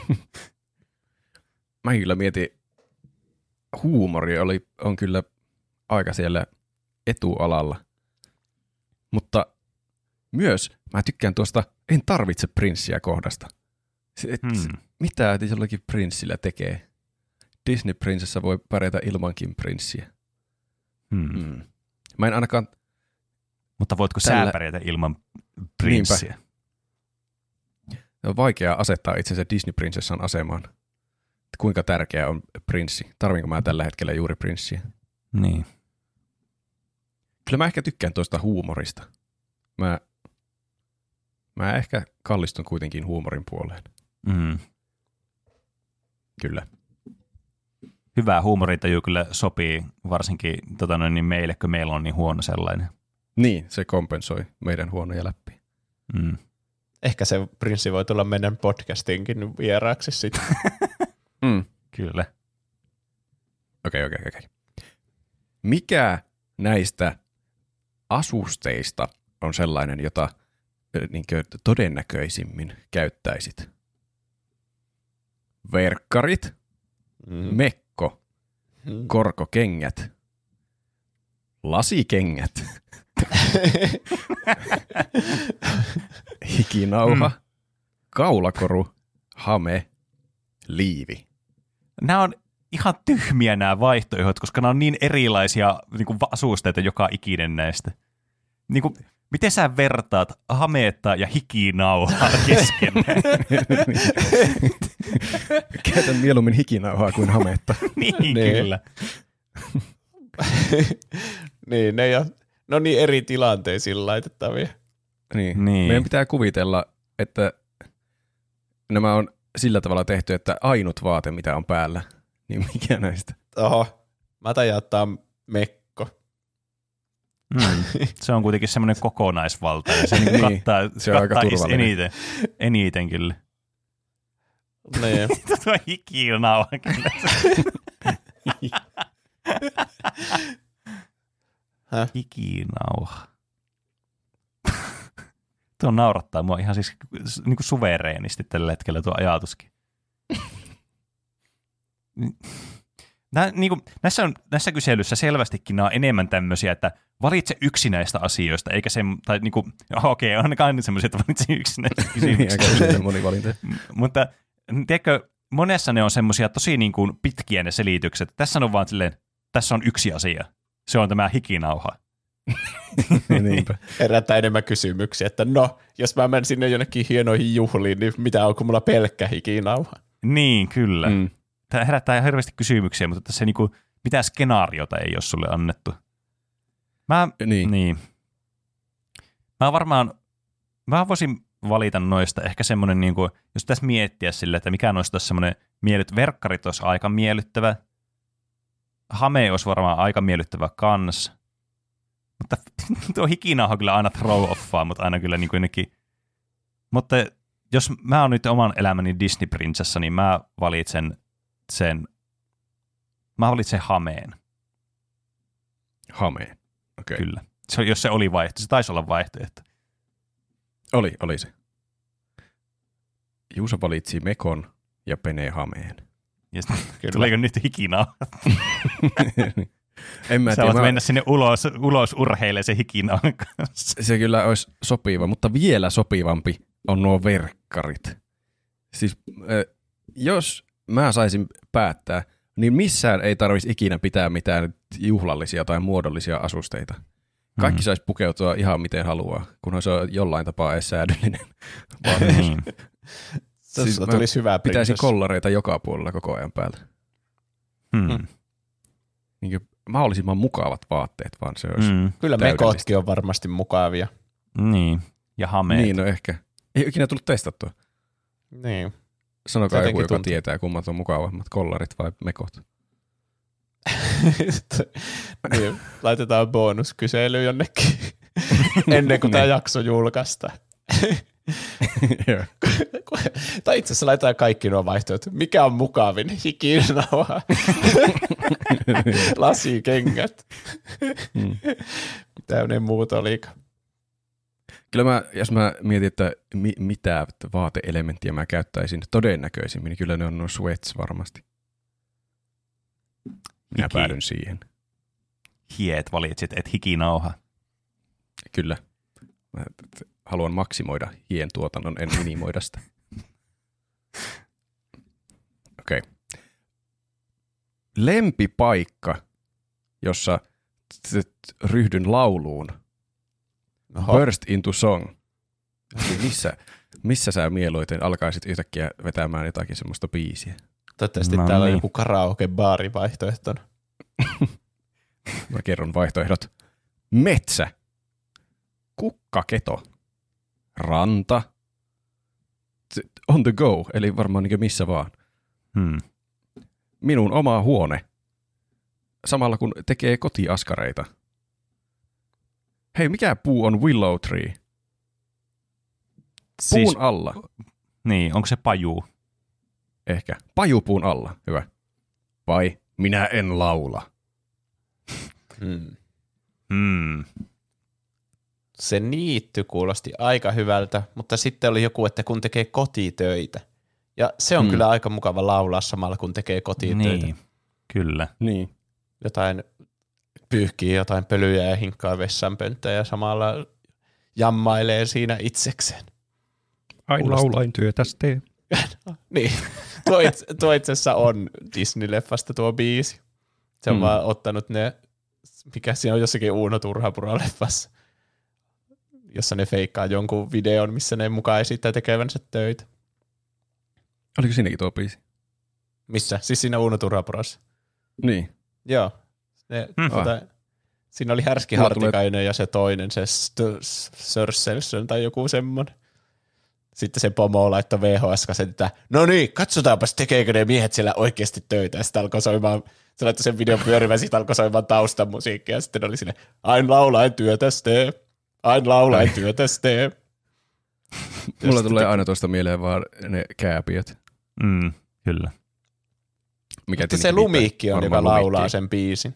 Mä kyllä mietin, huumori on kyllä aika siellä etualalla. Mutta myös mä tykkään tuosta en tarvitse prinssiä kohdasta. Mitä jollakin prinssillä tekee? Disney-prinsessa voi pärjätä ilmankin prinssiä. Mä en ainakaan... Mutta voitko sä pärjätä ilman prinssiä? On vaikea asettaa itsensä Disney-prinsessan asemaan. Kuinka tärkeä on prinssi? Tarvinko mä tällä hetkellä juuri prinssiä? Niin. Kyllä mä ehkä tykkään tuosta huumorista. Mä ehkä kallistun kuitenkin huumorin puoleen. Kyllä. Hyvä huumorintaju kyllä sopii varsinkin niin meille, kun meillä on niin huono sellainen. Niin, se kompensoi meidän huonoja läppiä. Ehkä se prinssi voi tulla meidän podcastinkin vieraaksi sitten. Kyllä. Okei. Mikä näistä asusteista on sellainen, jota todennäköisimmin käyttäisit? Verkkarit, mekko, korkokengät, lasikengät, hikinauha, kaulakoru, hame, liivi. Nämä on ihan tyhmiä nämä vaihtoehdot, koska nämä on niin erilaisia niin kuin asusteita joka ikinen näistä. Niin kuin, miten sä vertaat hameetta ja hikinauhaa keskenään? Käytän mieluummin hikinauhaa kuin hametta. Niin, kyllä. Niin, ne on niin eri tilanteisiin laitettavia. Niin. Meidän pitää kuvitella, että nämä on sillä tavalla tehty, että ainut vaate, mitä on päällä, niin mikä näistä? Mä taidan ottaa mekko. Se on kuitenkin semmoinen kokonaisvaltainen. Se niin kattaa eniten kyllä. Niin. Tuo hikinauha kyllä. Hikinauha. Tuo naurattaa mua ihan siis niin kuin suvereenisti tällä hetkellä tuo ajatuskin. Näissä kyselyissä selvästikin nämä on enemmän tämmöisiä, että valitse yksi näistä asioista, eikä se, tai niinku, okei, on aina semmoisia, että valitse yksi näistä kysymyksistä. Mutta tiedätkö, monessa ne on semmoisia tosi niin kuin pitkiä ne selitykset. Tässä on vaan silleen, tässä on yksi asia. Se on tämä hikinauha. Herättää enemmän kysymyksiä, että no, jos mä menen sinne jonnekin hienoihin juhliin, niin mitä onko mulla pelkkä hikinauha? Niin, kyllä. Tämä herättää hirveästi kysymyksiä, mutta tässä niinku, mitään skenaariota ei ole sulle annettu. Niin. Mä voisin valita noista ehkä semmoinen, niinku, jos tässä miettiä sille, että mikä noista olisi semmoinen verkkarit olisi aika miellyttävä. Hame olisi varmaan aika miellyttävä kans. Mutta tuo hikinauha on kyllä aina throw-offaa, mutta aina kyllä niin kuin jonnekin. Mutta jos mä oon nyt oman elämäni Disney-prinsessa, niin mä valitsen hameen. Hameen, okei. Kyllä. Jos se oli vaihtoehto, se taisi olla vaihtoehto. Oli se. Juuso valitsi mekon ja Pene hameen. Tuleeko nyt hikinauha? En mä tiedä. Sä mennä sinne ulos urheilemaan se hikinauhan kanssa. Se kyllä olisi sopiva, mutta vielä sopivampi on nuo verkkarit. Siis jos mä saisin päättää, niin missään ei tarvitsisi ikinä pitää mitään juhlallisia tai muodollisia asusteita. Kaikki saisi pukeutua ihan miten haluaa, kunhan se on jollain tapaa edes säädyllinen. Siis tulisi hyvä pitäisi kollareita joka puolella koko ajan päällä. Niin mahdollisimman mukavat vaatteet, vaan se olisi Kyllä mekotkin on varmasti mukavia. Niin, ja hameet. Niin, no ehkä. Ei ole ikinä tullut testattua. Niin. Sanokaa joku, joka tietää, kummat on mukavammat, kollarit vai mekot. Niin, laitetaan bonuskysely jonnekin ennen kuin tämä jakso julkaistaan. Tai itse asiassa laitetaan kaikki nuo vaihtoehdot. Mikä on mukavin? Hikinauha. Lasikengät. Mitä ne muut olikaan? Kyllä jos mä mietin, että mitä vaateelementtiä mä käyttäisin todennäköisimmin, niin kyllä ne on nuo sweats varmasti. Minä päädyn siihen. Hiet valitsit, et hikinauha. Kyllä. Mä haluan maksimoida hien tuotannon, en minimoida sitä. Okei. Lempipaikka, jossa ryhdyn lauluun. Burst into song. Missä sä mieluiten alkaisit yhtäkkiä vetämään jotakin semmoista biisiä? Toivottavasti täällä on joku karaoke-baari vaihtoehtona. Mä kerron vaihtoehdot. Metsä. Kukkaketo. Ranta. On the go, eli varmaan niin missä vaan. Minun oma huone. Samalla kun tekee kotiaskareita. Hei, mikä puu on willow tree? Puun alla. Niin, onko se paju? Ehkä. Pajupuun alla. Hyvä. Vai minä en laula. Se niitty kuulosti aika hyvältä, mutta sitten oli joku, että kun tekee kotitöitä. Ja se on kyllä aika mukava laulaa samalla, kun tekee kotitöitä. Niin, kyllä. Niin. Jotain pyyhkii jotain pölyjä ja hinkkaa vessanpönttöä ja samalla jammailee siinä itsekseen. Aina laulain työtäs tee. Niin, tuo itse asiassa on Disney-leffasta tuo biisi. Se on vaan ottanut ne, mikä siinä on jossakin Uuno Turhapuro-leffassa, jossa ne feikkaa jonkun videon, missä ne mukaan esittää tekevänsä töitä. Oliko siinäkin tuo biisi? Missä? Siis siinä Uuno Turhapurossa. Niin. Joo. Siinä oli Härski Hartikainen ja se toinen, se Sörselson tai joku semmoinen. Sitten se pomo laittoi VHS-kasetita, no niin, katsotaanpas tekeekö ne miehet siellä oikeasti töitä. Ja sitten alkoi soimaan, se laittoi sen videon pyörimään, sitten alkoi soimaan taustan musiikkia. Ja sitten oli sinne, aina laulain työtäs tee, aina laulain työtäs tee. Mulla tulee aina tuosta mieleen vaan ne kääpiöt. Kyllä. Mutta se Lumiikki on, joka laulaa sen biisin.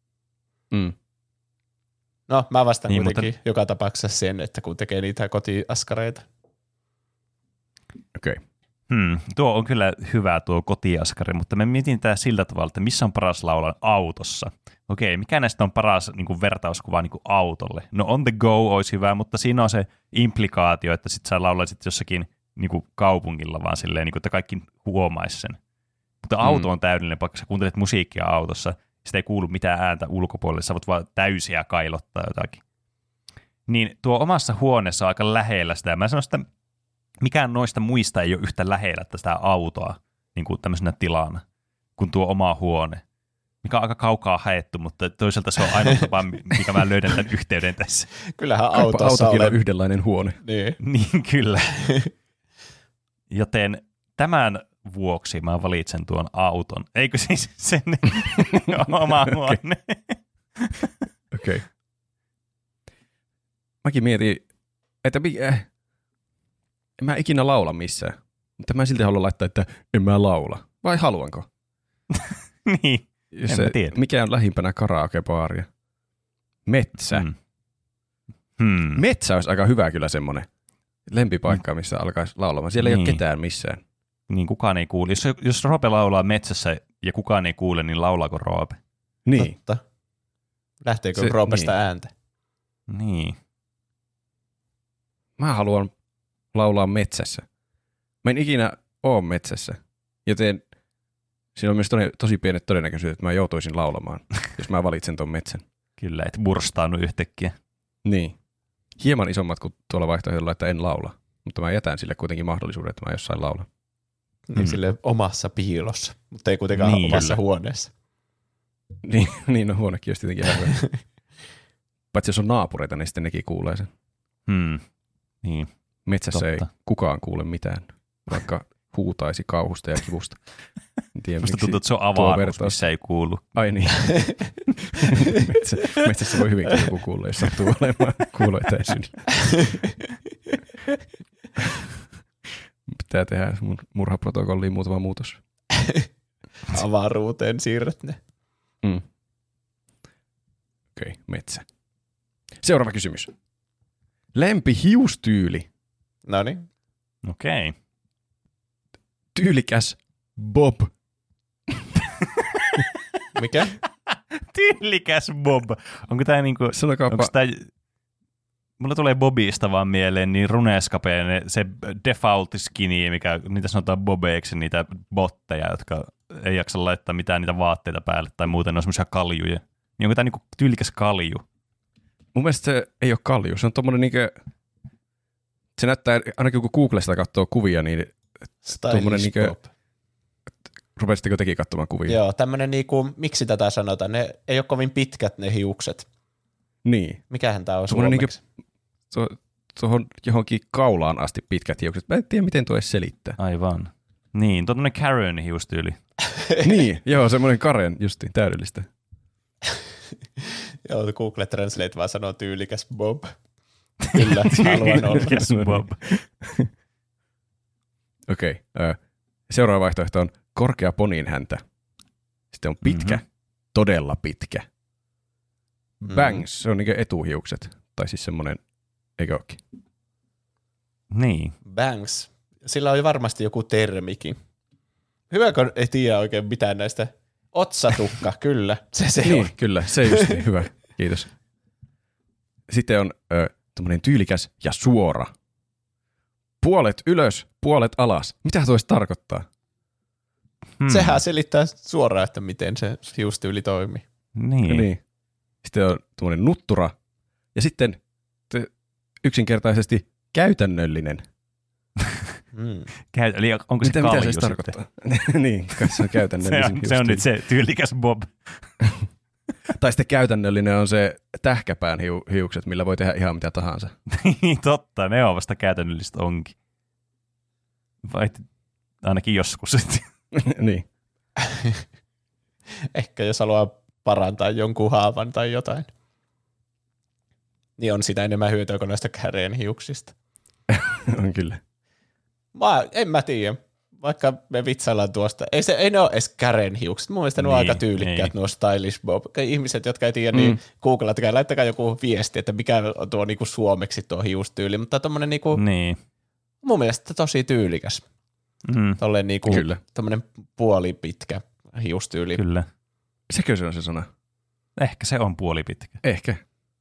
No, mä vastaan niin, kuitenkin joka tapauksessa sen, että kun tekee niitä kotiaskareita. Okei. Tuo on kyllä hyvä tuo kotiaskari, mutta me mietin tää sillä tavalla, että missä on paras laulaa autossa. Okei, mikä näistä on paras niin kuin vertauskuva niin kuin autolle? No On the Go olisi hyvä, mutta siinä on se implikaatio, että sit sä laulaisit jossakin niin kuin kaupungilla vaan silleen, niin kuin, että kaikki huomaisi sen. Mutta auto on täydellinen paikka, sä kuuntelet musiikkia autossa, sitä ei kuulu mitään ääntä ulkopuolelle, sä voit vaan täysiä kailottaa jotakin. Niin tuo omassa huoneessa on aika lähellä sitä. Mä sanon, että mikään noista muista ei ole yhtä lähellä sitä autoa niin kuin tämmöisenä tilana kuin tuo oma huone, mikä on aika kaukaa haettu, mutta toisaalta se on ainoa tapa, mikä mä löydän tämän yhteyden tässä. Kyllähän autossa on yhdenlainen huone. Niin kyllä. Joten tämän vuoksi mä valitsen tuon auton. Eikö siis sen oma huone? Okei. Mäkin mietin, että en mä ikinä laula missään, mutta mä silti haluan laittaa, että en mä laula. Vai haluanko? Niin, en tiedä. Mikä on lähimpänä karaokebaaria? Metsä. Metsä olisi aika hyvä kyllä semmoinen lempipaikka, missä alkaisi laulamaan. Siellä ei ole ketään missään. Niin, kukaan ei kuule. Jos Roope laulaa metsässä ja kukaan ei kuule, niin laulaako Roope? Niin. Totta. Lähteekö Roopesta ääntä? Niin. Mä haluan laulaa metsässä. Mä en ikinä oo metsässä, joten siinä on myös tosi pienet todennäköisyydet, että mä joutuisin laulamaan, jos mä valitsen ton metsän. Kyllä, et burstaannu yhtäkkiä. Niin. Hieman isommat kuin tuolla vaihtoehdolla, että en laula. Mutta mä jätän sille kuitenkin mahdollisuuden, että mä jossain laulan. Niin sille omassa piilossa, mutta ei kuitenkaan omassa huoneessa. Niin, no huonekin olisi tietenkin ihan hyvä. Paitsi jos on naapureita, niin sitten nekin kuulee sen. Niin. Metsässä ei kukaan kuule mitään, vaikka huutaisi kauhusta ja kivusta. Musta tuntuu, että se on avaruus, missä ei kuulu. Ai niin. Metsässä voi hyvinkin joku kuulla, jos sattuu olemaan kuuloetäisyydellä. Pitää tehdä mun murhaprotokolliin muutama muutos. Avaruuteen siirrät ne. Okei, metsä. Seuraava kysymys. Lempihiustyyli. Noniin. Okei. Tyylikäs Bob. Mikä? Tyylikäs Bob. Onko tää niinku... Sanokaapa... Mulla tulee Bobista vaan mieleen niin Runescapeen se default skinny, mikä niitä sanotaan bobeiksi, niitä botteja, jotka ei jaksa laittaa mitään niitä vaatteita päälle tai muuten ne on semmoisia kaljuja. Niin onko tää niinku tyylikäs kalju? Mun mielestä se ei ole kalju. Se on tommonen niinkö... Se näyttää, ainakin kun Googlesta katsoo kuvia, niin... Tommonen niinkö... Rupesitteko tekin katsomaan kuvia? Joo, tämmönen niinku... Miksi tätä sanotaan? Ne ei ole kovin pitkät ne hiukset. Niin. Mikähän tää on suomeksi? Tuohon johonkin kaulaan asti pitkät hiukset. Mä en tiedä, miten tuo edes selittää. Aivan. Niin, tuo on Karen hiustyyli. Niin, joo, semmoinen Karen, justi, täydellistä. Joo, Google Translate vaan sanoo tyylikäs Bob. Kyllä, haluan olla. Tyylikäs Bob. Okei. Seuraava vaihtoehto on korkea ponin häntä. Sitten on pitkä, todella pitkä. Bangs, se on niin kuin etuhiukset. Tai siis semmoinen, eikö ookin? Niin. Bangs. Sillä on varmasti joku termikin. Hyvä, kun ei tiedä oikein mitään näistä. Otsatukka, kyllä. Se niin, on. Kyllä, se just niin. Hyvä. Kiitos. Sitten on tommoinen tyylikäs ja suora. Puolet ylös, puolet alas. Mitä tuo tarkoittaa? Sehän selittää suoraan, että miten se hiustyyli toimii. Niin. Sitten on tommoinen nuttura. Ja sitten yksinkertaisesti käytännöllinen. Eli onko se kalju mitä se tarkoittaa? Niin, kai se on käytännöllinen. se on nyt se tyylikäs Bob. Tai sitten käytännöllinen on se tähkäpään hiukset, millä voi tehdä ihan mitä tahansa. Niin, totta. Ne on vasta käytännöllistä onkin. Vai ainakin joskus. Niin. Ehkä jos haluaa parantaa jonkun haavan tai jotain, niin on sitä enemmän hyötyä kuin näistä Karen hiuksista. On kyllä. En mä tiedä. Vaikka me vitsaillaan tuosta. Ei ne ole edes Karen hiukset. Mun mielestä ne on aika tyylikkäät nuo stylish Bob. Ihmiset, jotka ei tiedä, niin googlatkaa, laittakaa joku viesti, että mikä on tuo niinku suomeksi tuo hiustyyli. Mutta tommonen niinku, mun mielestä tosi tyylikäs. Tolleen niinku tommonen puolipitkä hiustyyli. Kyllä. Sekö se on se sana? Ehkä se on puolipitkä. Ehkä.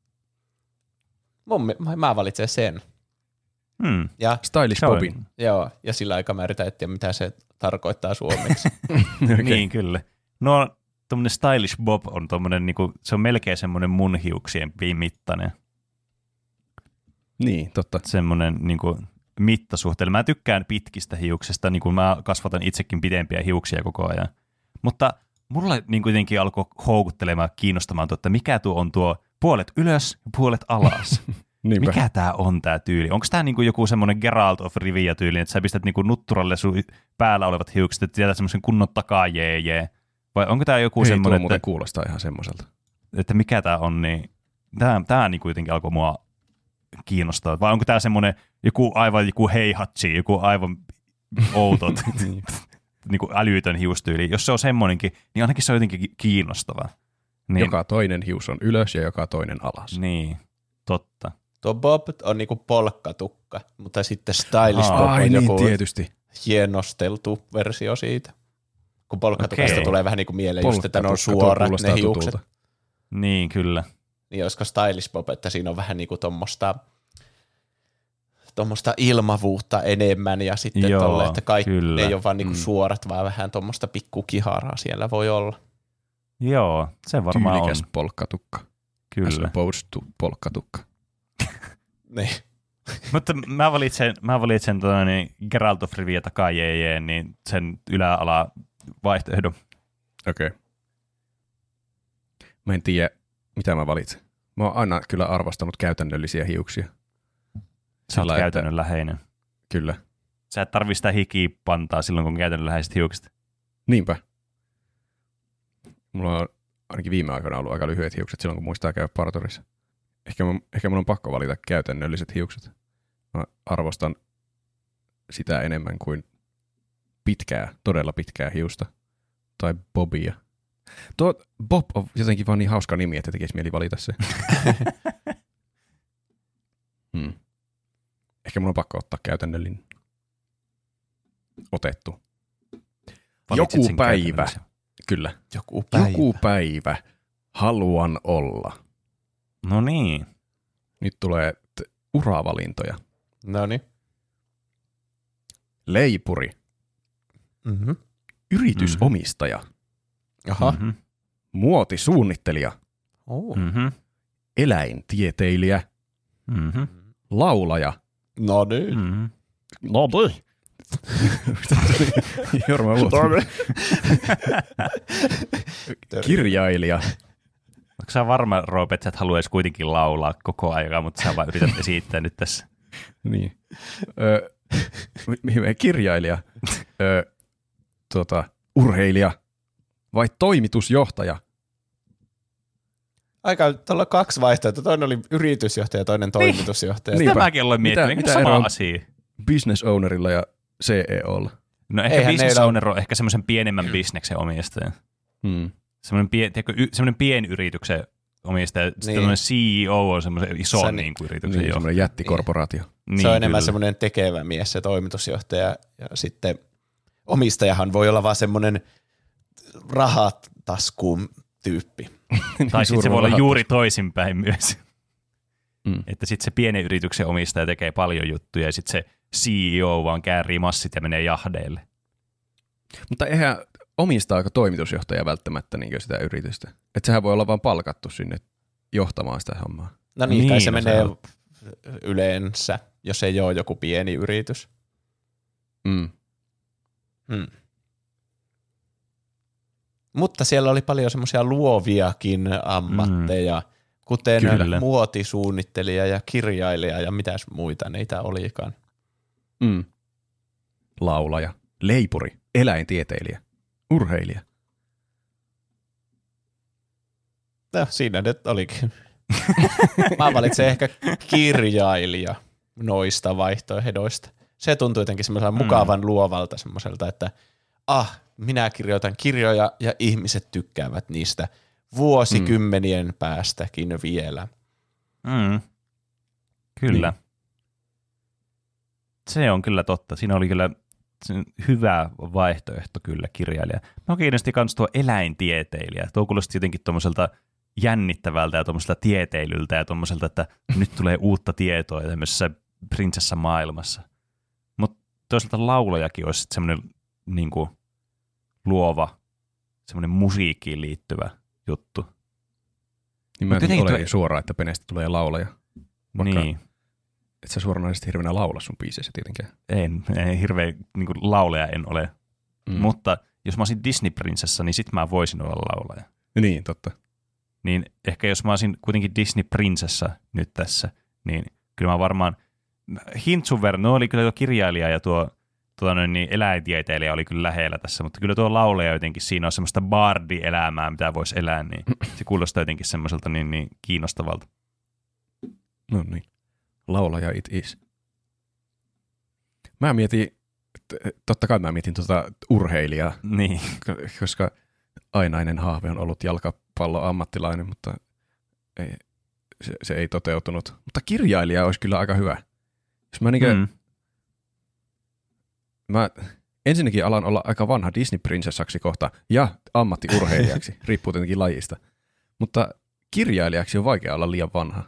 Mä valitsen sen. Ja stylish Bobin. Joo, ja sillä aikaa mä yritän etsiä, mitä se tarkoittaa suomeksi. Okay. Niin, kyllä. No, tommonen stylish Bob on tommonen, niinku, se on melkein semmonen mun hiuksien mittainen. Niin, totta. Semmonen niinku mittasuhteella. Mä tykkään pitkistä hiuksista, niin kuin mä kasvatan itsekin pidempiä hiuksia koko ajan. Mutta mulle niin kuitenkin alkoi houkuttelemaan, kiinnostamaan että mikä tuo on tuo puolet ylös ja puolet alas. Mikä tää on tää tyyli? Onko tää niinku joku semmoinen Geralt of Rivia tyyli, että sä pistät niinku nutturalle sun päällä olevat hiukset, että sieltä semmoisen kunnon takajeejee? Vai onko tää joku semmoinen, että kuulostaa ihan semmoiselta. Että mikä tää on, niin tää niin kuitenkin alkoi mua kiinnostaa. Vai onko tää semmoinen joku heihatsi, joku aivan outot, niinku älytön hiustyyli? Jos se on semmoinenkin, niin ainakin se on jotenkin kiinnostava. Niin. Joka toinen hius on ylös ja joka toinen alas. Niin, totta. Tuo Bob on niinku polkkatukka, mutta sitten stylish Bob on joku tietysti hienosteltu versio siitä. Kun polkkatukasta tulee vähän niinku mieleen just, että ne on suorat ne hiukset. Niin, kyllä. Niin olisiko stylish Bob, että siinä on vähän niinku tommoista ilmavuutta enemmän ja sitten tolle, että kaikki ei ole vaan niinku suorat, vaan vähän tommoista pikkukiharaa siellä voi olla. Joo, se varmaan tyylikäs on. Polkkatukka. Kyllä. As opposed to polkkatukka. Niin. Mutta mä valitsen Geralt of Rivia takajee, niin sen yläala vaihtoehdon. Okei. Mä en tiedä, mitä mä valitsen. Mä oon aina kyllä arvostanut käytännöllisiä hiuksia. Sä oot käytännönläheinen. Kyllä. Sä et tarvitse sitä hikipantaa silloin, kun on käytännönläheiset hiukset. Niinpä. Mulla on ainakin viime aikoina ollut aika lyhyet hiukset silloin, kun muistaa käydä parturissa. Ehkä mun on pakko valita käytännölliset hiukset. Mä arvostan sitä enemmän kuin todella pitkää hiusta. Tai bobia. Tuo Bob on jotenkin vaan niin hauska nimi, että tekisi mieli valita se. Ehkä mun on pakko ottaa käytännöllinen. Otettu. Joku päivä. Kyllä. Joku päivä haluan olla. No niin. Nyt tulee uravalintoja. Noniin. Leipuri. Mm-hmm. Yritysomistaja. Aha. Mm-hmm. Muotisuunnittelija. Oh. Mm-hmm. Eläintieteilijä. Mm-hmm. Laulaja. No niin. Mm-hmm. No niin. Jorma Luoto. Kirjailija. Onko sä varma, Roope, että sä et haluaisi kuitenkin laulaa koko ajan, mutta sä vaan yrität esittää nyt tässä? Niin. Kirjailija. Urheilija. Vai toimitusjohtaja? Aika, tuolla 2 vaihtoehtoa. Toinen oli yritysjohtaja, toinen toimitusjohtaja. Sitä mäkin olen miettinyt. Mitä sama asia? Business ownerilla ja CEOlla. No ehkä business owner on ehkä semmoisen pienemmän bisneksen omistaja. Semmoinen pienyrityksen omistaja. Niin. Sitten CEO on semmoisen ison yrityksen johtaja. Semmoinen jättikorporaatio. Niin, se on enemmän semmoinen tekevä mies, se toimitusjohtaja. Ja sitten omistajahan voi olla vaan semmoinen rahat taskuun tyyppi. Tai sitten se voi olla juuri toisinpäin myös. Että sitten se pienen yrityksen omistaja tekee paljon juttuja ja sitten se CEO vaan käärii massit ja menee jahdeille. Mutta eihän omistaako toimitusjohtaja välttämättä niin sitä yritystä? Että sehän voi olla vaan palkattu sinne johtamaan sitä hommaa. No niin, kai se menee yleensä, jos ei ole joku pieni yritys. Mutta siellä oli paljon semmoisia luoviakin ammatteja, kuten muotisuunnittelija ja kirjailija ja mitäs muita niitä olikaan. Laulaja, leipuri, eläintieteilijä, urheilija. No siinä nyt olikin. Mä valitsen ehkä kirjailija noista vaihtoehdoista. Se tuntuu jotenkin semmoiselta mukavan luovalta semmoiselta, että minä kirjoitan kirjoja ja ihmiset tykkäävät niistä vuosikymmenien päästäkin vielä. Kyllä. Niin. Se on kyllä totta. Siinä oli kyllä hyvä vaihtoehto kyllä kirjailija. Mä kiinnosti myös tuo eläintieteilijä. Tuo kuulosti jotenkin tuommoiselta jännittävältä ja tuommoiselta tieteilyltä ja tuommoiselta, että nyt tulee uutta tietoa tämmöisessä prinsessamaailmassa. Mutta toisaalta laulajakin olisi semmoinen niinku luova, semmoinen musiikkiin liittyvä juttu. Niin mä en ole suoraan, että Penestä tulee laulaja. Vaikka niin. Et sä suoranaisesti hirveänä laula sun biiseissä tietenkään. En hirveä niin laulaja en ole. Mutta jos mä olisin Disney-prinsessa, niin sit mä voisin olla laulaja. Niin, totta. Niin ehkä jos mä olisin kuitenkin Disney-prinsessa nyt tässä, niin kyllä mä varmaan hintsun verran, oli kyllä tuo kirjailija ja tuo eläintieteilijä oli kyllä lähellä tässä, mutta kyllä tuo laulaja jotenkin siinä on semmoista bardielämää, mitä voisi elää, niin se kuulostaa jotenkin semmoiselta niin kiinnostavalta. No niin. Laulaja it is. Totta kai mä mietin urheilijaa, niin. Koska ainainen haave on ollut jalkapallon ammattilainen, mutta se ei toteutunut. Mutta kirjailija olisi kyllä aika hyvä. Jos mä ensinnäkin alan olla aika vanha Disney-prinsessaksi kohta ja ammattiurheilijaksi, riippuu tietenkin lajista. Mutta kirjailijaksi on vaikea olla liian vanha.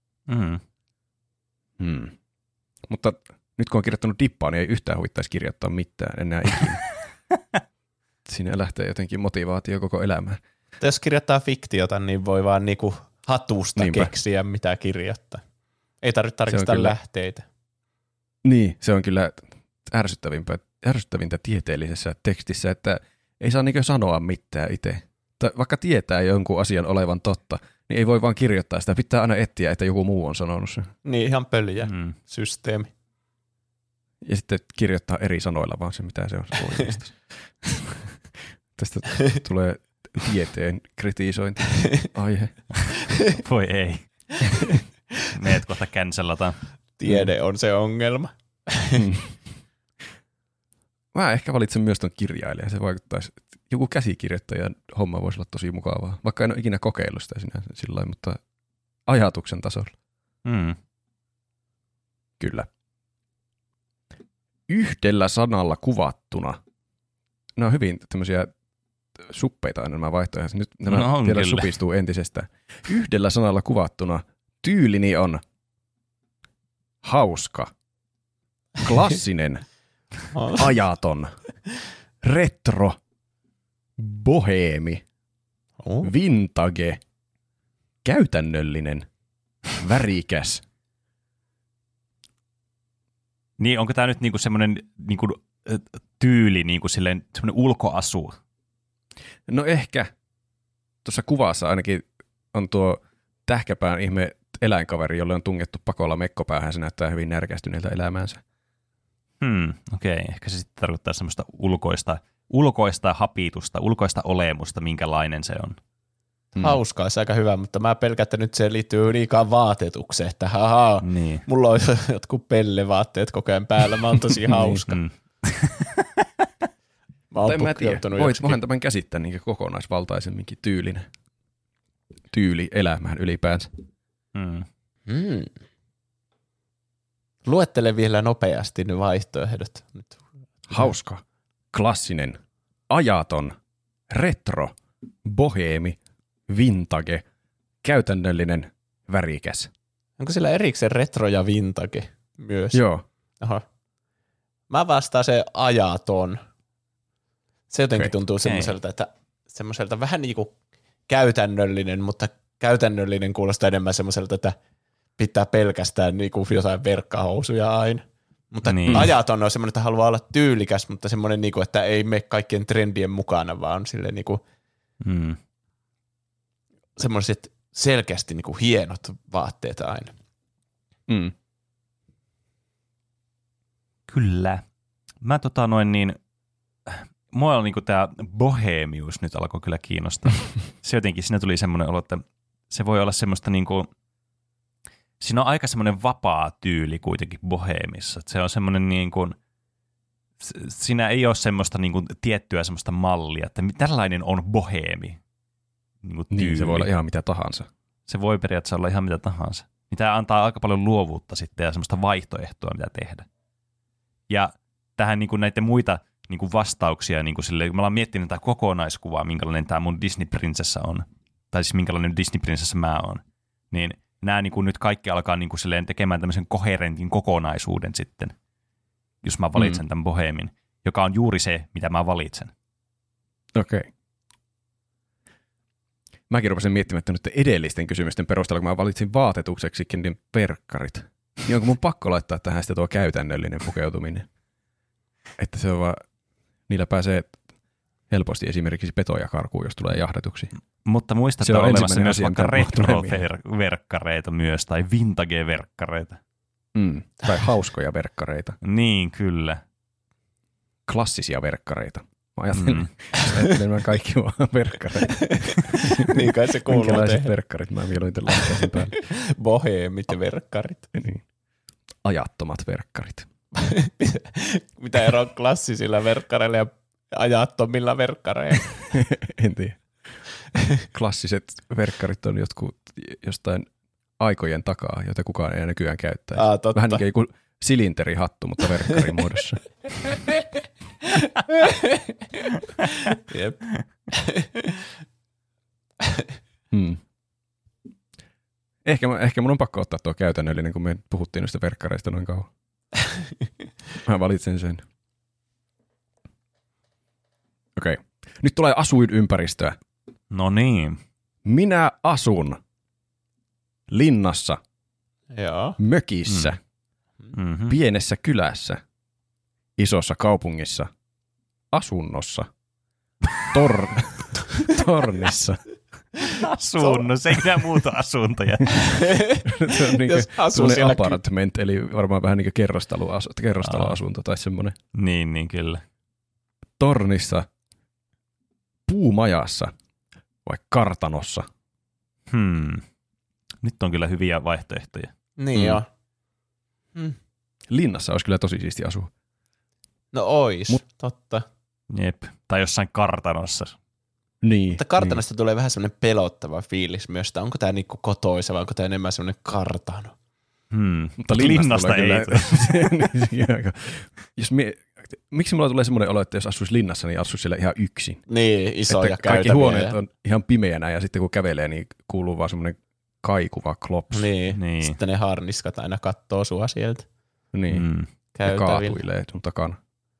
Mutta nyt kun on kirjoittanut dippaa, niin ei yhtään huvittaisi kirjoittaa mitään enää ikinä. Siinä lähtee jotenkin motivaatio koko elämään. Jos kirjoittaa fiktiota, niin voi vaan niinku hatusta keksiä, mitä kirjoittaa. Ei tarvitse tarkistaa lähteitä. Niin, se on kyllä ärsyttävintä tieteellisessä tekstissä, että ei saa niinkö sanoa mitään itse. Vaikka tietää jonkun asian olevan totta, niin ei voi vaan kirjoittaa sitä. Pitää aina etsiä, että joku muu on sanonut sen. Niin, ihan pöljä systeemi. Ja sitten kirjoittaa eri sanoilla vaan se, mitä se on oikeasti. Tästä tulee tieteen kritisointi aihe. Voi ei. Meet kohta cancellataan. Tiede on se ongelma. Mä ehkä valitsen myös ton kirjailijan. Se vaikuttaisi, joku käsikirjoittajan homma voisi olla tosi mukavaa. Vaikka en ole ikinä kokeillut sitä sillä lailla, mutta ajatuksen tasolla. Kyllä. Yhdellä sanalla kuvattuna. Nämä on hyvin tämmöisiä suppeita aina nämä vaihtoehdot. Nyt nämä vielä supistuu entisestään. Yhdellä sanalla kuvattuna tyylini on hauska, klassinen, ajaton, retro, boheemi, vintage, käytännöllinen, värikäs. Niin, onko tämä nyt niinku semmoinen niinku tyyli, niinku semmoinen ulkoasu? No ehkä. Tuossa kuvassa ainakin on tuo tähkäpään ihme eläinkaveri, jolle on tungettu pakolla mekkopäähän. Se näyttää hyvin närkästyneeltä elämäänsä. Okei. Ehkä se sitten tarkoittaa semmoista ulkoista hapitusta, ulkoista olemusta, minkälainen se on. Hauskaa, se aika hyvä, mutta mä pelkään, että nyt se liittyy liikaa vaatetukseen, että niin. Mulla on jotkut pellevaatteet koko ajan päällä, mä oon tosi hauska. Mä oon pukeutunut voihan tämän käsittää niin kokonaisvaltaisemminkin tyyli elämään ylipäänsä. Luettele vielä nopeasti ne vaihtoehdot. Nyt. Hauska, klassinen, ajaton, retro, boheemi, vintage, käytännöllinen, värikäs. Onko sillä erikseen retro ja vintage myös? Joo. Aha. Mä vastaan se ajaton. Se jotenkin tuntuu semmoiselta vähän niin kuin käytännöllinen, mutta käytännöllinen kuulostaa enemmän semmoiselta, että pitää pelkästään niin kuin jotain verkkahousuja aina. Mutta ajaton on semmoinen, että haluaa olla tyylikäs, mutta semmoinen, niin kuin, että ei mene kaikkien trendien mukana, vaan on silleen niin kuin semmoiset selkeästi niin kuin hienot vaatteet aina. Kyllä. Mä mua on niinku tää bohemius nyt alkoi kyllä kiinnostaa. Se jotenkin, siinä tuli semmoinen olo, että se voi olla semmoista niinku, siinä on aika semmoinen vapaa tyyli kuitenkin bohemissa. Se on semmoinen niinku, siinä ei ole semmoista niinku tiettyä semmoista mallia, että tällainen on bohemi. Niin, se voi olla ihan mitä tahansa. Se voi periaatteessa olla ihan mitä tahansa. Mitä antaa aika paljon luovuutta sitten ja semmoista vaihtoehtoa, mitä tehdä. Ja tähän niinku näiden muita niinku vastauksia, niinku sille, kun me ollaan miettinyt tätä kokonaiskuvaa, minkälainen tämä mun Disney-prinsessa on, tai siis minkälainen Disney-prinsessa mä oon, niin nämä niinku nyt kaikki alkaa niinku silleen tekemään tämmöisen koherentin kokonaisuuden sitten, jos mä valitsen tämän bohemin, joka on juuri se, mitä mä valitsen. Okei. Mäkin rupesin miettimään, että nyt edellisten kysymysten perusteella, kun mä valitsin vaatetukseksikin niin verkkarit, niin onko mun pakko laittaa tähän sitten tuo käytännöllinen pukeutuminen? Että se on vaan, niillä pääsee helposti esimerkiksi petoja karkuun, jos tulee jahdetuksi. Mutta muista, että on olemassa myös vaikka retro-verkkareita myös, tai vintage-verkkareita. Tai hauskoja verkkareita. Niin, kyllä. Klassisia verkkareita. Mä ajattelen kaikki vaan verkkareita. Niin kai se kuuluu tehdä. Minkälaiset verkkarit mä mieluiten laittaisin päälle? Boheemit ja verkkarit. Niin. Ajattomat verkkarit. Mitä eroa klassisilla verkkareilla ja ajattomilla verkkareilla? En tiedä. Klassiset verkkarit on jotkut jostain aikojen takaa, joita kukaan ei nykyään käyttäisi. Vähän niin kuin silinterihattu, mutta verkkarin muodossa. Jep. Ehkä mun on pakko ottaa tuo käytännöllinen, kun me puhuttiin noista verkkareista noin kauan. Mä valitsen sen. Okei. Nyt tulee asuinympäristöä. No niin. Minä asun linnassa Joo. Mökissä, pienessä kylässä, isossa kaupungissa, asunnossa, tornissa. Asunnossa, ei mitään muuta asuntoja. Se on Jos asuu siellä apartment, eli varmaan vähän niin kuin kerrostaloasunto tai semmoinen. Niin, kyllä. Tornissa, puumajassa vai kartanossa? Nyt on kyllä hyviä vaihtoehtoja. Niin joo. Linnassa olisi kyllä tosi siisti asua. No ois, totta. Jep. Tai jossain kartanossa. Niin. Mutta kartanosta tulee vähän semmoinen pelottava fiilis myös, että onko tämä niinku kotoisa vai onko tämä enemmän semmoinen kartano. Mutta linnasta ei. Miksi mulla tulee semmoinen olo, että jos asuisi linnassa, niin asuisi siellä ihan yksin. Niin, isoja että kaikki käytäviä. huoneet on ihan pimeänä ja sitten kun kävelee, niin kuuluu vaan semmoinen kaikuva klops. Niin. Sitten ne harniskat aina kattoo sua sieltä. Niin. Ja kaatuilee sun takana.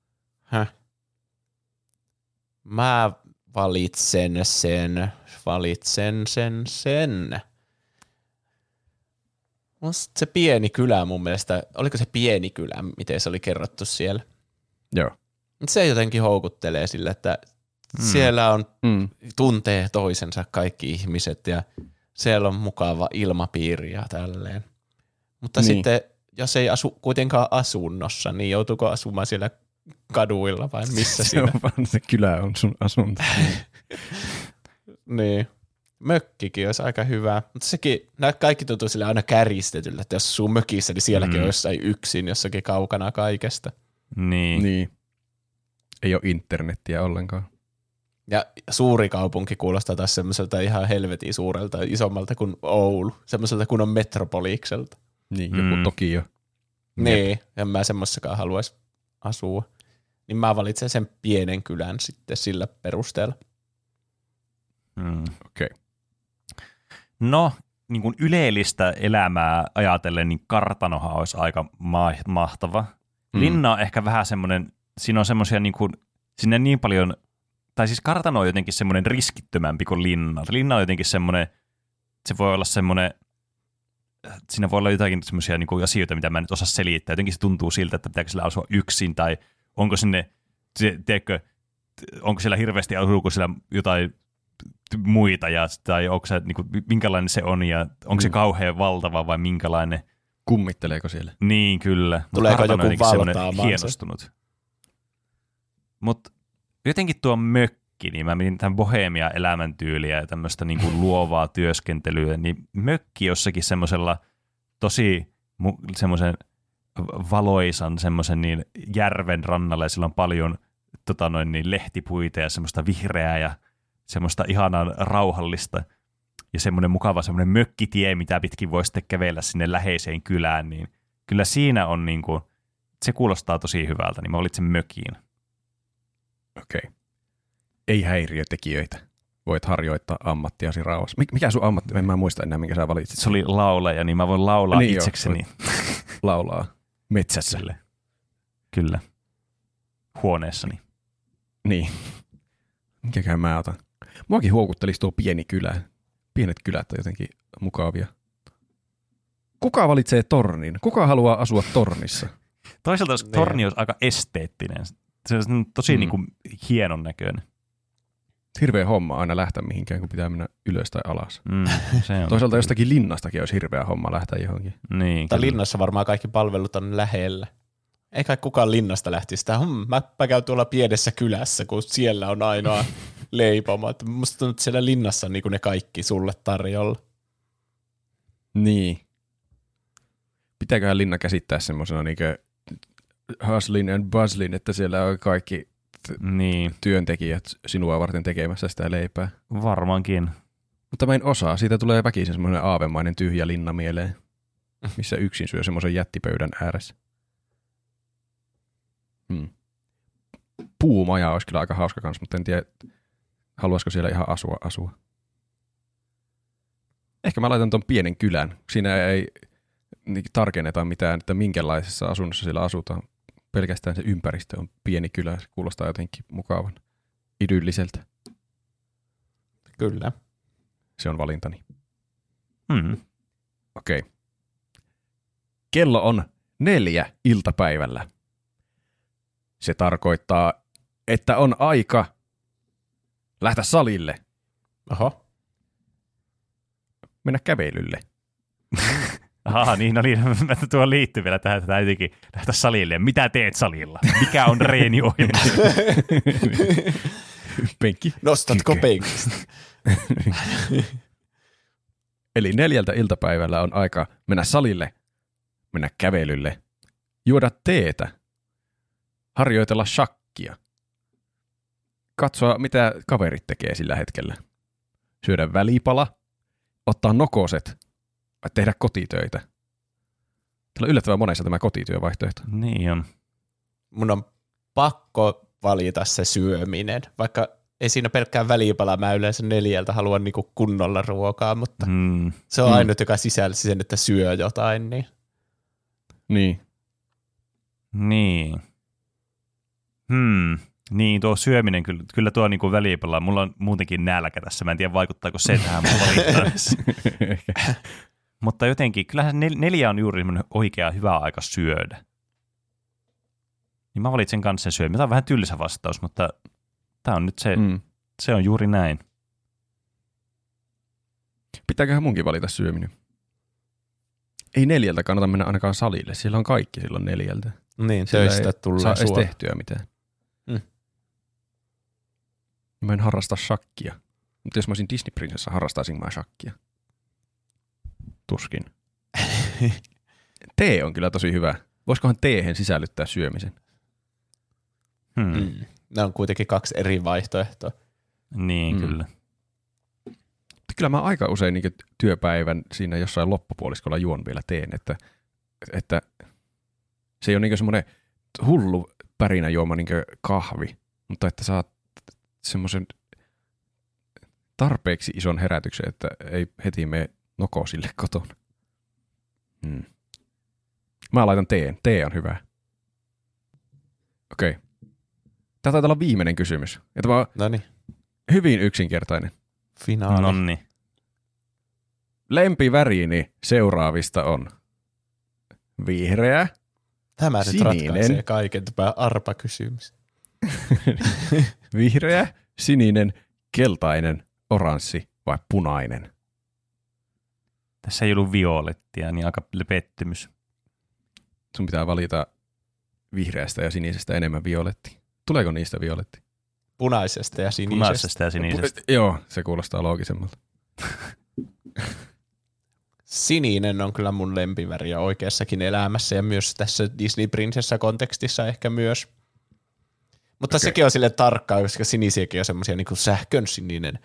Mä valitsen sen. Se pieni kylä mun mielestä, oliko se pieni kylä, miten se oli kerrottu siellä? Joo. Se jotenkin houkuttelee sille, että siellä on tuntee toisensa kaikki ihmiset ja siellä on mukava ilmapiiri ja tälleen. Mutta sitten, jos ei asu kuitenkaan asunnossa, niin joutuuko asumaan siellä kaduilla vai missä siinä? Se kylä on sun asunto. Niin. Mökkikin olisi aika hyvä, mutta sekin, nämä kaikki tuntuu sille aina kärjistetyllä, että jos sun mökissä, niin sielläkin on jossain yksin, jossakin kaukana kaikesta. Niin. Ei ole internettiä ollenkaan. Ja suuri kaupunki kuulostaa taas semmoiselta ihan helvetin suurelta, isommalta kuin Oulu, semmoiselta kuin on metropolikselta. Niin, joku Tokio. Niin, en mä semmossakaan haluaisi asua. Niin mä valitsen sen pienen kylän sitten sillä perusteella. Okei. No, niin kuin yleellistä elämää ajatellen, niin kartanohan olisi aika mahtava. Linna on ehkä vähän semmoinen, siinä on semmoisia niin kuin, sinne niin paljon, tai siis kartano on jotenkin semmoinen riskittömämpi kuin linna. Linna on jotenkin semmoinen, se voi olla semmoinen, siinä voi olla jotakin semmoisia niin kuin asioita, mitä mä en nyt osaa selittää. Jotenkin se tuntuu siltä, että pitääkö sillä asua yksin, tai onko sinne, tiedätkö, onko siellä hirveästi asuuko siellä jotain muita, tai onko se, niin kuin, minkälainen se on, ja onko se kauhean valtava vai minkälainen. Kummitteleeko siellä? Niin, kyllä. Tuleeko joku valtaamaan hienostunut. Mutta jotenkin tuo mökki, niin mä mietin tämän bohemia elämäntyyliä ja tämmöistä niin kuin luovaa työskentelyä, niin mökki jossakin semmoisella tosi semmoisen valoisan semmoisen niin järven rannalla, ja sillä on paljon niin lehtipuita ja semmoista vihreää ja semmoista ihanaa rauhallista ja semmoinen mukava semmoinen mökkitie, mitä pitkin voi sitten kävellä sinne läheiseen kylään, niin kyllä siinä on niin kuin, se kuulostaa tosi hyvältä, niin mä valitsen mökiin. Okei. Ei häiriötekijöitä. Voit harjoittaa ammattiasi rauhassa. Mikä sun ammatti? En mä muista enää, minkä sä valitsit. Se oli laulaja, niin mä voin laulaa niin itsekseni. Laulaa metsässä. Kyllä. Huoneessani. Niin. Mikäkään mä otan? Muakin huokuttelisi tuo pieni kylä. Pienet kylät on jotenkin mukavia. Kuka valitsee tornin? Kuka haluaa asua tornissa? Toisaalta torni olisi aika esteettinen. Se on tosi niin kuin hienon näköinen. Hirveä homma aina lähteä mihinkään, kun pitää mennä ylös tai alas. Se on toisaalta jostakin linnastakin olisi hirveä homma lähteä johonkin. Niin, tai linnassa varmaan kaikki palvelut on lähellä. Ei kai kukaan linnasta lähtisi sitä, mäpä käyn tuolla pienessä kylässä, kun siellä on ainoa leipomo. Musta tuntuu, että siellä linnassa on niin kuin ne kaikki sulle tarjolla. Niin. Pitääköhän linna käsittää semmoisena niinkö hustlin and buzzlin, että siellä on kaikki työntekijät sinua varten tekemässä sitä leipää. Varmaankin. Mutta mä en osaa. Siitä tulee väkisin semmoinen aavemainen tyhjä linna mieleen, missä yksin syö semmoisen jättipöydän ääressä. Puumaja olisi kyllä aika hauska kanssa, mutta en tiedä, haluaisiko siellä ihan asua. Ehkä mä laitan ton pienen kylän. Siinä ei tarkenneta mitään, että minkälaisessa asunnossa siellä asutaan. Pelkästään se ympäristö on pieni kylä. Se kuulostaa jotenkin mukavan, idylliseltä. Kyllä. Se on valintani. Mm-hmm. Okei. Kello on 4 iltapäivällä. Se tarkoittaa, että on aika lähteä salille. Oho. Mennä kävelylle. Niin oli. Tuo liittyy vielä tähän, että täytyykin lähteä salille. Mitä teet salilla? Mikä on reeniohjelma? Penkki. Nostatko penkistä? Eli 4 iltapäivällä on aika mennä salille, mennä kävelylle, juoda teetä, harjoitella shakkia, katsoa mitä kaverit tekee sillä hetkellä, syödä välipala, ottaa nokoset, tehdä kotitöitä. Täällä on yllättävän monessa tämä kotityövaihtoehto. Niin on. Mun on pakko valita se syöminen, vaikka ei siinä pelkkään välipala, mä yleensä 4 haluan niinku kunnolla ruokaa, mutta se on ainut, joka sisälsi sen, että syö jotain. Niin. Niin, tuo syöminen, kyllä tuo niinku välipala, mulla on muutenkin nälkä tässä, mä en tiedä vaikuttaako se tähän mun valittaessa. Mutta jotenkin, kyllähän 4 on juuri oikea hyvä aika syödä. Niin mä valitsen kanssa sen syöminen. Tämä on vähän tylsä vastaus, mutta tämä on nyt se on juuri näin. Pitääköhän munkin valita syöminen? Ei 4 kannata mennä ainakaan salille. Siellä on kaikki silloin 4. Niin, töistä tulee saa edes tehtyä mitään. Mä en harrasta shakkia. Mutta jos mä olisin Disney-prinsessa, harrastaisin mä shakkia. Tuskin. Tee on kyllä tosi hyvä. Voisikohan teehen sisällyttää syömisen? Nämä on kuitenkin 2 eri vaihtoehtoa. Niin, kyllä. Kyllä mä aika usein niin työpäivän siinä jossain loppupuoliskolla juon vielä teen, että se ei ole niin semmoinen hullu pärinäjuoma niin kahvi, mutta että saat semmoisen tarpeeksi ison herätyksen, että ei heti mene nokosille kotona. Mä laitan teen. Tee on hyvä. Okei. Tämä taitaa olla viimeinen kysymys. Ja tämä on hyvin yksinkertainen. Finaali. Nonni. Lempivärini seuraavista on vihreä, Tämä nyt sininen, ratkaisee kaiken, tämä arpakysymys. Vihreä, sininen, keltainen, oranssi vai punainen? Tässä ei ollut violettia, niin aika pettymys. Sun pitää valita vihreästä ja sinisestä enemmän violetti. Tuleeko niistä violetti? Punaisesta ja sinisestä. Joo, se kuulostaa loogisemmalta. Sininen on kyllä mun lempiväri oikeassakin elämässä ja myös tässä Disney-prinsessa-kontekstissa ehkä myös. Mutta sekin on sille tarkkaa, koska sinisiäkin on semmoisia niin kuin sähkön sininen.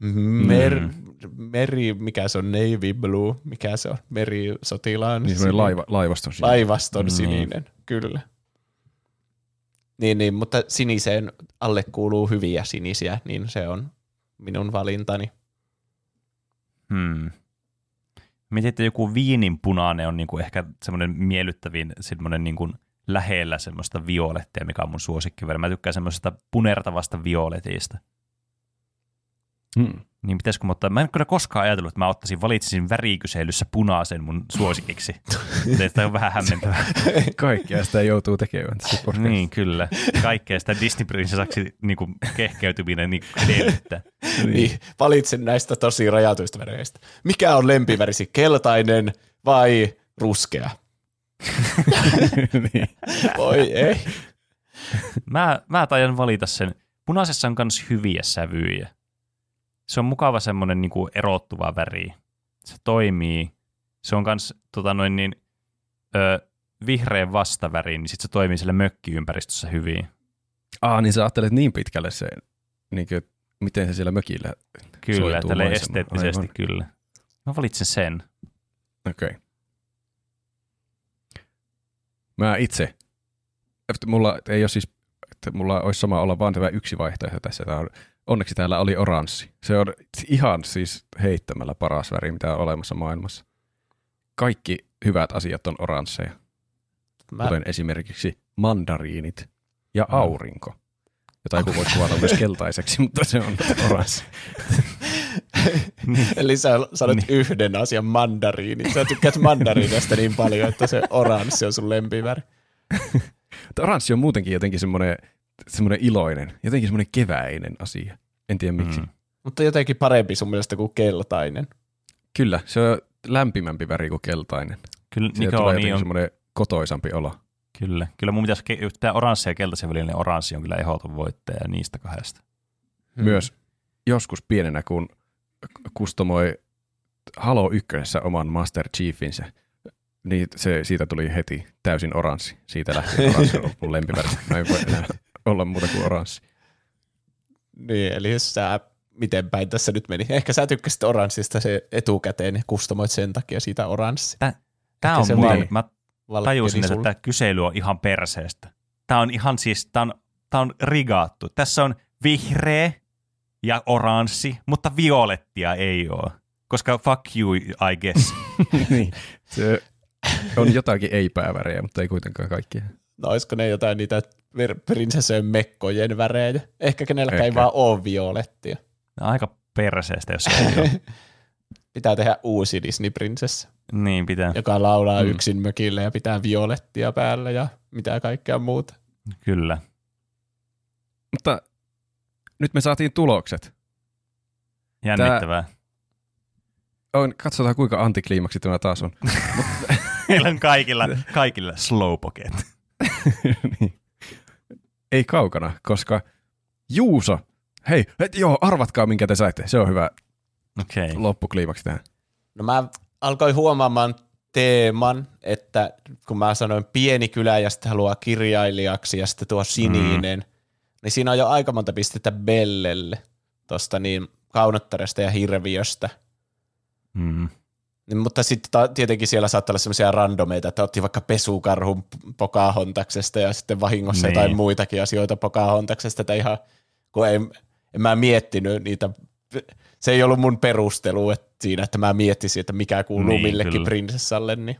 Meri, mikä se on, navy blue, mikä se on, merisotilaan. Niin semmoinen laivaston sininen. Laivaston sininen, kyllä. Niin, mutta siniseen alle kuuluu hyviä sinisiä, niin se on minun valintani. Mietin, että joku viinin punainen on niinku ehkä semmoinen miellyttävin, semmoinen niinku lähellä semmoista violettia, mikä on mun suosikkiväri. Mä tykkään semmoisesta punertavasta violetista. Niin pitäisikö mä en kyllä koskaan ajatellut, että mä valitsisin värikyselyssä punaisen mun suosikiksi. Tämä on vähän hämmentävää. Kaikkea sitä joutuu tekemään. Niin, kyllä. Kaikkea sitä Disney-prinsessaksi niinku kehkeytyminen niinku edellyttää. Niin, valitsen näistä tosi rajatuista väreistä. Mikä on lempivärisi, keltainen vai ruskea? Niin. Oi ei. Mä taidan valita sen. Punaisessa on myös hyviä sävyjä. Se on mukava semmoinen niinku erottuva väri. Se toimii. Se on myös vihreän vastaväri, niin sitten se toimii siellä mökkiympäristössä hyvin. Niin sä ajattelet niin pitkälle se, niin kuin, miten se siellä mökillä kyllä, tälleen esteettisesti aivan. Kyllä. Mä valitsen sen. Okei. Mä itse, mulla ei ole siis, että mulla olisi sama olla vaan tämä yksi vaihtoehto tässä. Onneksi täällä oli oranssi. Se on ihan siis heittämällä paras väri, mitä on olemassa maailmassa. Kaikki hyvät asiat on oransseja. Kuten esimerkiksi mandariinit ja aurinko. Jota joku voi kuvata myös keltaiseksi, mutta se on oranssi. Eli sä sanot yhden asian mandariini. Sä tykkäät mandariinista niin paljon, että se oranssi on sun lempiväri. Oranssi on muutenkin jotenkin semmoinen iloinen, jotenkin semmoinen keväinen asia. En tiedä miksi. Mutta jotenkin parempi sun mielestä kuin keltainen. Kyllä, se on lämpimämpi väri kuin keltainen. Kyllä, siitä tulee jotenkin semmoinen kotoisampi olo. Kyllä mun pitäisi, tämä oranssi ja keltaisen välinen oranssi on kyllä ehdoton voittaja niistä kahdesta. Myös joskus pienenä, kun kustomoi Halo 1:ssä oman Master Chiefinsä, niin siitä tuli heti täysin oranssi. Siitä lähtien oranssi on mun lempiväri. Mä en voi enää olla muuta kuin oranssi. Niin, eli jos sä, miten päin tässä nyt meni. Ehkä sä tykkäsit oranssista se etukäteen, kustomoit sen takia siitä oranssi. Tämä on muuten, mä tajusin, että tämä kysely on ihan perseestä. Tämä on ihan siis, tämä on rigaattu. Tässä on vihreä ja oranssi, mutta violettia ei ole. Koska fuck you, I guess. Niin, se on jotakin ei-päävärejä, mutta ei kuitenkaan kaikkia. No olisiko ne jotain niitä prinsessojen mekkojen värejä? Ehkä kenelläkään ei vaan ole violettia. Aika perseestä, jos ei ole. Pitää tehdä uusi Disney-prinsessa. Niin pitää. Joka laulaa yksin mökille ja pitää violettia päällä ja mitä kaikkea muuta. Kyllä. Mutta nyt me saatiin tulokset. Jännittävää. Katsotaan kuinka antikliimaksi tämä taas on. Meillä on kaikilla slowpoket. Niin. Ei kaukana, koska Juuso, hei, arvatkaa minkä te saitte. Se on hyvä loppukliimaksi tähän. No mä alkoin huomaamaan teeman, että kun mä sanoin pieni kylä ja sitten haluaa kirjailijaksi ja sitten tuo sininen, niin siinä on jo aika monta pistettä Bellelle tuosta niin Kaunottaresta ja Hirviöstä. Mutta sitten tietenkin siellä saattaa olla semmoisia randomeita, että otti vaikka pesukarhun Pocahontaksesta ja sitten vahingossa jotain muitakin asioita Pocahontaksesta, että ihan, kun en mä miettinyt niitä, se ei ollut mun perustelu että siinä, että mä miettisin, että mikä kuuluu millekin prinsessalle, niin.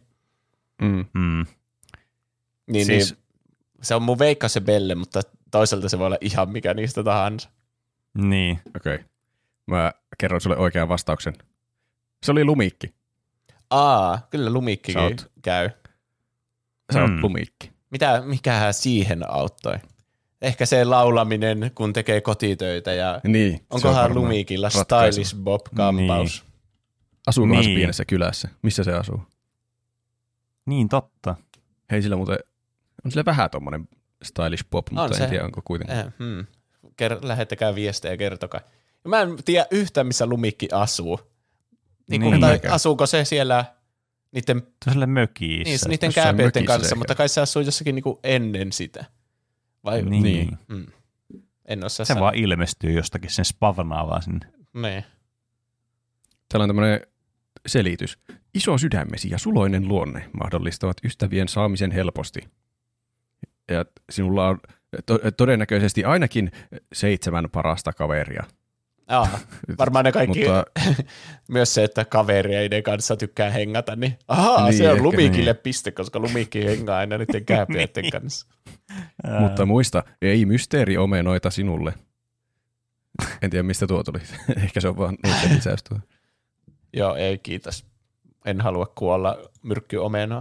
Siis, se on mun veikka se Belle, mutta toisaalta se voi olla ihan mikä niistä tahansa. Niin. Okei. Mä kerron sulle oikean vastauksen. Se oli Lumikki. Kyllä Lumikkikin käy. Sä oot Lumikki. Mikähän siihen auttoi? Ehkä se laulaminen, kun tekee kotitöitä ja onkohan Lumikilla Stylish Bob-kampaus? Niin. Asuukohan se pienessä kylässä? Missä se asuu? Niin, totta. Hei, sillä muuten on sillä vähän tommonen Stylish Bob, mutta en tiedä onko kuitenkaan. Lähettäkää viestejä ja kertokaa. Mä en tiedä yhtään, missä Lumikki asuu. Asuuko se siellä niiden mökissä? Niiden kääpeiden kanssa, mutta kai se asuu jossakin niinku ennen sitä. Vai? Niin. En osaa se vaan ilmestyy jostakin, sen spavnaa vaan sinne. Niin. Täällä on tämmöinen selitys. Iso sydämesi ja suloinen luonne mahdollistavat ystävien saamisen helposti. Ja sinulla on todennäköisesti ainakin 7 parasta kaveria. Varmaan ne kaikki, myös se, että kavereiden kanssa tykkää hengata, niin se on Lumikille piste, koska Lumikki hengaa aina niiden kääpiöiden kanssa. Mutta muista, ei mysteeriomenoita sinulle. En tiedä, mistä tuo tuli. Ehkä se on vaan niiden lisäys tuo. Joo, ei kiitos. En halua kuolla myrkkyomenaan.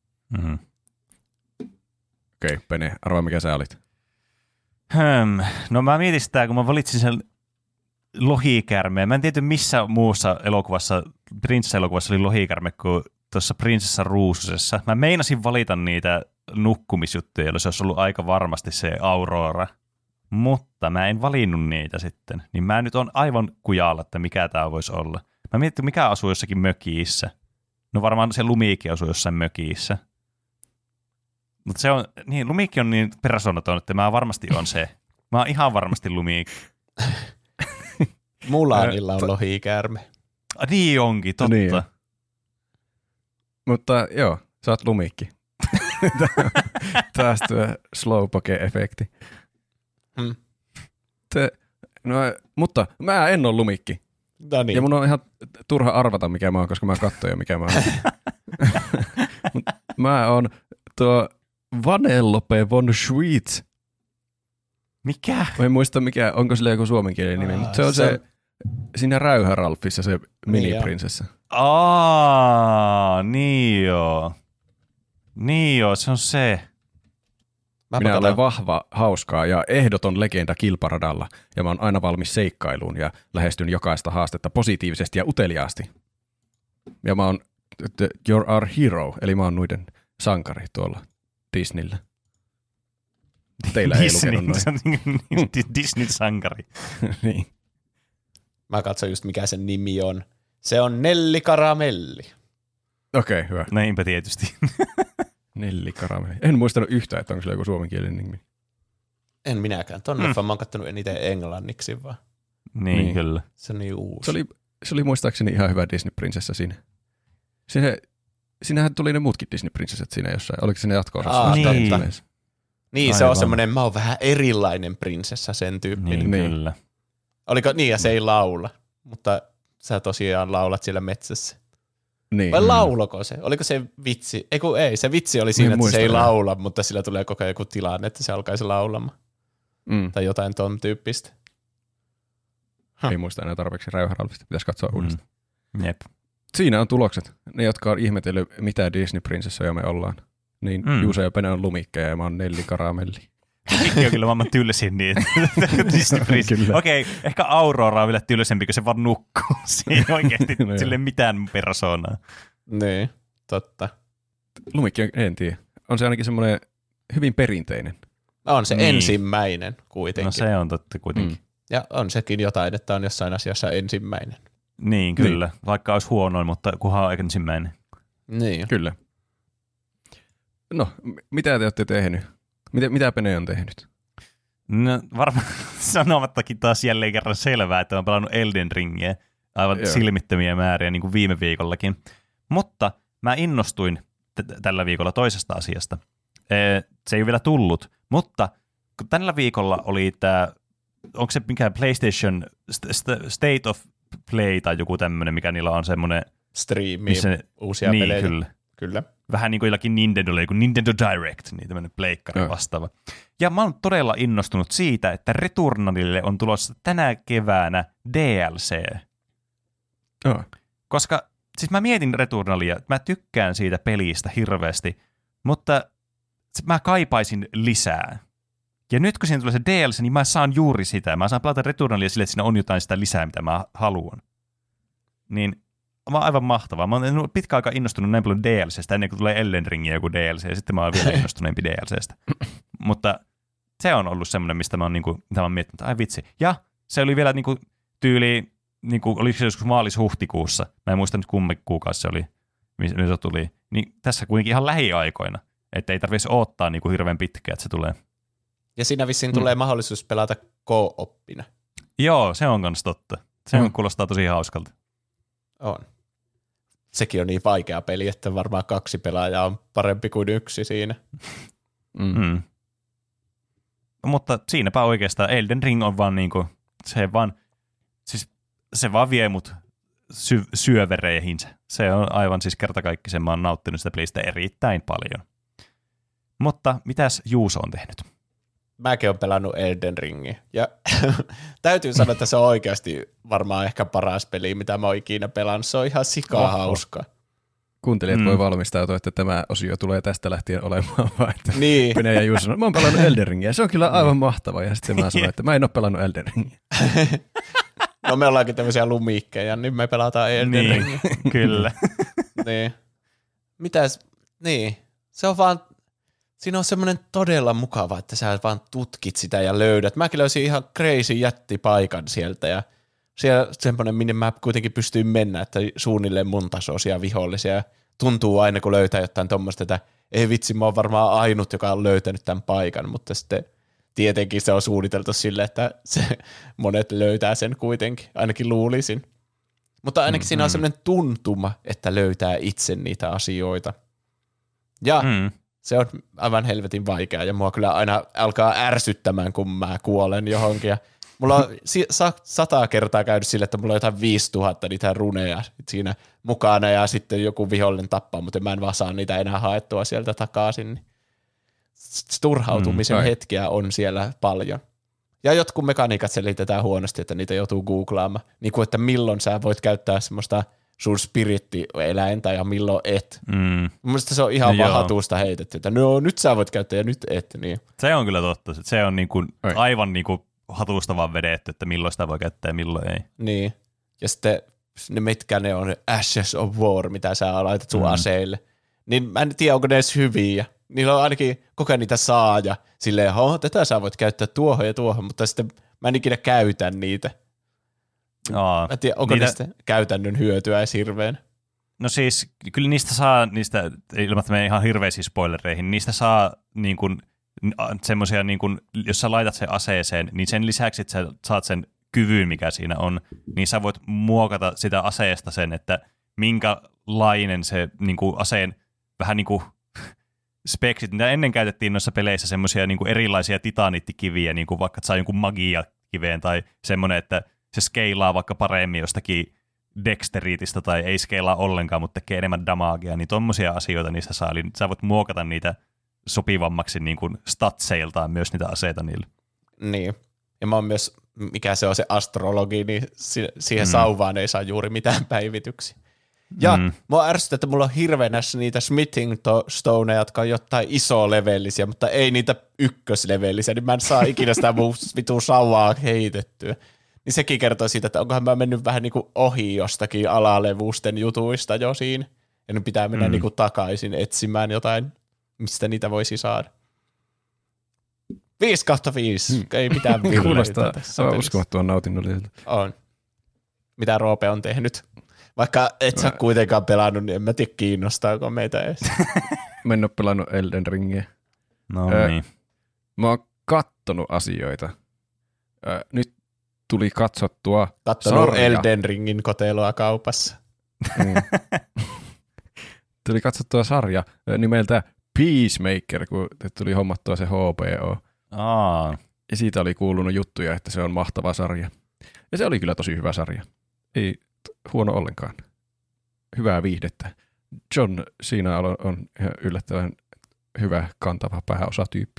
Okei, Pene, arvaa mikä sä olit. No mä mietin sitä, kun mä valitsin sen lohikärmeen. Mä en tiedä, missä muussa elokuvassa, prinsessa-elokuvassa oli lohikärme kuin tuossa Prinsessa Ruususessa. Mä meinasin valita niitä nukkumisjuttuja, joilla se olisi ollut aika varmasti se Aurora. Mutta mä en valinnut niitä sitten. Niin mä nyt on aivan kujalla, että mikä tää voisi olla. Mä mietin, mikä asuu jossakin mökiissä. No varmaan se Lumikki asuu jossain mökiissä. Mutta se on, niin Lumikki on niin persoonaton, että mä varmasti on se. Mä oon ihan varmasti Lumikki. Mulanilla on lohikäärme. Niin onkin, totta. Niin. Mutta joo, sä oot Lumikki. Taas tuo slowpoke-efekti. Mutta mä en ole Lumikki. No niin. Ja mun on ihan turha arvata, mikä mä oon, koska mä katsoin jo, mikä mä oon. Mä oon tuo Vanellope von Schweetz. Mikä? Mä en muista mikä, onko sillä joku suomenkielinen nimi, mutta se on se siinä Räyhä Ralphissa se miniprinsessa. Niin joo. Niin joo, se on se. Minä olen vahva, hauskaa ja ehdoton legenda kilparadalla, ja mä oon aina valmis seikkailuun ja lähestyn jokaista haastetta positiivisesti ja uteliaasti. Ja mä oon You're our hero, eli mä oon noiden sankari tuolla Disneyllä. Teillä ei lukenut noin. Disney-sankari. Niin. Mä katson just mikä sen nimi on. Se on Nelli Karamelli. Okei, hyvä. Näinpä tietysti. Nelli Karamelli. En muistanut yhtään, että onko sillä joku suomenkielinen nimi. En minäkään. Ton leffan mä oon kattonut eniten englanniksi vaan. Niin, kyllä. Se on niin uusi. Se oli muistaakseni ihan hyvä Disney-prinsessa siinä. Siinähän tuli ne muutkin Disney-prinsessat siinä jossain. Oliko se ne jatko-osassa? Niin, se on semmoinen, mä oon vähän erilainen prinsessa, sen tyyppinen. Niin, kyllä. Oliko niin, ja se ei laula, mutta sä tosiaan laulat siellä metsässä. Niin. Vai lauloko se? Oliko se vitsi? Ei, se vitsi oli siinä, että se ei laula, mutta sillä tulee koko ajan joku tilanne, että se alkaisi laulamaan. Tai jotain ton tyyppistä. Ei muista enää tarpeeksi Räyhä Ralphista. Pitäisi katsoa uudestaan. Jep. Siinä on tulokset. Ne, jotka on ihmetellyt, mitä Disney-prinsessoja me ollaan. Niin Juuso ja Pene on lumikkeja ja mä oon Nelli Karamelli. Lumikki on kyllä maailman tylsin niin. Okei, ehkä Aurora on vielä tylsempi, kun se vaan nukkuu. Siinä oikeasti sille mitään persoonaa. Niin, totta. Lumikki en tiedä. On se ainakin semmoinen hyvin perinteinen. On se ensimmäinen kuitenkin. No se on totta kuitenkin. Ja on sekin jotain, että on jossain asiassa ensimmäinen. Niin, kyllä. Niin. Vaikka olisi huonoin, mutta kunhan on ensimmäinen. Niin. Kyllä. No, mitä te olette tehnyt? Mitä Pene on tehnyt? No varmaan sanomattakin taas jälleen kerran selvää, että olen pelannut Elden Ringiä aivan silmittömiä määriä niin kuin viime viikollakin. Mutta mä innostuin tällä viikolla toisesta asiasta. Se ei ole vielä tullut, mutta tällä viikolla oli tämä, onko se mikään PlayStation State of Play tai joku tämmöinen, mikä niillä on semmoinen striimi, uusia pelejä. Kyllä. Vähän niin kuin jollakin Nintendolla, joku Nintendo Direct, niin tämmöinen pleikkari vastaava. Ja mä oon todella innostunut siitä, että Returnalille on tulossa tänä keväänä DLC. Koska siis mä mietin Returnalia, mä tykkään siitä pelistä hirveästi, mutta mä kaipaisin lisää. Ja nyt kun siinä tulee se DLC, niin mä saan juuri sitä. Mä saan pelata Returnalia sille, että siinä on jotain sitä lisää, mitä mä haluan. Niin mä oon aivan mahtavaa. Mä oon pitkä aika innostunut näin paljon DLCstä, ennen kuin tulee Elden Ringiä joku DLC, ja sitten mä oon vielä innostuneempi DLCstä. Mutta se on ollut semmoinen, mistä mä oon, mitä mä oon miettinyt, ai vitsi. Ja se oli vielä tyyli, oliko se joskus maalis-huhtikuussa, mä en muista nyt kummin kuukausi se oli, missä se tuli, niin tässä kuitenkin ihan lähiaikoina, että ei tarvitsisi odottaa hirveän pitkään, että se tulee. Ja siinä vissiin tulee mahdollisuus pelata co-oppina. Joo, se on kans totta. Se kuulostaa tosi hauskalta. On. Sekin on niin vaikea peli, että varmaan 2 pelaajaa on parempi kuin 1 siinä. Mutta siinäpä oikeastaan Elden Ring on vaan se vaan vie mut syövereihinsä. Se on aivan siis kertakaikkisen, mä oon nauttinut sitä pelistä erittäin paljon. Mutta mitäs Juuso on tehnyt? Mäkin olen pelannut Elden Ringin. Ja täytyy sanoa, että se on oikeasti varmaan ehkä paras peli, mitä mä oon ikinä pelannut. Se on ihan sikaa hauskaa. Kuuntelijat voi valmistautua, että tämä osio tulee tästä lähtien olemaan. Niin. Pene ja Juuso sanoo, mä oon pelannut Elden Ringiä. Se on kyllä aivan mahtava. Ja sitten mä sanoin, että mä en ole pelannut Elden Ringiä. No me ollaankin tämmöisiä lumikkeja, niin me pelataan Elden Ringiä. Kyllä. Niin. Mitäs? Niin. Se on vaan... Siinä on semmoinen todella mukava, että sä vaan tutkit sitä ja löydät. Mäkin löysin ihan crazy jättipaikan sieltä ja siellä semmoinen, minne mä kuitenkin pystyin mennä, että suunnilleen mun tasoisia vihollisia. Tuntuu aina, kun löytää jotain tommoista, että ei vitsi, mä oon varmaan ainut, joka on löytänyt tämän paikan, mutta sitten tietenkin se on suunniteltu sille, että monet löytää sen kuitenkin, ainakin luulisin. Mutta ainakin siinä on semmoinen tuntuma, että löytää itse niitä asioita. Ja... Se on aivan helvetin vaikeaa ja mua kyllä aina alkaa ärsyttämään, kun mä kuolen johonkin. Ja mulla on 100 kertaa käynyt sille, että mulla on jotain 5000 niitä runeja siinä mukana ja sitten joku vihollinen tappaa, mutta mä en vaan saa niitä enää haettua sieltä takaisin. Turhautumisen hetkiä on siellä paljon. Ja jotkut mekaniikat selitetään huonosti, että niitä joutuu googlaamaan. Niin kuin, että milloin sä voit käyttää semmoista sun spiritti-eläintä ja milloin et. Mielestäni se on ihan vaan hatusta heitetty, että no nyt sä voit käyttää ja nyt et. Niin. Se on kyllä totta. Se on niinku aivan niinku hatusta vaan vedetty, että milloin sitä voi käyttää ja milloin ei. Niin. Ja sitten mitkä ne on, Ashes of War, mitä sä laitat sun aseille. Niin mä en tiedä, onko ne edes hyviä. Niillä on ainakin koko ajan niitä saa ja silleen, tätä sä voit käyttää tuohon ja tuohon, mutta sitten mä en ikinä käytä niitä. Mä en tiedä, onko niistä käytännön hyötyä edes hirveän. No siis, kyllä niistä saa, ilman me ihan hirveisiin spoilereihin, niistä saa niin kuin semmoisia, niin kuin, jos sä laitat sen aseeseen, niin sen lisäksi, että sä saat sen kyvyn, mikä siinä on, niin sä voit muokata sitä aseesta sen, että minkälainen se niin kuin aseen vähän niin kuin speksit, mitä ennen käytettiin noissa peleissä semmoisia niin kuin erilaisia titaniittikiviä, niin kuin vaikka saa jonkun magia-kiveen tai semmoinen, että se skeilaa vaikka paremmin jostakin dexteriitistä tai ei skeilaa ollenkaan, mutta tekee enemmän damagea, niin tommosia asioita niistä saa, eli sä voit muokata niitä sopivammaksi niin kuin statseiltaan myös niitä aseita niille. Niin, ja mä oon myös, mikä se on se astrologi, niin siihen sauvaan ei saa juuri mitään päivityksiä. Ja mua ärsyttää, että mulla on hirveänässä niitä smithing stoneja, jotka on jotain iso-levellisiä, mutta ei niitä ykköslevellisiä, niin mä en saa ikinä sitä mun vitun sauvaa heitettyä. Niin sekin kertoo siitä, että onkohan mä mennyt vähän niin kuin ohi jostakin alalevusten jutuista jo siinä. Ja nyt pitää mennä niin kuin takaisin etsimään jotain, mistä niitä voisi saada. 5/5. Ei mitään virheitä. Kuulostaa uskomattoman nautinnolliselta. On. Mitä Roope on tehnyt? Vaikka et sä kuitenkaan pelannut, niin en mä tiedä kiinnostaako meitä edes. Mä en ole pelannut Elden Ringiä. No niin. Mä oon kattonut asioita. Nyt tuli katsottua sarja. Elden Ringin koteloa kaupassa. Tuli katsottua sarja nimeltä Peacemaker, kun tuli hommattua se HBO. Ja siitä oli kuulunut juttuja, että se on mahtava sarja. Ja se oli kyllä tosi hyvä sarja. Ei huono ollenkaan. Hyvää viihdettä. John siinä on yllättävän hyvä kantava pääosatyyppi.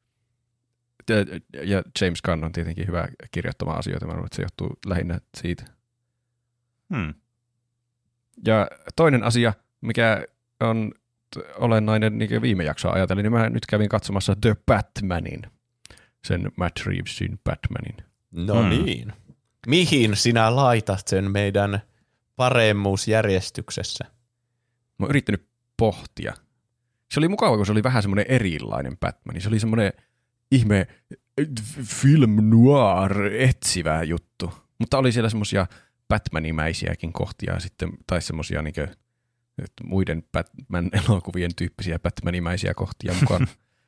Ja James Gunn on tietenkin hyvä kirjoittamaan asioita. Mä luulen, että se johtuu lähinnä siitä. Ja toinen asia, mikä on olennainen niin viime jaksoa ajatellen, niin mä nyt kävin katsomassa The Batmanin. Sen Matt Reevesin Batmanin. No niin. Mihin sinä laitat sen meidän paremmuusjärjestyksessä? Mä oon yrittänyt pohtia. Se oli mukava, kun se oli vähän semmoinen erilainen Batman. Se oli semmoinen ihme film noir etsivä juttu. Mutta oli siellä semmoisia Batmanimäisiäkin kohtia sitten, tai semmoisia niin muiden Batman-elokuvien tyyppisiä Batmanimäisiä kohtia mukaan.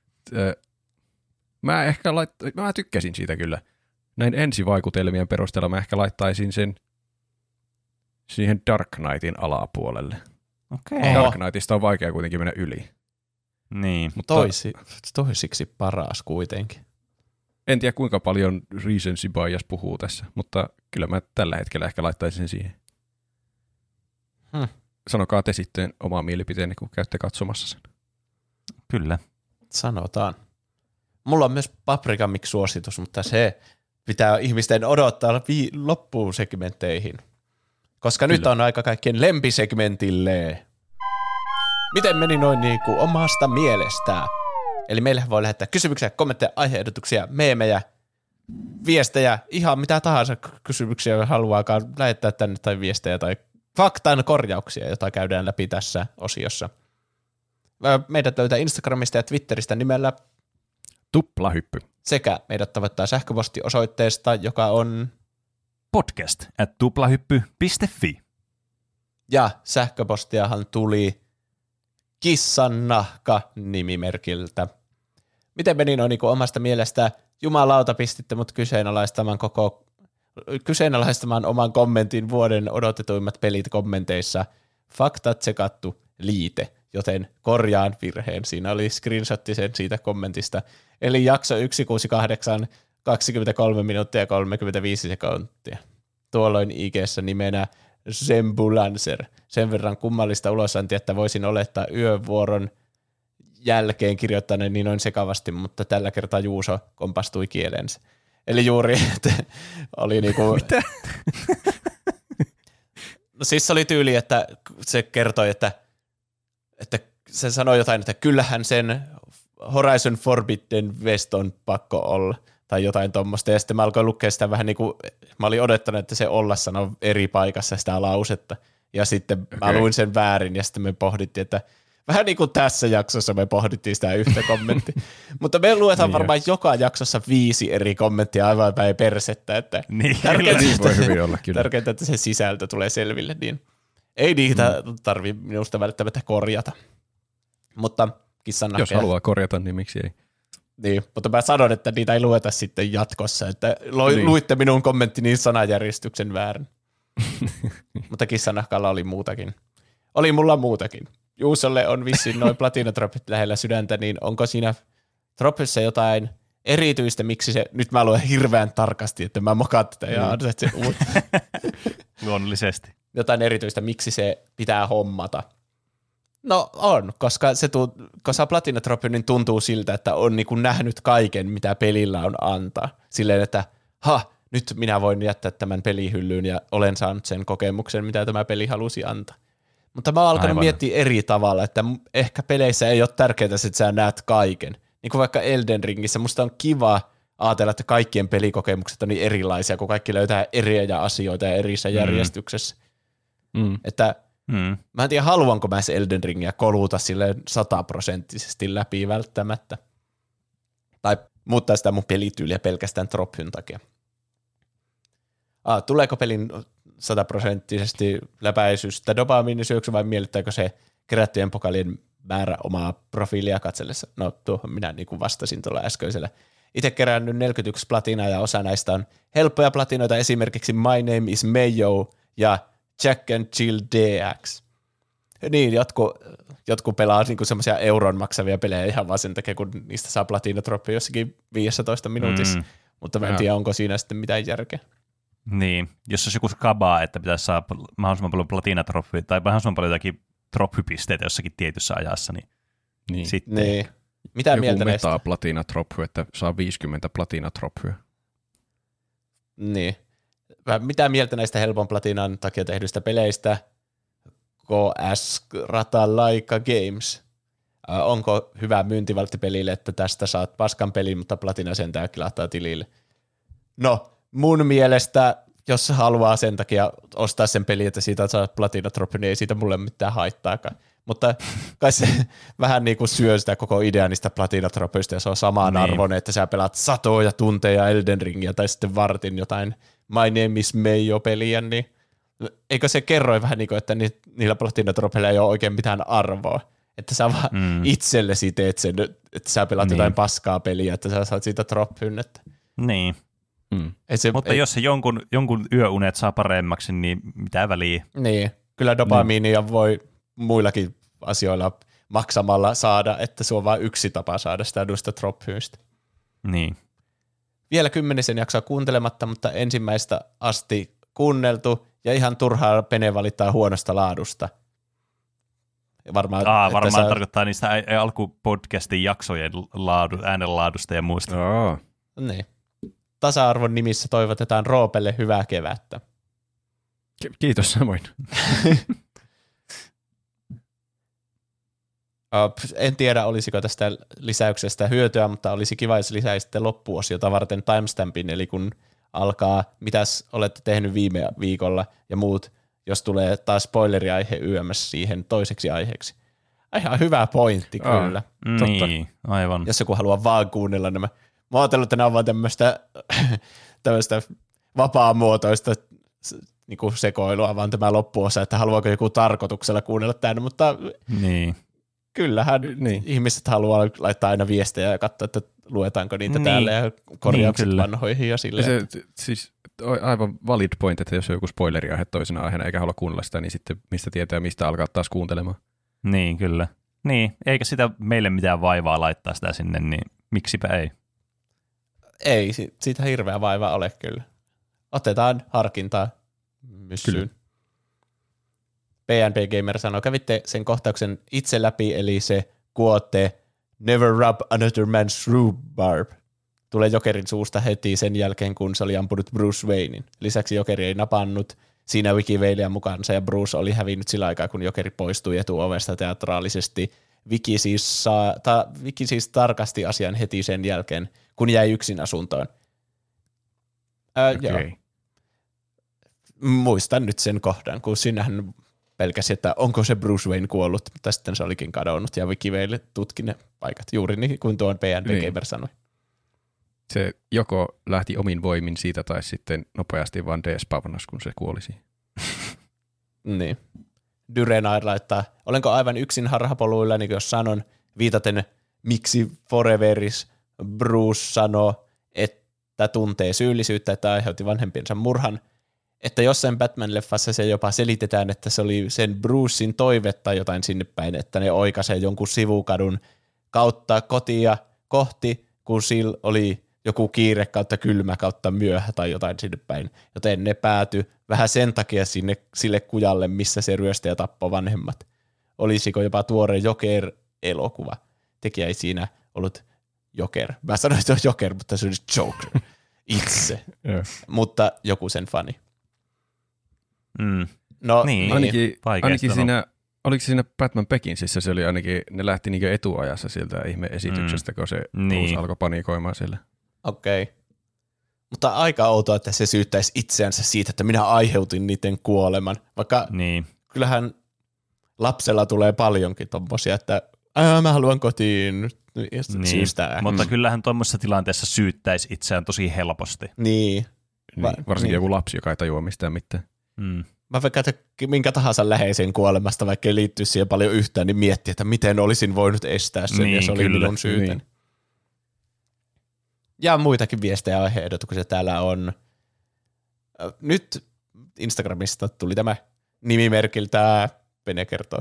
Mä tykkäsin siitä kyllä. Näin ensivaikutelmien perusteella mä ehkä laittaisin sen siihen Dark Knightin alapuolelle. Okei. Dark Knightista on vaikea kuitenkin mennä yli. Niin. Mutta toisiksi paras kuitenkin. En tiedä kuinka paljon recency bias puhuu tässä, mutta kyllä mä tällä hetkellä ehkä laittaisin sen siihen. Sanokaa te sitten omaa mielipiteenne, kun käytte katsomassa sen. Kyllä. Sanotaan. Mulla on myös Paprika Mix-suositus, mutta se pitää ihmisten odottaa loppuun segmentteihin. Koska kyllä. Nyt on aika kaikkien lempisegmentille. Miten meni noin niin kuin omasta mielestään? Eli meille voi lähettää kysymyksiä, kommentteja, aihe-ehdotuksia, meemejä, viestejä, ihan mitä tahansa kysymyksiä haluaakaan lähettää tänne tai viestejä tai faktan korjauksia, jota käydään läpi tässä osiossa. Meidät löytää Instagramista ja Twitteristä nimellä Tuplahyppy. Sekä meidät tavoittaa sähköpostiosoitteesta, joka on podcast@tuplahyppy.fi. Ja sähköpostiahan tuli Kissannahka-nimimerkiltä. Miten meni noin niin omasta mielestä? Jumalauta, pistitte mut kyseenalaistamaan oman kommentin vuoden odotetuimmat pelit kommenteissa. Faktat tsekattu liite, joten korjaan virheen. Siinä oli screenshotti sen siitä kommentista. Eli jakso 168, 23 minuuttia ja 35 sekuntia. Tuolloin IG:ssä nimenä Zembulancer. Sen verran kummallista ulosantia, että voisin olettaa yövuoron jälkeen kirjoittaneen niin noin sekavasti, mutta tällä kertaa Juuso kompastui kielensä. Eli juuri, että oli niinku... Mitä? No siis se oli tyyli, että se kertoi, että se sanoi jotain, että kyllähän sen Horizon Forbidden West on pakko olla, tai jotain tommoista, ja sitten mä alkoin lukea sitä vähän niin kuin, mä olin odottanut, että se olla sanoo eri paikassa sitä lausetta, ja sitten mä luin sen väärin, ja sitten me pohdittiin, että vähän niin kuin tässä jaksossa me pohdittiin sitä yhtä kommenttia, mutta me luetaan niin varmaan joka jaksossa 5 eri kommenttia aivan päin persettä, että tärkeintä, että se sisältö tulee selville, niin ei niitä tarvitse minusta välttämättä korjata. Mutta jos haluaa korjata, niin miksi ei? Niin, mutta mä sanon, että niitä ei lueta sitten jatkossa, että luitte minun kommenttini sanajärjestyksen väärin. Mutta Kissanahkalla oli muutakin. Oli mulla muutakin. Juusolle on vissiin noin platinatroppit lähellä sydäntä, niin onko siinä troppissa jotain erityistä, miksi se, nyt mä luen hirveän tarkasti, että mä mokaan tätä ja annan sen uutta. Luonnollisesti. Jotain erityistä, miksi se pitää hommata. No on, koska platinatroppi niin tuntuu siltä, että on niin kuin nähnyt kaiken, mitä pelillä on antaa. Silleen, että nyt minä voin jättää tämän pelihyllyyn ja olen saanut sen kokemuksen, mitä tämä peli halusi antaa. Mutta mä oon alkanut miettiä eri tavalla, että ehkä peleissä ei ole tärkeää, että sä näet kaiken. Niin kuin vaikka Elden Ringissä, musta on kiva ajatella, että kaikkien pelikokemukset on niin erilaisia, kun kaikki löytää eriä asioita ja erissä järjestyksessä. Että mä en tiedä, haluanko mä se Elden Ringiä koluta silleen 100% läpi välttämättä. Tai muuttaa sitä mun pelityyliä pelkästään Trophyn takia. Tuleeko pelin 100% läpäisystä dopamiinisyöksy vai miellyttääkö se kerättyjen pokalien määrä omaa profiilia katsellessa? No tuohon minä niin kuin vastasin tuolla äskeisellä. Itse kerännyt 41 platinaa ja osa näistä on helppoja platinoita, esimerkiksi My Name is Mayo ja Jack and Jill DX. Niin, jotkut pelaa niinku semmoisia euron maksavia pelejä ihan vaan sen takia, kun niistä saa platinatroppeja jossakin 15 minuutissa. Mutta mä en tiedä, onko siinä sitten mitään järkeä. Niin, jos olisi joku skabaa, että pitäisi saada mahdollisimman paljon platinatroppeja tai mahdollisimman paljon jotakin troppypisteitä jossakin tietyssä ajassa, niin sitten... Niin. Mitä mieltä näistä? Joku platinatrophy, että saa 50 platinatrophyä. Niin. Mitä mieltä näistä helpon platinan takia tehdyistä peleistä? KS Ratalaika Games. Onko hyvä myyntivaltti pelille, että tästä saat paskan pelin, mutta platina sentään kilahtaa tilille? No, mun mielestä, jos haluaa sen takia ostaa sen pelin, että siitä saa platinatroppi, niin ei siitä mulle mitään haittaakaan. Mutta kai se vähän niin kuin syö sitä koko idea niistä platinatroppeista, ja se on samaan arvoinen, että sä pelaat satoja tunteja Elden Ringia tai sitten vartin jotain My Name is Mayo-peliä, niin eikö se kerroi vähän niin kuin, että niillä platinatroppeilla ei ole oikein mitään arvoa. Että sä vaan itsellesi teet sen, että sä pelaat jotain paskaa peliä, että sä saat siitä troppynnettä. Niin. Mutta jos se jonkun yöunet saa paremmaksi, niin mitä väliä? Niin, kyllä dopamiinia voi muillakin asioilla maksamalla saada, että se on vain yksi tapa saada sitä noista troppyistä. Niin. Vielä 10 jaksoa kuuntelematta, mutta ensimmäistä asti kuunneltu ja ihan turhaa Pene valittaa huonosta laadusta. Varmaan tarkoittaa niistä alkupodcastin jaksojen äänenlaadusta ja muista. Niin. Tasa-arvon nimissä toivotetaan Roopelle hyvää kevättä. Kiitos samoin. En tiedä, olisiko tästä lisäyksestä hyötyä, mutta olisi kiva, jos lisäisitte loppuosiota varten timestampin, eli kun alkaa, mitäs olette tehnyt viime viikolla ja muut, jos tulee taas spoileriaihe yömässä siihen toiseksi aiheeksi. Ihan hyvä pointti kyllä. Niin, aivan. Jos joku haluaa vaan kuunnella nämä. Mä oon ajatellut, että nämä on vaan tämmöistä vapaamuotoista niinku sekoilua, vaan tämä loppuosa, että haluaako joku tarkoituksella kuunnella tämän, mutta kyllähän ihmiset haluaa laittaa aina viestejä ja katsoa, että luetaanko niitä täällä ja korjaukset vanhoihin ja silleen. Siis aivan valid point, että jos on joku spoileriaihe toisena aiheena eikä halua kuunnella sitä, niin sitten mistä tietää, mistä alkaa taas kuuntelemaan. Niin, kyllä. Niin, eikä sitä meille mitään vaivaa laittaa sitä sinne, niin miksipä ei? Ei, siitä hirveä vaivaa ole kyllä. Otetaan harkintaa myssyyn. PNP Gamer sanoo, kävitte sen kohtauksen itse läpi, eli se quote, never rub another man's rhubarb. tulee Jokerin suusta heti sen jälkeen, kun se oli ampunut Bruce Waynein. Lisäksi Jokeri ei napannut siinä Wiki-Veilia mukaansa, ja Bruce oli hävinnyt sillä aikaa, kun Jokeri poistui etuovesta teatraalisesti. Wiki siis tarkasti asian heti sen jälkeen, kun jäi yksin asuntoon. Joo. Muistan nyt sen kohdan, kun sinähän pelkäsi, että onko se Bruce Wayne kuollut, mutta sitten se olikin kadonnut, ja Wiki-Veille tutki ne paikat, juuri niin kuin tuon PND Gamer sanoi. Se joko lähti omin voimin siitä, tai sitten nopeasti vaan despavnas, kun se kuoli siihen. Niin. Dyrenair laittaa, olenko aivan yksin harhapoluilla, niin jos sanon, viitaten miksi Foreveris Bruce sanoo, että tuntee syyllisyyttä, että aiheutti vanhempiensa murhan, että jossain Batman-leffassa se jopa selitetään, että se oli sen Brucein toive tai jotain sinne päin, että ne oikaisee jonkun sivukadun kautta kotia kohti, kun sillä oli joku kiire kautta kylmä kautta myöhä tai jotain sinne päin. Joten ne päätyi vähän sen takia sille kujalle, missä se ryöstäjä tappoi vanhemmat. Olisiko jopa tuore Joker-elokuva? Tekijä ei siinä ollut Joker. Mä sanoin, että on Joker, mutta se olisi Joker itse. Mutta joku sen fani. No, niin, ainakin siinä, oliko se siinä Batman Beginsissä, se oli ainakin, ne lähti niinku etuajassa sieltä ihme-esityksestä, kun se Bruce alkoi panikoimaan siellä. Okei. Mutta aika outoa, että se syyttäisi itseänsä siitä, että minä aiheutin niiden kuoleman. Vaikka kyllähän lapsella tulee paljonkin tommosia, että mä haluan kotiin syystä. Mutta kyllähän tuommoisessa tilanteessa syyttäisi itseään tosi helposti. Niin. Varsinkin joku lapsi, joka ei tajua mistään mitään. Mä vaikka minkä tahansa läheisen kuolemasta, vaikka ei liittyisi siihen paljon yhtään, niin miettii, että miten olisin voinut estää sen, ja se oli minun syyteni. Niin. Ja muitakin viestejä ja aihe-ehdotuksia täällä on. Nyt Instagramista tuli tämä nimimerkiltä, Pene kertoo.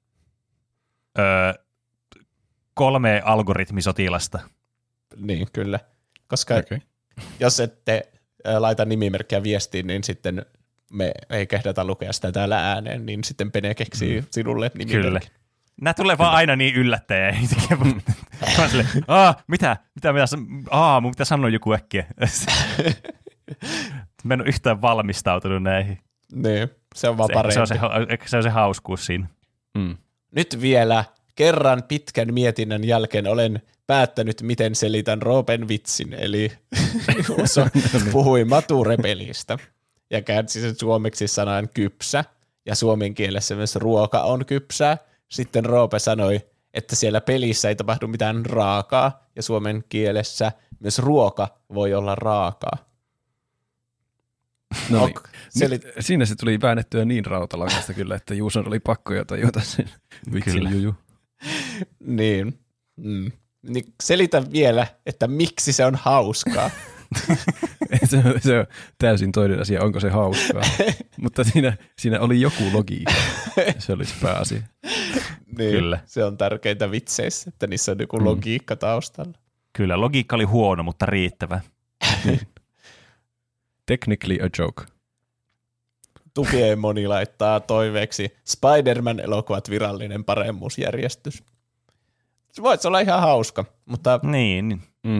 3 algoritmisotilasta. Niin, kyllä. Koska jos ette laita nimimerkkiä viestiin, niin sitten me ei kehdata lukea sitä täällä ääneen, niin sitten Pene keksii sinulle nimimerkin. Kyllä. Nämä tulee vaan aina niin yllättäjä. Mitä mun pitää sanoa joku äkkiä. Mä en ole yhtään valmistautunut näihin. Niin, se on vaan parempi. Se on se hauskuus siinä. Nyt vielä kerran pitkän mietinnän jälkeen olen päättänyt, miten selitän Roopen vitsin, eli puhui Mature-pelistä ja käänsi sen suomeksi sanan kypsä, ja suomen kielessä myös ruoka on kypsää. Sitten Roope sanoi, että siellä pelissä ei tapahdu mitään raakaa, ja suomen kielessä myös ruoka voi olla raakaa. No niin. Siinä se tuli väännettyä niin rautalangasta kyllä, että Juuson oli pakko jo tajuta sen vitsin juju. Niin. Niin selitä vielä, että miksi se on hauskaa. Se on täysin toinen asia, onko se hauskaa. Mutta siinä oli joku logiikka. Se oli se pääasia. Niin, kyllä. Se on tärkeintä vitseissä, että niissä on joku logiikka taustalla. Kyllä, logiikka oli huono, mutta riittävä. Technically a joke. Tukiemoni laittaa toiveeksi Spider-Man-elokuvat virallinen paremmuusjärjestys. Se voisi olla ihan hauska, mutta niin.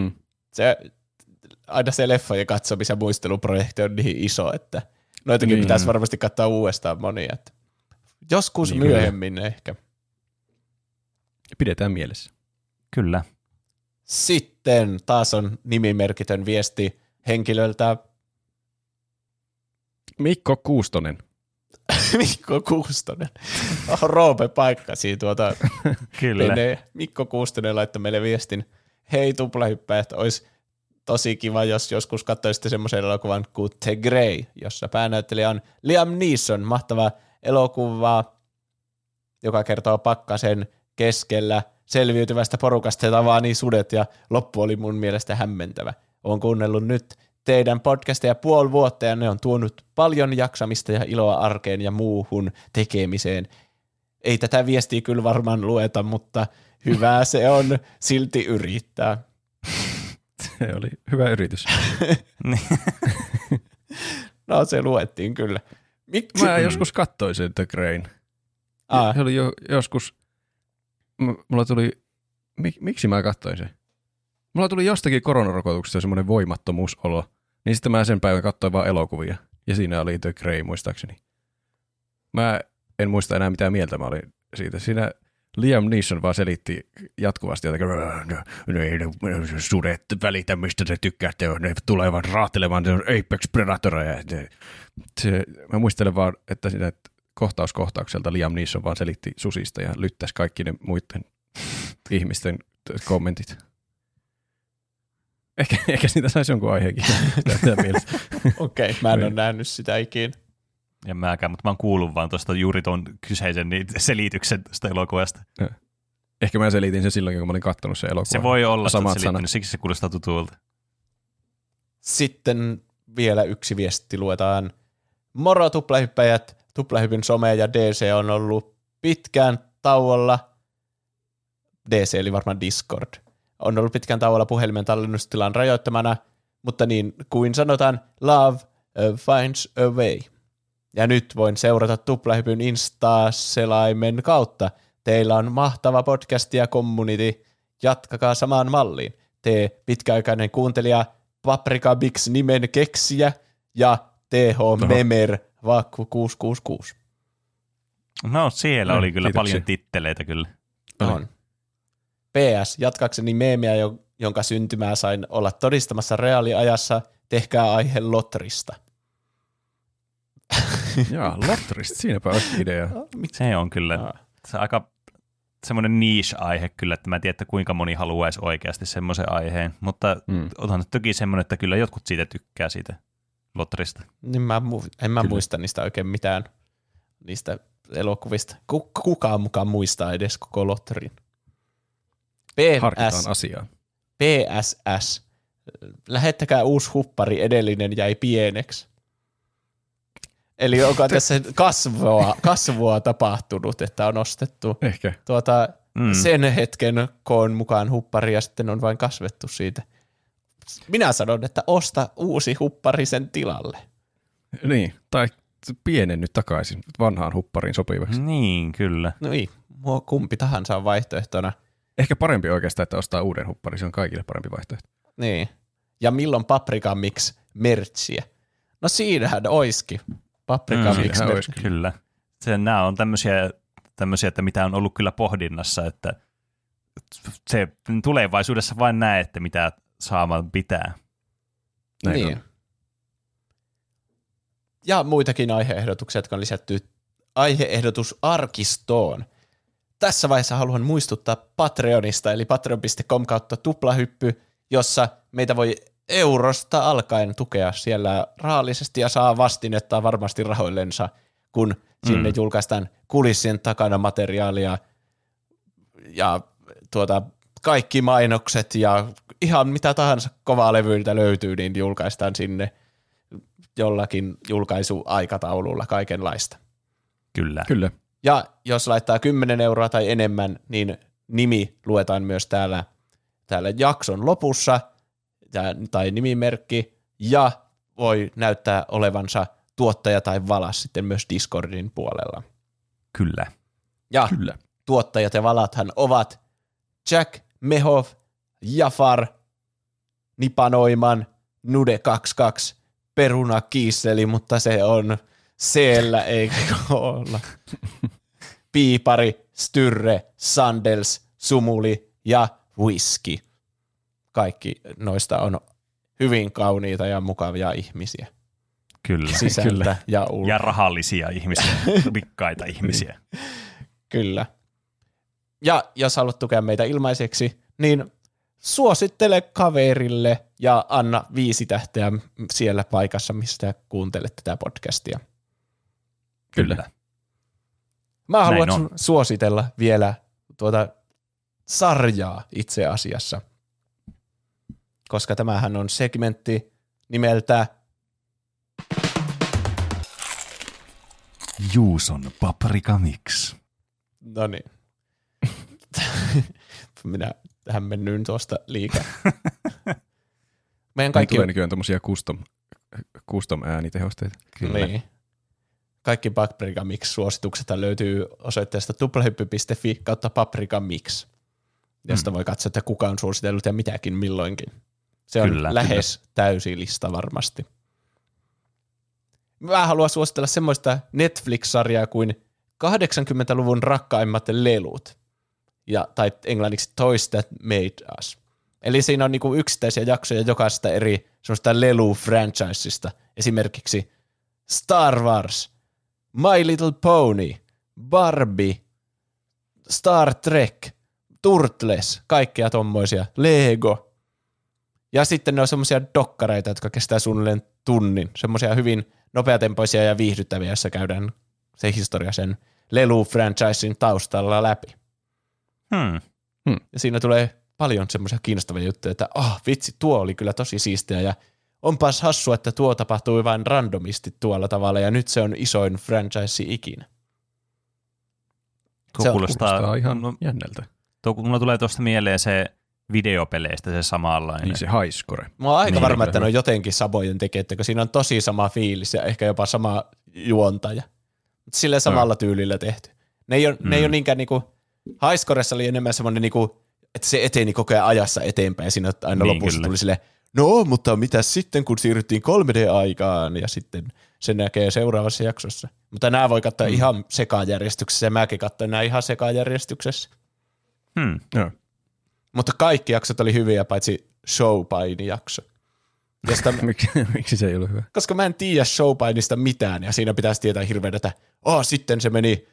Aina se leffojen katsomis- ja muisteluprojekti on niin iso, että noitakin pitäisi varmasti katsoa uudestaan monia. Että joskus myöhemmin ehkä. Pidetään mielessä. Kyllä. Sitten taas on nimimerkitön viesti henkilöltä Mikko Kuustonen. Mikko Kuustonen. Roope paikkasi tuota. Kyllä. Mikko Kuustonen laittoi meille viestin. Hei tuplahyppäjät, olisi tosi kiva, jos joskus katsoisitte semmoisen elokuvan kuin The Grey, jossa päänäyttelijä on Liam Neeson, mahtava elokuva, joka kertoo pakkasen keskellä selviytyvästä porukasta, jota vaanii sudet, ja loppu oli mun mielestä hämmentävä. Olen kuunnellut nyt teidän podcasteja 5 vuotta, ja ne on tuonut paljon jaksamista ja iloa arkeen ja muuhun tekemiseen. Ei tätä viestiä kyllä varmaan lueta, mutta hyvää se on silti yrittää. Se oli hyvä yritys. No se luettiin kyllä. Mä joskus katsoin sen The Grain. Se oli joskus, mulla tuli, miksi mä katsoin sen? Mulla tuli jostakin koronarokotuksesta semmoinen voimattomuusolo. Niin sitten mä sen päivän katsoin vaan elokuvia. Ja siinä oli The Grey muistaakseni. Mä en muista enää mitään mieltä mä olin siitä. Siinä Liam Neeson vaan selitti jatkuvasti jotenkin, sudet välitä, mistä te tykkäätte, ne tulevat raatelemaan, ne on Apex Predatoreja. Mä muistelen vaan, että siinä kohtaukselta Liam Neeson vaan selitti susista ja lyttäisi kaikki ne muiden ihmisten kommentit. Ehkä siitä saisi jonkun aiheenkin. Okei, mä en ole nähnyt sitä ikinä. En mäkään, mutta mä oon kuullut vaan tuosta juuri tuon kyseisen selityksen tästä elokuvasta. Ehkä mä selitin sen silloin, kun mä olin katsonut sen elokuvan. Se voi olla, että selittynyt, siksi se kuulostaa tutulta. Sitten vielä yksi viesti luetaan. Moro tuplahyppäjät, tuplahypyn some ja DC on ollut pitkään tauolla. DC eli varmaan Discord. On ollut pitkään tauolla puhelimen tallennustilan rajoittamana, mutta niin kuin sanotaan, love finds a way. Ja nyt voin seurata tuplahypyn Insta-selaimen kautta. Teillä on mahtava podcast ja community. Jatkakaa samaan malliin. Te pitkäaikainen kuuntelija Paprika Bix nimen keksijä ja TH Memer Vakku 666. No siellä oli kyllä paljon titteleitä kyllä. On. PS, jatkakseni meemiä, jonka syntymää sain olla todistamassa reaaliajassa, tehkää aihe Lotrista. Jaa, Lotrista, siinäpä on idea. Se on kyllä se aika semmoinen niche-aihe kyllä, että mä en tiedä, että kuinka moni haluaisi oikeasti semmoisen aiheen, mutta otan toki semmoinen, että kyllä jotkut siitä tykkää siitä Lotrista. Niin en mä muista niistä oikein mitään, niistä elokuvista. Kukaan mukaan muistaa edes koko Lotrin. Harkitaan asiaa. PSS. Lähettäkää uusi huppari, edellinen jäi pieneksi. Eli onko tässä kasvua tapahtunut, että on ostettu ehkä sen hetken koon mukaan huppari ja sitten on vain kasvettu siitä. Minä sanon, että osta uusi huppari sen tilalle. Niin, tai pienen nyt takaisin vanhaan huppariin sopivaksi. Niin, kyllä. No niin, kumpi tahansa on vaihtoehtona. Ehkä parempi oikeastaan, että ostaa uuden huppari, se on kaikille parempi vaihtoehto. Niin, ja milloin Paprika Mix merchia? No siinähän oiskin. Paprika Mix merch. Kyllä. Nämä on tämmöisiä, että mitä on ollut kyllä pohdinnassa, että se tulevaisuudessa vain näette, mitä saamaan pitää. Näin niin. On. Ja muitakin aihe-ehdotuksia, jotka on lisätty aihe-ehdotusarkistoon. Tässä vaiheessa haluan muistuttaa Patreonista, eli patreon.com kautta tuplahyppy, jossa meitä voi eurosta alkaen tukea siellä rahallisesti ja saa vastinetta varmasti rahoillensa, kun sinne julkaistaan kulissien takana materiaalia ja kaikki mainokset ja ihan mitä tahansa kovaa levyiltä löytyy, niin julkaistaan sinne jollakin julkaisuaikataululla kaikenlaista. Kyllä. Ja jos laittaa 10 euroa tai enemmän, niin nimi luetaan myös täällä jakson lopussa tai nimimerkki ja voi näyttää olevansa tuottaja tai valas sitten myös Discordin puolella. Kyllä. Ja tuottajat ja valathan ovat Jack, Mehov, Jafar, Nipanoiman, Nude22, Peruna Kiisseli, mutta se on siellä eikä olla. Piipari, Styrre, Sandels, Sumuli ja Whisky. Kaikki noista on hyvin kauniita ja mukavia ihmisiä. Kyllä. Sisältä ja ulkoa. Ja rahallisia ihmisiä, rikkaita ihmisiä. Kyllä. Ja jos haluat tukea meitä ilmaiseksi, niin suosittele kaverille ja anna 5 tähteä siellä paikassa, mistä kuuntelet tätä podcastia. Kyllä. Mä haluan suositella vielä sarjaa itse asiassa, koska tämähän on segmentti nimeltä Juuson Paprika Mix. No niin. Minä hämmennyin tuosta liikaa. Meidän kaikki tulee nykyään tommosia custom äänitehosteita. Kyllä. Niin. Kaikki Paprika Mix-suositukset löytyy osoitteesta tuplahyppy.fi kautta Paprika Mix. josta voi katsoa, että kuka on suositellut ja mitäkin milloinkin. Se on lähes täysi lista varmasti. Mä haluan suositella semmoista Netflix-sarjaa kuin 80-luvun rakkaimmat lelut, tai englanniksi Toys That Made Us. Eli siinä on niinku yksittäisiä jaksoja jokaisesta eri semmoista lelu-franchisesta. Esimerkiksi Star Wars, My Little Pony, Barbie, Star Trek, Turtles, kaikkea tommoisia, Lego. Ja sitten ne on semmoisia dokkareita, jotka kestää suunnilleen tunnin. Semmoisia hyvin nopeatempoisia ja viihdyttäviä, joissa käydään se historia sen lelu-franchisin taustalla läpi. Ja siinä tulee paljon semmoisia kiinnostavia juttuja, että vitsi, tuo oli kyllä tosi siistiä ja onpas hassua, että tuo tapahtui vain randomisti tuolla tavalla ja nyt se on isoin franchise ikinä. Tuo kuulostaa ihan jännältä. Mulla tulee tuosta mieleen se videopeleistä se samanlainen. Niin se Highscore. Mä oon aika varma, että ne on jotenkin samojen tekijöitä, kun siinä on tosi sama fiilis ja ehkä jopa sama juontaja. Mutta silleen samalla tyylillä tehty. Ne ei ole niinkään niinku, Highscoressa oli enemmän semmoinen niinku, että se eteni koko ajan ajassa eteenpäin ja siinä aina niin, lopussa tuli silleen, no, mutta mitä sitten, kun siirryttiin 3D-aikaan ja sitten se näkee seuraavassa jaksossa. Mutta nämä voi katsoa ihan sekajärjestyksessä ja mäkin katsoin nämä ihan sekajärjestyksessä. Joo. Mutta kaikki jaksot oli hyviä, paitsi Showpaini-jakso. Miksi se ei ollut hyvä? Koska mä en tiedä Showpainista mitään ja siinä pitäisi tietää hirveän, että sitten se meni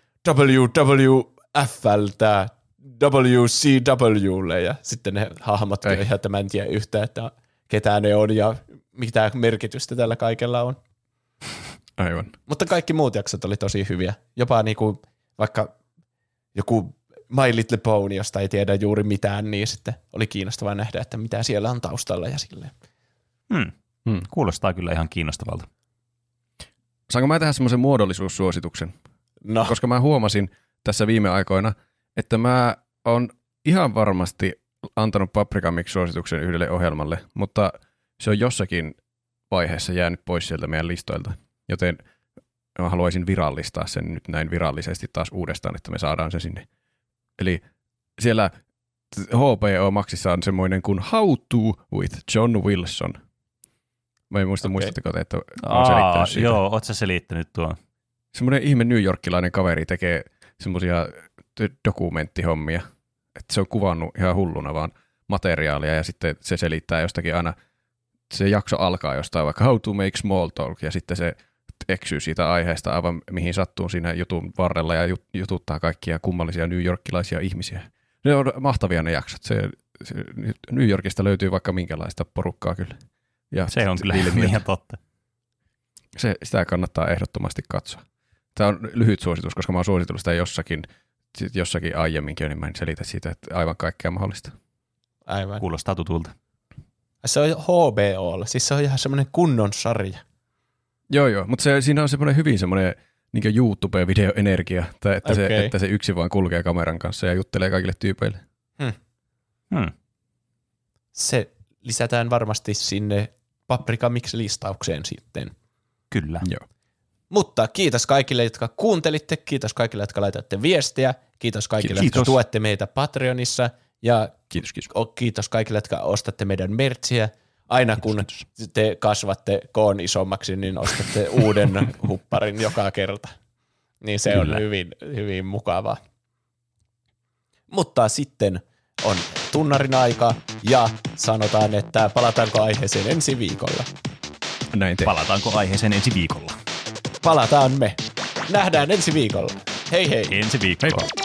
WWFltä WCWlle ja sitten ne hahmot ihan, että mä en tiedä yhtään, että ketä ne on ja mitä merkitystä tällä kaikella on. Aivan. Mutta kaikki muut jaksot oli tosi hyviä. Jopa niinku vaikka joku My Little Pony, josta ei tiedä juuri mitään, niin sitten oli kiinnostavaa nähdä, että mitä siellä on taustalla ja silleen. Kuulostaa kyllä ihan kiinnostavalta. Saanko mä tehdä semmoisen muodollisuussuosituksen? No. Koska mä huomasin tässä viime aikoina, että mä oon ihan varmasti antanut Paprika Mix-suosituksen yhdelle ohjelmalle, mutta se on jossakin vaiheessa jäänyt pois sieltä meidän listoilta, joten mä haluaisin virallistaa sen nyt näin virallisesti taas uudestaan, että me saadaan se sinne. Eli siellä HBO Maxissa on semmoinen kuin How to with John Wilson. Mä en muista, muistatteko te, että olen selittänyt siitä. Joo, oot sä selittänyt tuon. Semmoinen ihme newyorkilainen kaveri tekee semmoisia dokumenttihommia, että se on kuvannut ihan hulluna vaan materiaalia ja sitten se selittää jostakin aina, se jakso alkaa jostain vaikka How to make small talk ja sitten se eksyy siitä aiheesta aivan mihin sattuu siinä jutun varrella ja jututtaa kaikkia kummallisia newyorkilaisia ihmisiä. Ne on mahtavia ne jaksot. New Yorkista löytyy vaikka minkälaista porukkaa kyllä. Ja se on kyllä ihan totta. Sitä kannattaa ehdottomasti katsoa. Tämä on lyhyt suositus, koska mä oon suositellut sitä jossakin aiemminkin, niin mä en selitä siitä, että aivan kaikkea mahdollista. Aivan. Kuulostaa tutulta. Se on HBOlla, siis se on ihan semmoinen kunnon sarja. Joo, mutta siinä on hyvin semmoinen niin YouTube-videoenergia, että se yksin vaan kulkee kameran kanssa ja juttelee kaikille tyypeille. Se lisätään varmasti sinne Paprika Mix-listaukseen sitten. Kyllä. Joo. Mutta kiitos kaikille, jotka kuuntelitte, kiitos kaikille, jotka laitatte viestiä, kiitos kaikille, jotka tuette meitä Patreonissa ja kiitos kaikille, jotka ostatte meidän mertsiä. Aina kun te kasvatte koon isommaksi, niin ostatte uuden hupparin joka kerta. Niin se on hyvin, hyvin mukavaa. Mutta sitten on tunnarin aika ja sanotaan, että palataanko aiheeseen ensi viikolla. Näin te. Palataanko aiheeseen ensi viikolla? Palataan me. Nähdään ensi viikolla. Hei hei. Ensi viikolla. Heippa.